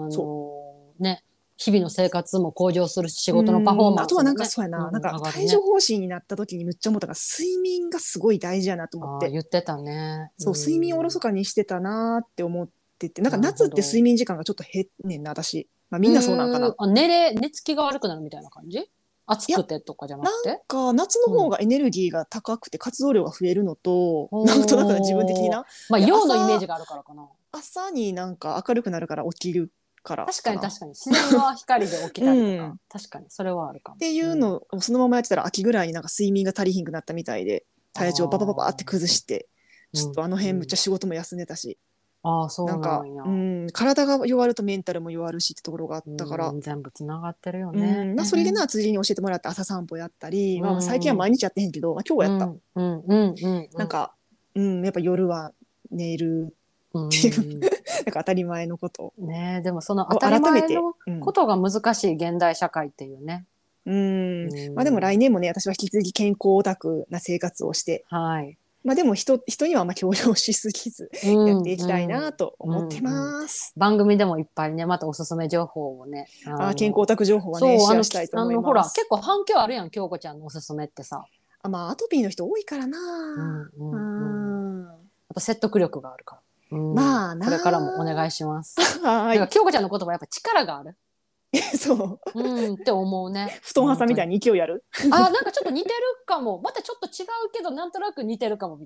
そうね日々の生活も向上するし仕事のパフォーマンスも、ね、 あとはなんかそうやな、うん、なんか帯状疱疹になった時にむっちゃ思ったから睡眠がすごい大事やなと思って。 あ言ってたね。 そう睡眠をおろそかにしてたなって思っててなんか夏って睡眠時間がちょっと減んねんな私。まあ、みんなそうなんかな。 あ寝れ寝つきが悪くなるみたいな感じ？暑くてとかじゃなくて？ なんか夏の方がエネルギーが高くて活動量が増えるのと、うん、なんとなく自分的にな。 まあ陽のイメージがあるからかな。 朝になんか明るくなるから起きるからかな。 確かに確かに自然の光で起きたりとか、うん、確かにそれはあるかも。 っていうのをそのままやってたら秋ぐらいになんか睡眠が足りひんくなったみたいで体調ババババって崩してちょっとあの辺むっちゃ仕事も休んでたし。 あそうなんや。なんか、 うん、体が弱るとメンタルも弱るしってところがあったから、 うん、全部つながってるよね、 うんまあ、それでな辻に教えてもらって朝散歩やったり、うんまあ、最近は毎日やってへんけど、まあ、今日はやった、うんうんうん、なんか、うん、やっぱ夜は寝るっていう、うん、なんか当たり前のことね。でもその当たり前のことが難しい現代社会っていうね、 うんうんまあ、でも来年もね私は引き続き健康オタクな生活をして、 はいまあ、でも 人, 人にはあんま強要しすぎずやっていきたいなと思ってます、 うんうんうん、番組でもいっぱいねまたおすすめ情報をねああ健康オタク情報はねシェアしたいと思います。 ほら結構反響あるやん京子ちゃんのおすすめってさあ、まあ、アトピーの人多いからな、 うんうんうん、あと説得力があるから、うん、 まあなこれからもお願いしますはい京子ちゃんの言葉やっぱ力があるそう、 うんって思うね。 布団挟みたいに勢いやるあなんかちょっと似てるかもまたちょっと違うけどなんとなく似てるかもみたいな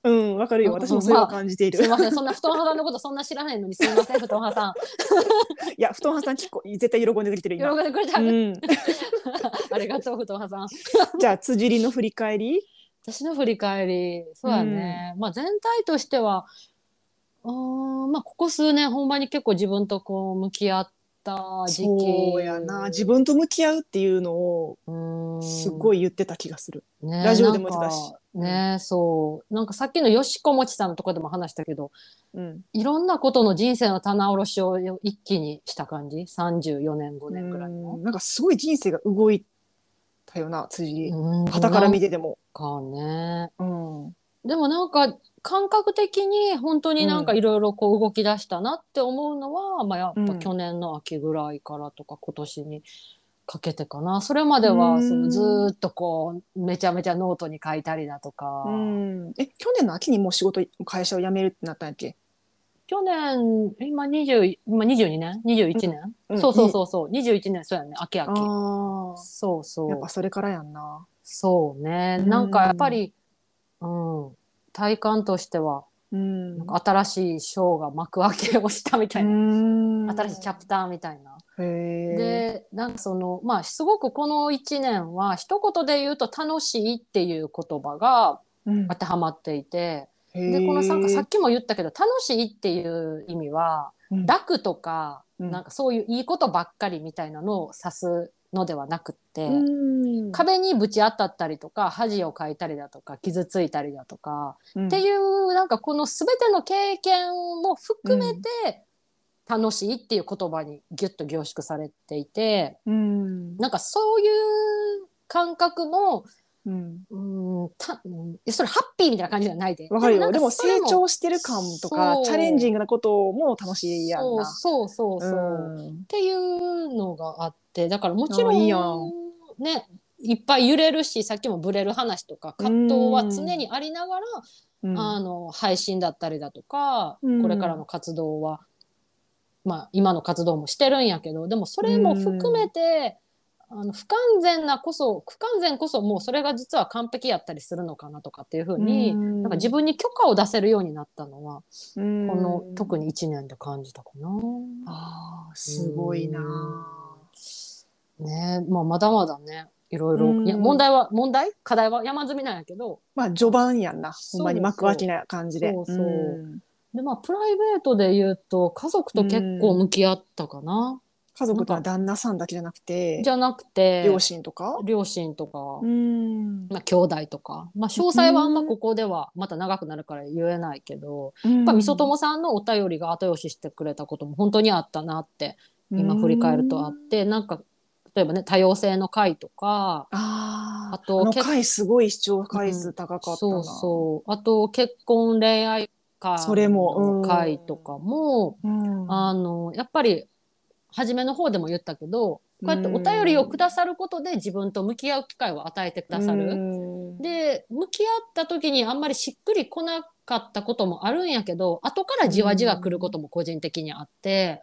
うんわかるよ。私もそれは感じている。 すいません、そんな布団派さんのことそんな知らないのにすいません、布団派さん。 いや布団派さん結構絶対喜んでくれてる喜今。 んでくれた。 うん、 ありがとう、布団派さん。 じゃあ辻りの振り返り。 私の振り返り、そうやね。まあ全体としては、うーん、まあここ数年ほんまに結構自分とこう向き合った時期。 そうやな、自分と向き合うっていうのをうーん。 すごい言ってた気がする。 ね、 ラジオでも言ってたし。 ね、うん、そうなんかさっきのよしこもちさんのところでも話したけど、 うん、 いろんなことの人生の棚卸しを一気にした感じ。さんじゅうよねんごねんぐらいの、 なんかすごい人生が動いたよな辻。 はたから見ててもかね、 うん、 でもなんか感覚的に本当になんかいろいろこう動き出したなって思うのは、うん、まあ、やっぱ去年の秋ぐらいからとか今年にかけてかな。それまではそのずっとこうめちゃめちゃノートに書いたりだとか。 うん、え去年の秋にもう仕事会社を辞めるってなったんやっけ。 去年今にじゅう今にじゅうにねんにじゅういちねん、うん、そうそうそうそうにじゅういちねんそうやね秋秋。あそうそうやっぱそれからやんな。 そうね、うん、なんかやっぱり、うん、体感としては、うん、なんか新しい章が幕開けをしたみたいな、うん、新しいチャプターみたいな。へでなんかそのまあすごくこのいちねんは一言で言うと楽しいっていう言葉が当てはまっていて、うん、でこのなんかさっきも言ったけど楽しいっていう意味は、うん、楽とか、うん、なんかそういういいことばっかりみたいなのを指すのではなくって、うん、壁にぶち当たったりとか恥をかいたりだとか傷ついたりだとか、うん、っていうなんかこの全ての経験も含めて楽しいっていう言葉にギュッと凝縮されていて、うん、なんかそういう感覚もうん、うんたそれハッピーみたいな感じじゃないで。 わかるよ。でも成長してる感とかチャレンジングなことも楽しいやんな。 そうそうそうそう、うん、っていうのがあって、だからもちろんいいやんねいっぱい揺れるし、さっきもブレる話とか葛藤は常にありながら、うん、あの配信だったりだとか、うん、これからの活動はまあ今の活動もしてるんやけど、でもそれも含めて、あの不完全なこそ不完全こそもうそれが実は完璧やったりするのかなとかっていう風に、なんか自分に許可を出せるようになったのはこの特にいちねんで感じたかな。 あーすごいなね、まあ、まだまだねいろいろいや問題は問題課題は山積みなんやけど、 まあ序盤やんな、ほんまに幕開きな感じで。 そうそう、でまあプライベートで言うと家族と結構向き合ったかな。 家族とは旦那さんだけじゃなくてじゃなくて両親とか両親とか、うんまあ、兄弟とか、まあ、詳細はあんまここではまた長くなるから言えないけど、やっぱみそともさんのお便りが後押ししてくれたことも本当にあったなって今振り返るとあって、なんか例えばね多様性の会とか、 ああとあの回すごい視聴回数高かったな、 うん、そうそうあと結婚恋愛会の会とかも、うん、あのやっぱり初めの方でも言ったけど、こうやってお便りをくださることで自分と向き合う機会を与えてくださる。で向き合った時にあんまりしっくりこなかったこともあるんやけど、後からじわじわ来ることも個人的にあって、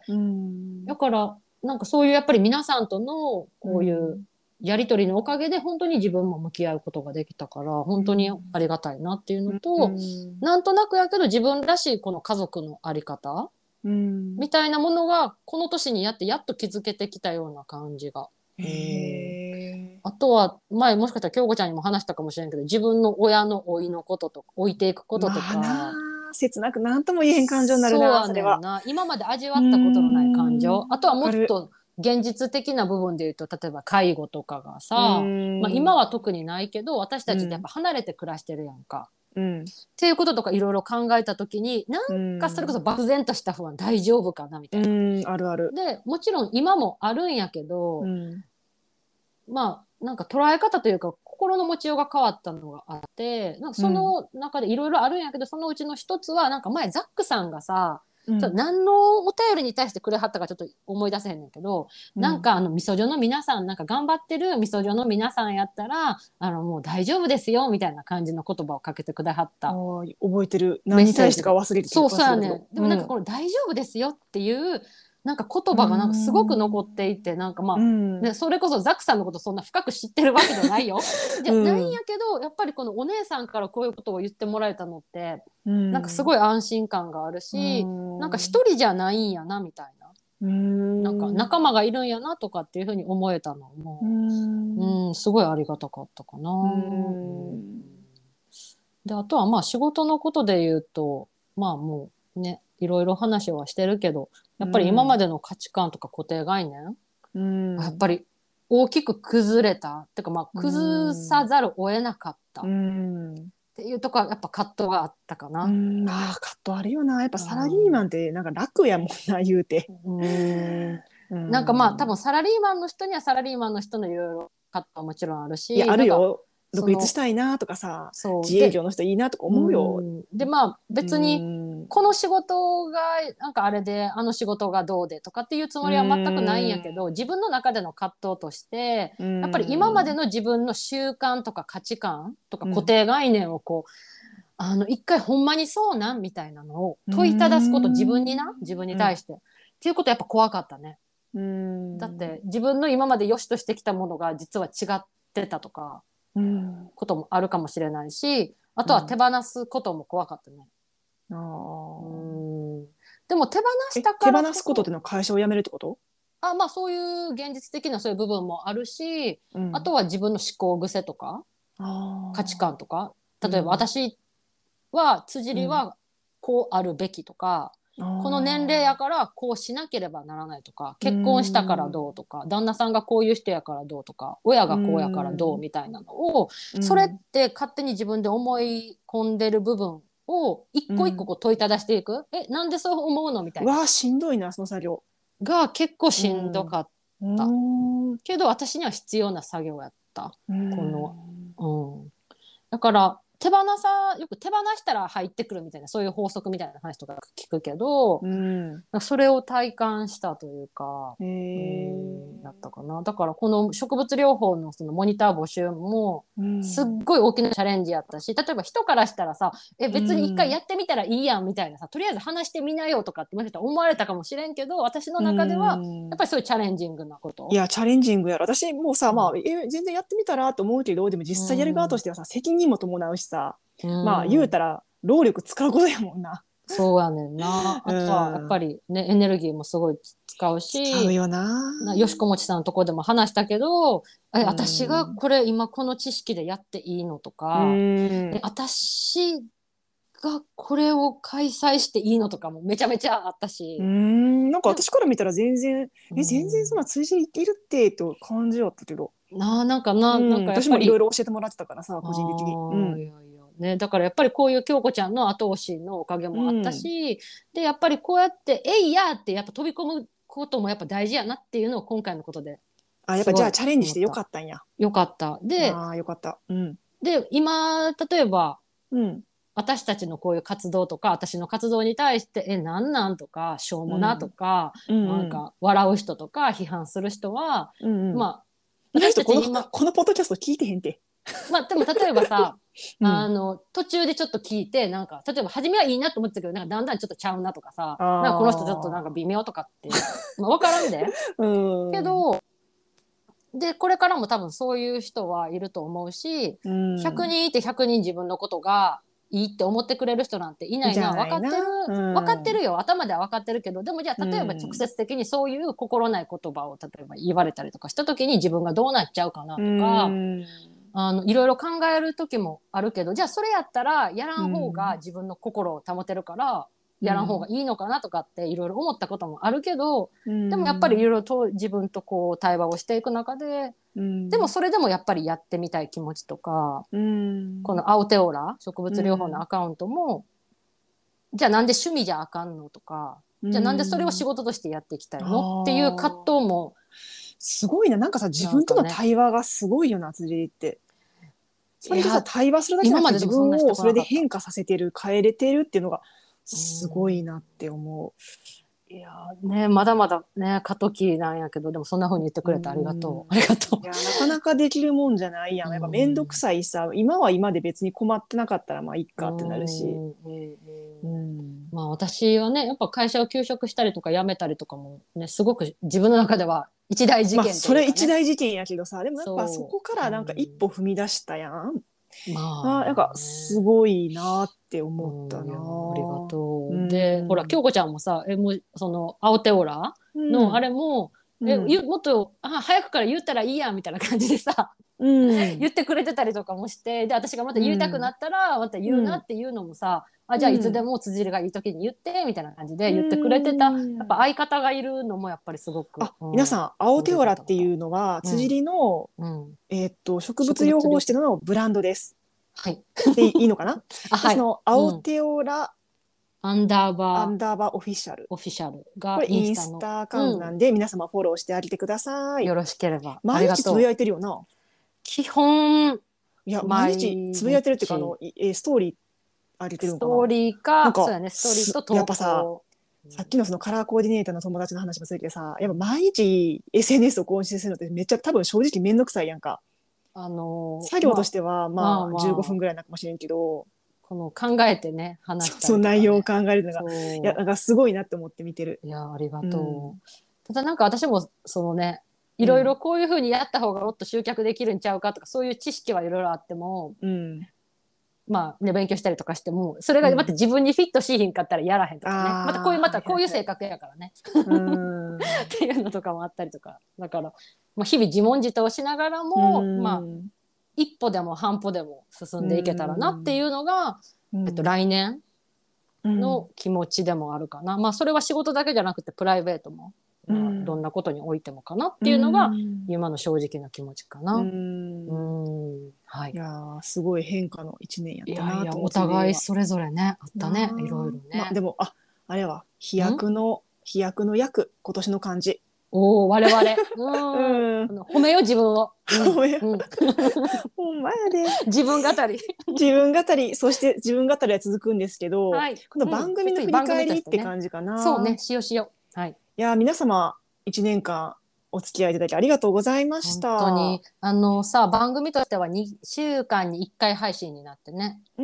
だからなんかそういうやっぱり皆さんとのこういうやり取りのおかげで本当に自分も向き合うことができたから本当にありがたいなっていうのと、なんとなくやけど自分らしいこの家族のあり方うん、みたいなものがこの年にやってやっと気づけてきたような感じが。へあとは前もしかしたら京子ちゃんにも話したかもしれんけど、自分の親の老いのこととか置いていくこととか、まあ、 切なく何とも言えへん感情になるな。それはな今まで味わったことのない感情。あとはもっと現実的な部分で言うと、例えば介護とかがさ、まあ、今は特にないけど私たちってやっぱ離れて暮らしてるやんか。うん、っていうこととかいろいろ考えた時になんかそれこそ漠然とした不安大丈夫かなみたいな、 うん、あるある。 でもちろん今もあるんやけど、うん、まあなんか捉え方というか心の持ちようが変わったのがあって、なんかその中でいろいろあるんやけど、そのうちの一つはなんか前ザックさんがさ、うん、何のお便りに対してくれはったかちょっと思い出せへんねんけど、うん、なんかあのみそじょの皆さんなんか頑張ってるみそじょの皆さんやったらあのもう大丈夫ですよみたいな感じの言葉をかけてくだはった。 覚えてる。何に対してか忘れてる。 そうそうやね。でもなんかこの大丈夫ですよっていうなんか言葉がなんかすごく残っていて、なんかまあ、 うんね、それこそザックさんのことそんな深く知ってるわけじゃないよじゃうんないんやけど、やっぱりこのお姉さんからこういうことを言ってもらえたのってうんなんかすごい安心感があるし、 うんなんか一人じゃないんやなみたいな、 うんなんか仲間がいるんやなとかっていうふうに思えたのうも、 んうん、すごいありがたかったかな。 ううんんで、あとはまあ仕事のことで言うと、まあもうね、いろいろ話はしてるけど、やっぱり今までの価値観とか固定概念、 うんやっぱり大きく崩れた。ってかまあ崩さざるを得なかったうっんていうとこはやっぱ葛藤があったかうな。 んあー、葛藤あるよな。やっぱサラリーマンうってなんか楽やもんな、言うて。 ん。うんうなんかまあ多ん分サラリーマンの人にはサラリーマンの人のいろいろ葛藤はもちろんあるいや、 し、なんかあるよ。 その、 独立したいなとかさ、 そう。で、 自営業の人いいなとか思うよ。 うんでまあう別にんこの仕事がなんかあれであの仕事がどうでとかっていうつもりは全くないんやけど、自分の中での葛藤としてうやっぱり今までんの自分の習慣とか価値観とかうん固定概念をこう、あの一回ほんまにそうなんみたいなのをう問いただすこと、 ん自分にな、自分に対して、っていうことやっぱ怖かったね。 うんだって自分の今まで良しとしてきたものが実は違ってたとかうんこともあるかもしれないし、あとは手うん放すことも怖かったね。 あうーんでも手放えしたか手らこそ、 放すことっていうのは会社を辞めるってこと？ あ、まあそういう現実的なそういう部分もあるし、 うんあとは自分の思考癖とか価値観とか、例えば私は辻りはこうあるべきとか、この年齢やからこうしなければならないとか、結婚したからどうとか、旦那さんがこういう人やからどうとか、親がこうやからどうみたいなのを、それって勝手に自分で思い込んでる部分を一個一個こう問いただしていく、え、なんでそう思うのみたいなわあしんどいなその作業。 が結構しんどかった、 うんけど私には必要な作業やった、 うんこの、うん、だから手放さよく手放したら入ってくるみたいなそういう法則みたいな話とか聞くけど、 うんそれを体感したというか、 へえうんだったかな。だからこの植物療法のそのモニター募集もうんすっごい大きなチャレンジやったし、例えば人からしたらさ、え別に一回やってみたらいいやんみたいなさ、とりあえず話してみなよとかってもしかしたら思われたかもしれんけど、私の中ではやっぱりそういうチャレンジングなこと。 いやチャレンジングやろ。私もうさ、 うんまあえ全然やってみたらと思うけど、でも実際やる側としてはさ、責任も伴うしさ、 うんまあ言うたら労力使うことやもんな。 そうやねんな。あとはやっぱりね、エネルギーもすごい使うし、 使うよな。 なよしこもちさんのとこでも話したけど、え、 うん私がこれ今この知識でやっていいのとうか、えん私がこれを開催していいのとかもめちゃめちゃあったうし、 んなんか私から見たら全然うんえ全然そんな通じているってと感じだったけど、 なあ、なんかな、 うん、 なんかやっ私もいろいぱり、 ろ教えてもらってたからさ個人的に。うああ、 んいやいや、ね、だからやっぱりこういう京子ちゃんの後押しのおかげもあったし、で、やっぱりこうやって、えいやってやっぱ飛び込むこともやっぱ大事やなっていうのを今回のことであやっぱじゃあチャレンジしてよかったんや。 よかった。で、 あよかった。うんで、今、例えば、 うん私たちのこういう活動とか、私の活動に対して、え、なんなんとか、しょうもなとか、 うんなんか、笑う人とか、批判する人は、 うんうんまあ、 意外私とこのたち今、 このポッドキャスト聞いてへんて。 まあ、でも例えばさ、 うんあの、途中でちょっと聞いて、なんか、例えば初めはいいなと思ってたけど、なんかだんだんちょっとちゃうなとかさ、 あーなんかこの人ちょっとなんか微妙とかって、まあ、わからんで。 うんけど、で、これからも多分そういう人はいると思うし、 うんひゃくにんいてひゃくにん自分のことがいいって思ってくれる人なんていないのは分かってる、 うん分かってるよ。頭では分かってるけど、でもじゃあ例えば直接的にそういう心ない言葉を例えば言われたりとかした時に自分がどうなっちゃうかなとか、 うんあのいろいろ考える時もあるけど、じゃあそれやったらやらん方が自分の心を保てるから、やらん方がいいのかなとかっていろいろ思ったこともあるけど、 うんでもやっぱりいろいろと自分とこう対話をしていく中で、 うんでもそれでもやっぱりやってみたい気持ちとか、 うんこのアオテオラ植物療法のアカウントも、じゃあなんで趣味じゃあかんのとか、じゃあなんでそれを仕事としてやっていきたいのっていう葛藤もすごいな。なんかさ自分との対話がすごいよな辻りって。それでさ対話するだけじゃなくて自分をそれで変化させてる変えれてるっていうのがすごいなって思う。 いやーね、まだまだね過渡期なんやけど、でもそんな風に言ってくれてありがとう、ありがといやなかなかできるもんじゃないやん。 う。 やっぱ面倒くさいさ、今は今で別に困ってなかったらまあいいうんかってなるし。 うんうんううん。 ん。 まあ私はねやっぱ会社を休職したりとか辞めたりとかもねすごく自分の中では一大事まあ件とそれ一いうかね。 大事件やけどさ、でもやっぱそそこかう、 らなんか一歩踏み出したやん。 うん、 あ、なんかまあね。 すごいなって思ったうん、いな。 やありがとうう。でほらん。 京子ちゃんもさえもうその青テオラのあうん。 れもえうん。 ゆもっとあ早くから言ったらいいやんみたいな感じでさうん。 言ってくれてたりとかもして、で私がまたう言いたくなん。 ったらまた言うなうん。 っていうのもさ、あじゃあいつでうん。 も辻りがいい時に言ってみたいな感じでう言ってくれてたやっぱん。 相方がいるのもやっぱりすごく、 あ、 うん、 皆さん、青テ嬉オラってしかったかった。 いうのは、 うん辻りの、 うんえーっと、植物植物療法療法士のブランドです。 はいでいいのかな。 あで、 はいその、青うんテオラアンダーバーアンダーバーオフィシャル。 オフィシャルがこれ、インインスタのスタアカウントうんなんで、皆様フォローしてあげてください。 よろしければあり毎日つぶやがとう。 いてるよな。 基本いや、毎毎日つぶやいてるっていうか、あ日の、いえーストーリー上げてるストのかな。 ーリーなんか、 かそうやねストーリーとすやっ投ぱさ、 稿、 さっきのそのカラーコーディネーターの友達の話もするけどさ、やっぱ毎日 エスエヌエス を更新するのってめっちゃ多分正直めんどくさいやんか。 あの作業としまてはまあまあじゅうごふんまあぐらいなのかもしれんけど、 この考えてね話したその内容をりとかね。 考えるのが、いや、 そなんかすごいなって思って見てる。 ういやありがうとん。 う。ただなんか私もそのねいろいうん。 ろこういうふうにやった方がもっと集客できるんちゃうかとかそういう知識はいろいろあってもうん。 まあね勉強したりとかしてもそれがまたうん。 自分にフィットしひんかったらやらへんとかねまたこういうああ、 まはいたこういう性はいはい。 格やからねうん。 っていうのとかもあったりとかだから、まあ、日々自問自答しながらうもまあん。 一歩でも半歩でも進うんでいけたらなっていん。 うのが、えっと、 うん。 来年うん。 の気持ちでもあるかな。まあそれは仕事だけじゃなくてプライベートも、 うまあ、どんん。 なことにおいてもかなっうていうのがん。 今の正直な気持ちかうな。うん。 ん。はい。 いやー、すごい変化の一年やったいやいや、 なと思って、 お互いそれぞれね、あったね。いろいなあ。 ろね。 まあでも、あ、あれは飛ん躍の飛躍の躍、今年の漢字。 おお、我々。 ううん。 ん。 あの褒めよう自分を。うん。 ほんまや、 うん。 ほんまやで。 自分語り。 自分語り、そして自分語りは続くんですけど、 はい。 このうん。 番組の振りちょっと番組返りっとしてね。 て感じかな。 そうね、しようしよう。はい。 いやー、皆様一年間お付き合いいただきありがとうございまし本当た。 に、あのさ、番組としてはにしゅうかんにいっかい配信になってね。 うん。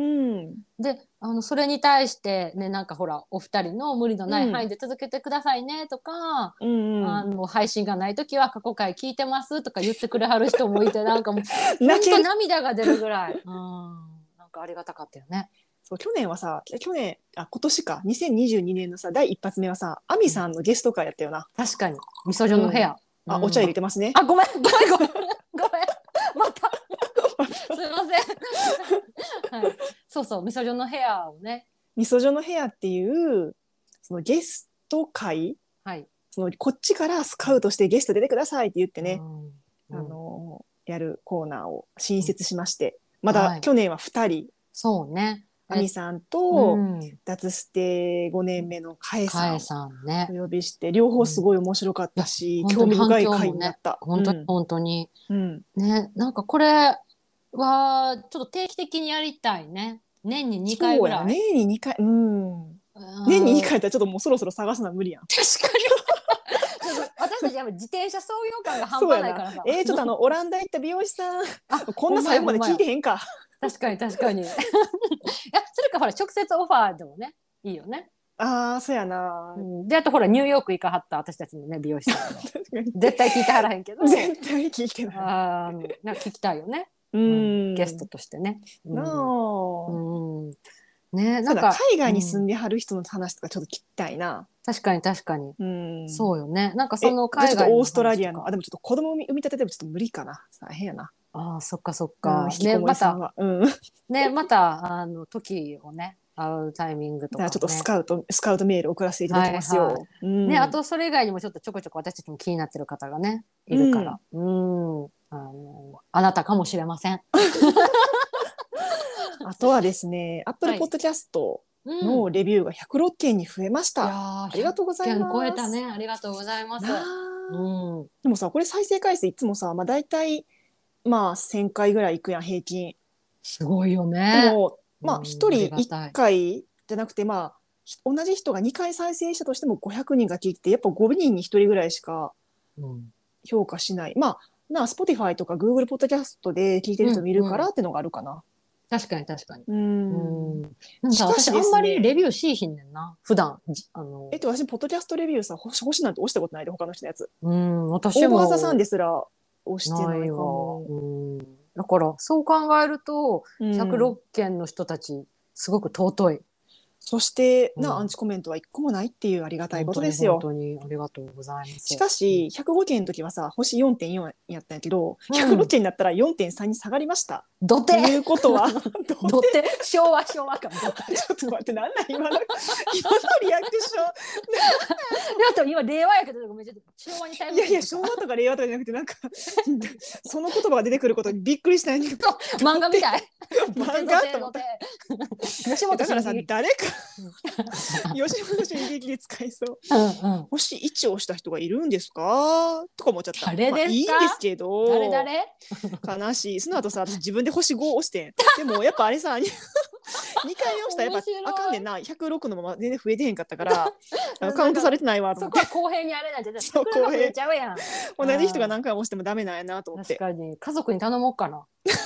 で、あの、それに対してね、なんかほら、お二人の無理のない範うん。 囲で続けてくださいねとか、 うんうん。 あの、配信がないときは過去回聞いてますとか言ってくれはる人もいて、なんかもう、本当泣ける。 涙が出るぐらい。うん。なんかありがたかったよね。 そう、去年はさ、去年、あ、今年か、にせんにじゅうにねんのさ、第一発目はさ、アミさんのゲスト会やったよな。 確かに。みそじょの部屋。 あ、 うん。 お茶入れてますね。 あ、ごめん、ごめん、ごめん。ごめん。また。すいません。はい。そうそう、みそじょの部屋をね。 みそじょの部屋っていう、そのゲスト会、 はい。 そのこっちからスカウトしてゲスト出てくださいって言ってね、 うん。 あうんのやるコーナーを新設しまして、まはい。 だ去年はふたり、 そうね。 アミさんうとん。 脱ステごねんめのカエさんかえさんね。 お呼びして、両方すごい面白かっいや、 たし、 本当に興味深い反響もね、 回になった。 本当に本当に。 うん。 ね、なんかこれは、ちょっと定期的にやりたいね。年ににかいそうやな、 ぐらい。 年ににかい、うん。 うん年ににかいやったらちょっともうそろそろ探すのは無理やん。 確かに。ちょっと私たちやっぱ自転車操業感が半そうやな。 端ないからさ。 えー、ちょっとあの、オランダ行った美容師さん、 あ、 こんな最後まで聞いてへんか。 確かに確かに。いや、それかほら、直接オファーでもね、いいよね。 ああ、そうやな。 うん、で、あとほら、ニューヨーク行かはった私たちのね、美容師さんが。 確かに。 絶対聞いてはらへんけど、 絶対聞いてない。 あーなんか聞きたいよね。 ううんん。 ゲストとしてね。 なあ。 うん、うん、ね、 そうだ、 なんか、 海外に住んうん、 ではる人の話とかちょっと聞きたいな。 確かに確かに。 うん。 そうよね。なんかそえ、 のじゃあちょっとオー海外のストラリアの、あ、 話とか。 でもちょっと子供産み産み立ててもちょっと無理かな。大変やな。 ああ、そっかそっうん、 か。 引きね、 こもりさんまた、 は。うん。 ね、また、あの、時をね、会うタイミングとじゃあちょっとスかもね。 カウト、スカウトメール送らせていただきますよ。 はいはうんね、あとそれ以外にもちょっとちょこちょこ私たちも気になってる方がね、いるから。うん。あの、あなたかもしれません。 あとはですね、Apple はい。 Podcast うん。 のレビューがひゃくろっけんに増えましいやた。 ー、 ありがとうございひゃっけん超えます。 たね。ありがとうございます。 なあ。 うん。 でもさ、これ再生回数いつもさ、まあ大体、まあせんかいぐらいいくやん、平均。 すごいよでね。 も、 うまあ一ん、あり人1 がたい。 回じゃなくて、まあ同じ人がにかい再生したとしてもごひゃくにんが聞いてやっぱごにんにひとりぐらいしかうん評価しない。まあな Spotify とか Google ポッドキャストで聞いてる人もいるかうんうんらってのがあるかな。 確かに確かに。 ううんん。 なんか私しかしですねあんまりレビューしいひんねんな普段じあのえっと私ポッドキャストレビューさ星星なんて押したことないで他の人のやつ。 うん私オーバーザさんもですら押してないかないわ。 も。 うんだからそう考えるとうんひゃくろっけんの人たちすごく尊い。 そしてな、 うんアンチコメントはいっこもないっていうありがたい本当にことですよ。 本当にありがとうございます。 しかしひゃくごけんの時はさ星 よんてんよん やったんやけど、 うんひゃくろっけんになったら よんてんさん に下がりました。 土手ということはどう土手昭和昭和感土手ちょっと待ってなんなん今の今のリアクシであと今令和やけどごめんちょっと昭和にタイムョンいやいや昭和とか令和とかじゃなくてなんかその言葉が出てくることにびっくりしたんやけど漫画みたい漫画と思っ土手て吉本だからさ新喜劇誰か吉本新喜劇で使いそううんうん星いちを押した人がいるんですかとか思っちゃった。 誰ですかまあ、いいんですけど誰誰悲しい。その後さ私自分で星ごを押してんでもやっぱあれさにかいめ押したらやっ面白いぱあかんねんなひゃくろくのまま全然増えてへんかったからあのカウントされてないわとそ思ってこは公平にあれなんじゃないそう桜が増えちゃうやん同じ人が何回も押してもダメなんやなと思って確かに家族に頼もうかな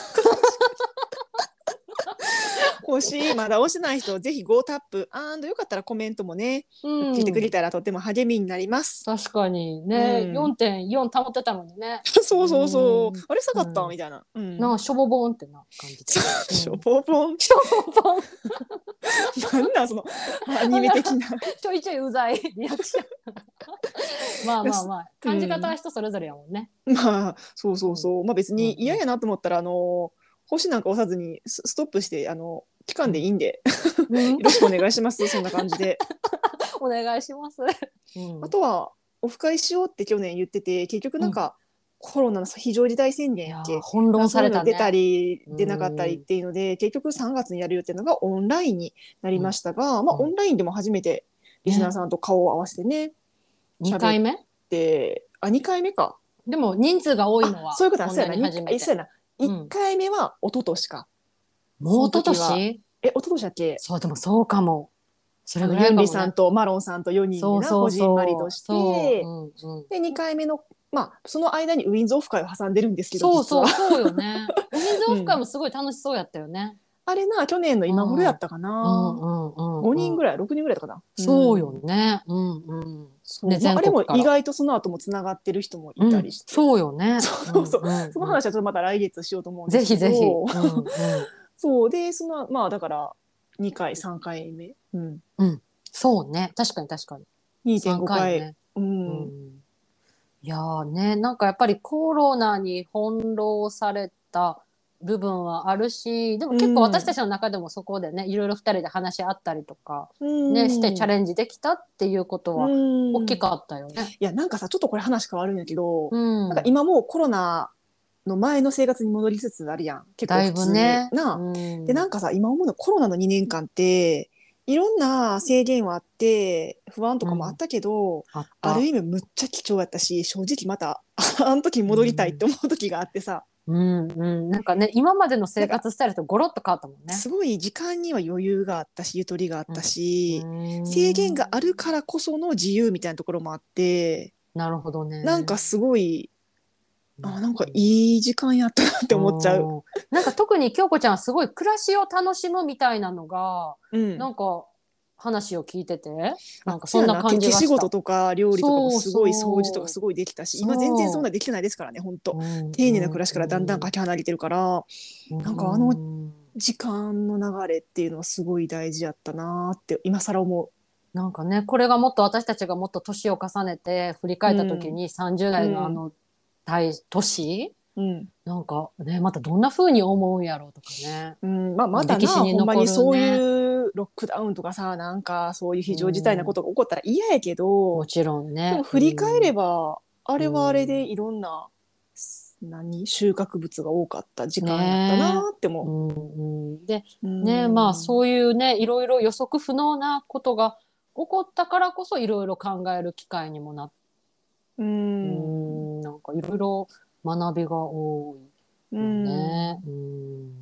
欲しいまだ押してない人ぜひごタップアンドよかったらコメントもね、 うん聞いてくれたらとっても励みになります確かにね、 うんよんてんよん保ってたのにねそうそうそううんあれ下がった、 うんみたいな、うん、 なんかしょぼぼんってな感じでしょぼぼんしょぼぼんなんなんそのアニメ的なちょいちょいうざいリアクションまあまあまあ感じ方は人それぞれやもんね、 まあそうそうそう、まあ別に嫌やなと思ったらあの星なんか押さずにスストップしてあの期間でいいんで、 うんよろしくお願いしますそんな感じでお願いします、うんあとはオフ会しようって去年言ってて結局なんか、コロナの非常事態宣い言やっけやー翻弄されたねそういうの出たり出なかったりっていうので結局さんがつにやる予定のがオンラインになりましたが、まあ、 うんオンラインでも初めてリスナーさんと顔を合わせてねにかいめであにかいめかでも人数が多いのはあそういうことはこんそうやななに初めてそうやなうんいっかいめは一昨年か、 もう一昨その時年え一昨年だっけそうでもそうかもそれあのぐらいかも、ね、 ユンリさんとマロンさんとよにんでなこじんまりとしてそううんうん、 でにかいめのまあその間にウィンズオフ会を挟んでるんですけどそうそう実はそうよねお水オフ会もすごい楽しそうやったよね、 あれな去年の今頃やったかうんな、 うんうんうん、 ごにんぐらいろくにんぐらいだったかな、 そうよんねうんうんそうねまあ、あれも全国から意外とその後もつながってる人もいたりして、 うん、そうよねそうそう、 んんんその話はちょっとまた来月しようと思うんですけどぜひぜひ、うんうんそうでそのまあだからにかいさんかいめ、うん、 うん、そうね確かに確かににてんごかい、 ねううんん、いやーねなんかやっぱりコロナに翻弄された部分はあるしでも結構私たちの中でもそこでねいろいろふたりで話し合ったりとか、 うんね、してチャレンジできたっていうことはうん大きかったよね。 いやなんかさちょっとこれ話変わるんだけど、 うん、 なんか今もうコロナの前の生活に戻りつつあるやん結構だい普通にぶね。 な、 うん、 でなんかさ今思うのコロナのにねんかんっていろんな制限はあって不安とかもあったけど、 あったある意味むっちゃ貴重やったし正直またあの時に戻りたいって思う時があってさ、 うんうん、なんかね今までの生活スタイルとゴロッと変わったもんね。 すごい時間には余裕があったしゆとりがあったし、 うん制限があるからこその自由みたいなところもあってなるほどね。 なんかすごいうんあなんかいい時間やったなって思っちゃう。 んなんか特に京子ちゃんはすごい暮らしを楽しむみたいなのが、 うんなんか話を聞いててあなんかそんな感じがした。 手仕事とか料理とかもすごいそうそう掃除とかすごいできたしそう今全然そんなできてないですからね本当、 うん丁寧な暮らしからだんだんかけ離れてるから、 うんなんかあの時間の流れっていうのはすごい大事やったなって今更思う。 なんかねこれがもっと私たちがもっと年を重ねて振り返った時にさんじゅう代のあの大年、 うんなんかねまたどんな風に思うんやろうとかね。 うんまあ、またな、 歴史に残るねほんまにそういうロックダウンとかさなんかそういう非常事態なことが起こったら嫌やけど、 もちろんね。 でも振り返れば、あれはあれでいろんな、何収穫物が多かった時間やったなって思う。 うんうん、でうんねまあそういうねいろいろ予測不能なことが起こったからこそいろいろ考える機会にもなって、 ううんんなんかいろいろ学びが多いようんね。うん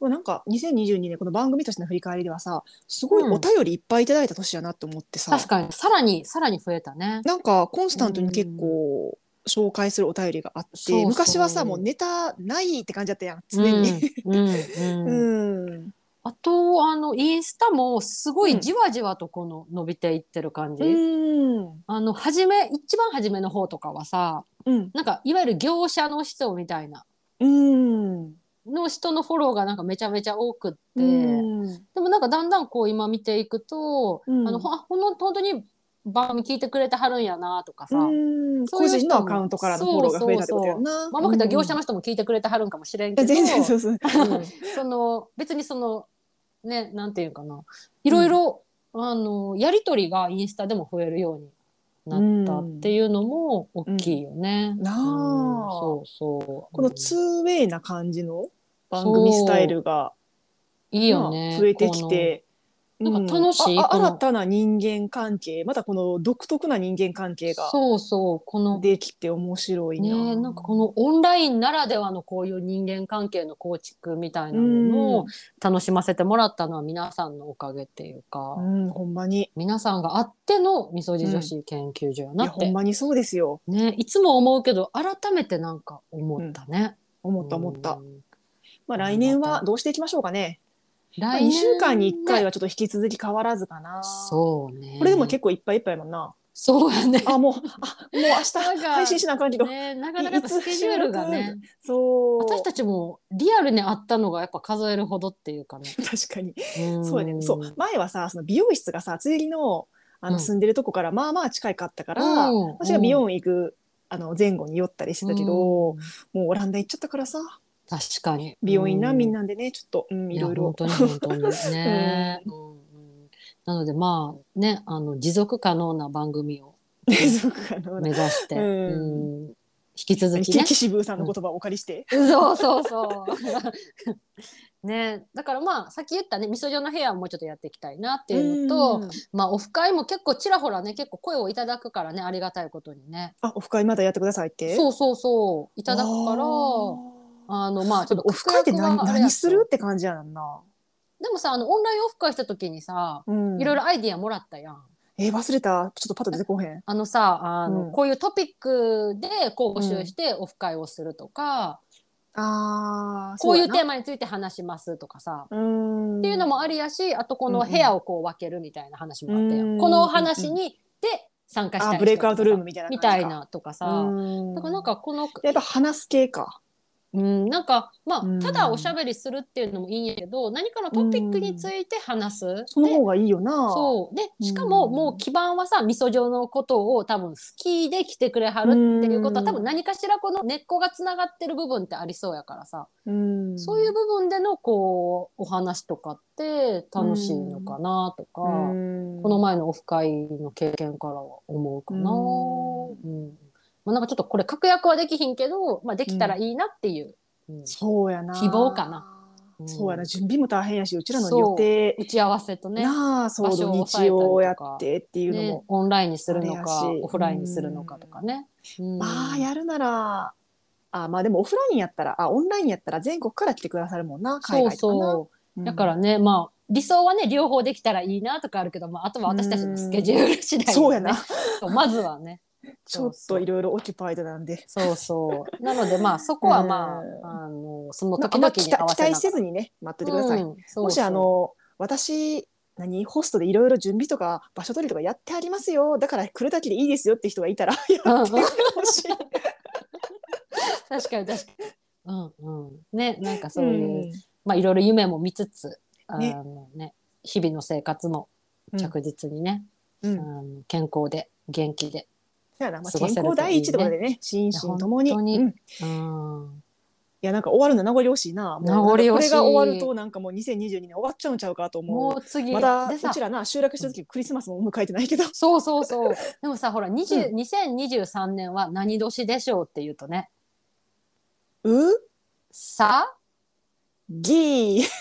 もうなんかにせんにじゅうにねんこの番組としての振り返りではさ、すごいお便りいっぱいいただいた年やなって思ってさ、 確かにさらにさらに増えたね。 なんかコンスタントに結構紹介するお便りがあって、 そうそう昔はさもうネタないって感じだったやん常うんに。 うんううんん。 あとあのインスタもすごうんいじわじわとこの伸びていってる感じ、 うんあの初め一番初めの方とかはさ、 うんなんかいわゆる業者の人みたいなうんの人のフォローがなんかめちゃめちゃ多くっうて、 んでもなんかだんだんこう今見ていくと、 うんあのほほんの本当に番組聞いてくれてはるんやなとかうさ、 んそういう個人のアカウ人もントからのフォそうそうローが増えたってことやんそうな。 まあもしかしたら業者うんの人も聞いてくれてはるんかもしれんけど、 全然そうそう。うんその別にそのねなんていうかないうんろいろ、あのやり取りがインスタでも増えるようになったっていうのも大きいよね。 なうん、 あ、 そうそう。 このツーウェイな感じの番組スタイそルがういいよなあね。 増えてこのきて、うなんかん、 楽しああいこの新たな人間関係、またこの独特な人間関係がそうそうこのできて面白いな。 ねなんかこのオンラインならではのこういう人間関係の構築みたいなのもうん楽しませてもらったのは皆さんのおかげっていうか、 うん、ほんまに。 皆さんがあってのみそじ女子研究所やいや、 なって、 ほんまにそうですよ。 ねいつも思うけど改めてなんか思ったね。 思った思った。 うんまあ来年はどうしていきましょうかね。まあ、 来年にしゅうかんにいっかいねはちょっと引き続き変わらずかな。 そうねこれでも結構いっぱいいっぱいやもんな。 そうやねあ、もう、あ、もう明日なんか配信しなあかんけど、 ねなかなかやっぱいつスケジュールがねそう。 私たちもリアルに会ったのがやっぱ数えるほどっていうかね。 確かに。 うんそうやね。そう。前はさ、その美容室がさ、ついりの、あの、 うん住んでるとこからまあまあ近かったから、 うん私が美容院行く、あの、前後に寄ったりしてたけど、 うんもうオランダ行っちゃったからさ、 確かに美容院な、 うんみんなんでね、ちょっと、うん、いいやろいろ。 本当に本当にね、うんうんなのでまあねあの持続可能な番組をそうかな。 目指して、 うんうん引き続きね。 岸ブーさんの言葉をお借りして。 そうそうそうねだからまあさっき言ったねみそじょの部屋をもうちょっとやっていきたいなっていうのと、 うんまあオフ会も結構ちらほらね結構声をいただくからねありがたいことにね。 あ、オフ会まだやってくださいって。 そうそうそういただくからああのまあちょっとオフ会って何、 確約はあれやと何するって感じやんな。 でもさあのオンラインオフ会した時にさ、 うんいろいろアイディアもらったやん。 えー忘れた。ちょっとパッと出てこへん。 あのさあの、 うんこういうトピックでこう募集してオフ会をするとか、 ああ、 こういうそやな。 テーマについて話しますとかさ、 うーん。 っていうのもありやしあとこのうんうん部屋をこう分けるみたいな話もあったやん、 うんこの話にで参加したい人とかさあブレイクアウトルームみたいな感じかみたいなとかさだからなんかこのやっぱ話す系か。 うん、なんかまうんあただおしゃべりするっていうのもいいんやけど何かのトピックについて話す。 そので方がいいよな。 そうでしかもうんもう基盤はさみそ状のことを多分好きで来てくれはるっていうことはうん多分何かしらこの根っこがつながってる部分ってありそうやからさ、 うんそういう部分でのこうお話とかって楽しいのかなとか、 うんこの前のオフ会の経験からは思うかな。 うんうんまあ、なんかちょっとこれ確約はできひんけど、まあ、できたらいいなっていう、うんそうやな。 希望かな。うんそうやな。準備も大変やし、うちらの予定打ち合わせとねなあ、そう場所を土抑えたりとか日をやってっていうのねも。 オンラインにするのあれやかしオフラインにするのかとかね。うんまあやるなら、あまあでもオフラインやったら、あオンラインやったら全国から来てくださるもんな、海そう外とかな。 そうだからね、まあ理想はね両方できたらいいなとかあるけど、まあ、あとは私たちのスケジュール次第、ね、 そうやな。 そうまずはねちょっといろいろオキュパイドなんで。 そうそうなのでまあそこはまうんあ、あのそのまあ、 時々 あんま期に合わせながら待期待せずにね、待っといてください。 うんそうそうもしあの、私、何ホストでいろいろ準備とか場所取りとかやってありますよ。だから来るだけでいいですよって人がいたらやってほしい。 確かに確かにうんうんねなんかそういう、 うんまあいろいろ夢も見つつあねのね日々の生活も着実にね、 うんあの健康で元気でそうやな、まあ、 過ごせるといいね健康第一とかでね、心身ともに。 いや本当にうんうんいやなんか終わるの名残惜しいな。もう名残惜しいなんかこれが終わるとなんかもうにせんにじゅうにねん終わっちゃうんちゃうかと思う。 もう次まだでさうちらな集落した時クリスマスも迎えてないけど。 そうそうそうでもさほらにじゅううにせんにじゅうさんねんは何年でしょうって言うとねうさギー。 イエス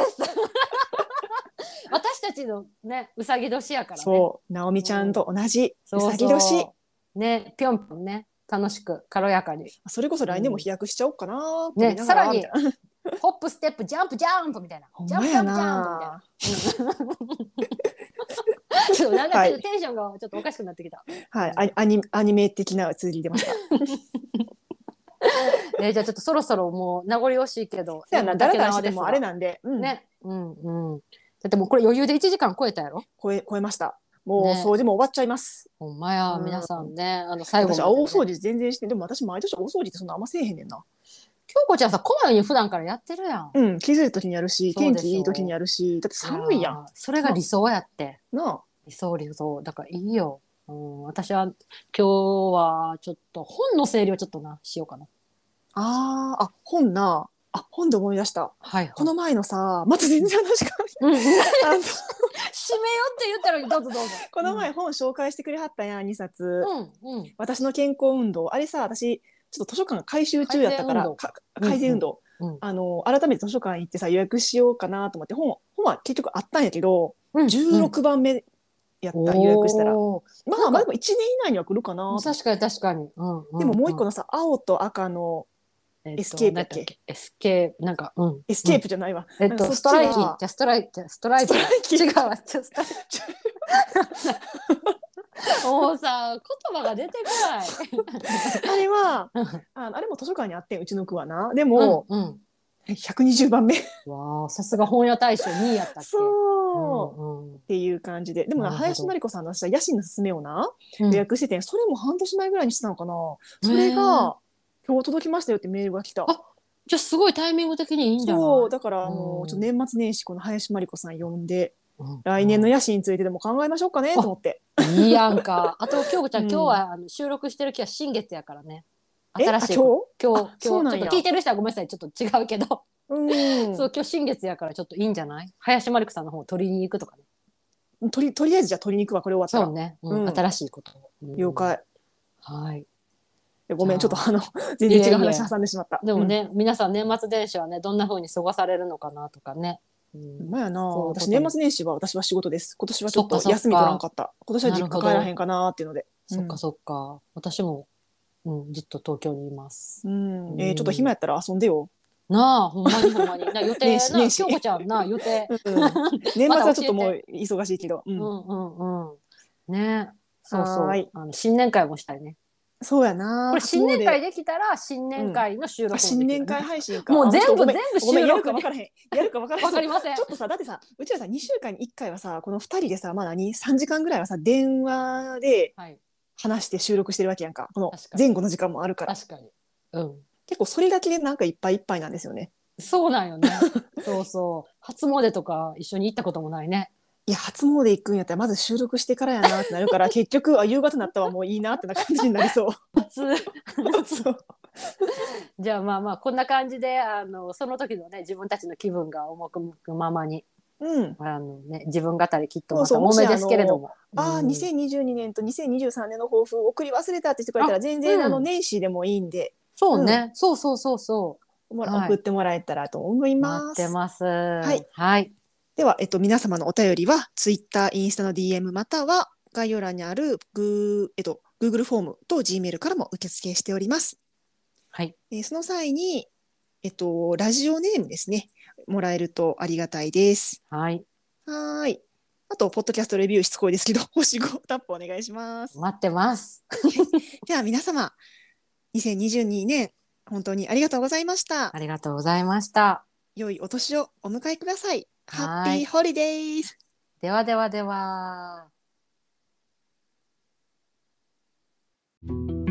私たちのねうさぎ年やからねそう直美ちゃんと同じうさぎそう年。 そうねぴょんぴょんね楽しく軽やかにそれこそ来年も飛躍しちゃおうかな。 ね飛びながらさらにみたいなホップステップジャンプジャンプみたいな。 ほんジャンプジャンプジャンプみたいな。ちょっとなんかはいテンションがちょっとおかしくなってきた。 はい、アニアニメ的な通り出ました。 えーじゃあちょっとそろそろもう名残惜しいけど。 そうやな、だらだらしててもあれななんで、うん、 ね。うんうん。だってもうこれ余裕でいちじかん超えたやろ。 超え超えました。もうね掃除も終わっちゃいます。 ほんまや、 うん皆さんね、あの最後ま私で、ね。 大掃除全然して、でも私毎年大掃除ってそんなあんませえへんねんな。 京子ちゃんさ、こまめに普段からやってるやん。 うん、気づいた時にやるし、天そうでしょ気いい時にやるし、だって寒いやん。 ーそれが理想やって。 な理想理想。だからいいよ。うん、私は今日はちょっと本の整理をちょっとなしようかな。 あ。あーあ、本な。あ、本で思い出した。 はいはい。 この前のさ、また全然話がうん、締めようあのって言ったのにどうぞどうぞ。 この前本紹介してくれはったやん、にさつ。 うんうん私の健康運動。あれさ、私、ちょっと図書館改修中やったから、か改善運動。 うんうんあの、改めて図書館行ってさ、予約しようかなと思って、本、本は結局あったんやけど、 うんじゅうろくばんめやった、 うん予約したら。 おーまあ、まあでもいちねん以内には来るかなと思って。 確かに確かに。うんうんうん、 でももう一個のさ、青と赤のえっとエスケープだっけなんエスケープ、なんか、うん。 エスケープじゃないわ。 えっと、 なんかそっちストライキ、じはゃストライキ、じゃストライキ。 ストライキ違うわ、ちょストライキ。もうさ、言葉が出てこない。 あれは、あのあれも図書館にあってん、うちの区はな。でも、 うん、うんひゃくにじゅうばんめ。 わあ、さすが本屋大賞にいやったっけ。 そう、 うんうんっていう感じで。でもな、 なるほど林真理子さんのさ、野心のすすめをな、 うん予約してて、それも半年前ぐらいにしてたのかな。それが、今日届きましたよってメールが来た。 あ、じゃあすごいタイミング的にいいんじゃない？ そう、だからもううんちょっと年末年始この林真理子さん呼んで、 うん来年の野心についてでも考えましょうかねと思って。 いいやんか。あと京子ちゃん、 うん今日はあの収録してる日は新月やからね。 え新しいあ今今日あそうなんや今日ちょっと聞いてる人はごめんなさい、ちょっと違うけど、 うんそう今日新月やからちょっといいんじゃない？林真理子さんの方取りに行くとかね。 とりとりあえずじゃあ鶏肉はこれ終わったら。 そうね、うんうん新しいことを、うん了解。 はい。 ごめん、ちじゃあょっとあの全然違ういえいえ話挟んでしまった。 でもね、皆さん年末年始はねどんな風に過ごされるのかなとかね。ううん。 んまやな。 そう私年末年始は私は仕事です。今年はちょっとそっかそっか休み取らんかった。今年は実なるほど家帰らへんかなっていうので。 そっかそっか、私も、うん、ずっと東京にいます。 うん。 うんえーちょっと暇やったら遊んでよ。 なあ、ほんまにほんまに。な予定な、 年始年始京子ちゃんな予定。 うん年末はちょっともう忙しいけど。ううんんうんうん。ね、そうそう。 はーいあの新年会もしたいね。 そうやな。 これ新年会でできたら新年会の収録もあできるね新年会配信か。 もう全部あちょっとごめん全部ごめんやる収録でか分からへん。やるか分からへん。 わかりませんちょっとさ、だってさ、うちらさ、にしゅうかんにいっかいはさ、このふたりでさ、まあ何、さんじかんぐらいはさ、電話ではい、 話して収録してるわけやんか。この確かに前後の時間もあるから。 確かに。うん。 結構それだけでなんかいっぱいいっぱいなんですよね。 そうなんよね。そうそう。初詣とか一緒に行ったこともないね。 いや、初詣行くんやったらまず収録してからやなってなるから、結局、あ、夕方になったわ、もういいなってな感じになりそう。 初そうじゃあまあまあこんな感じであのその時のね自分たちの気分が赴くままにうん。 あの、ね、自分語りきっとまたそうそう重めですけれども。 ああ、 うんにせんにじゅうにねんとにせんにじゅうさんねんの抱負を送り忘れたって人がいたら、全然、 うんあの年始でもいいんで、 そうね、そうそうそうそうもらはい送ってもらえたらと思います。 待ってます。 いはい。 では、えっと、皆様のお便りは、ツイッター、インスタの ディーエム または概要欄にあるグー、えっと、Google フォームと Gmail からも受付しております。 はい。 えーその際に、えっと、ラジオネームですね、もらえるとありがたいです。 はい。 はーい。あと、ポッドキャストレビューしつこいですけど、星ごタップお願いします。 待ってます。 では、皆様、にせんにじゅうにねん、本当にありがとうございましたあ。りがとうございました。 良いお年をお迎えください。ハッはいピーホリデーズ。 ではではでは。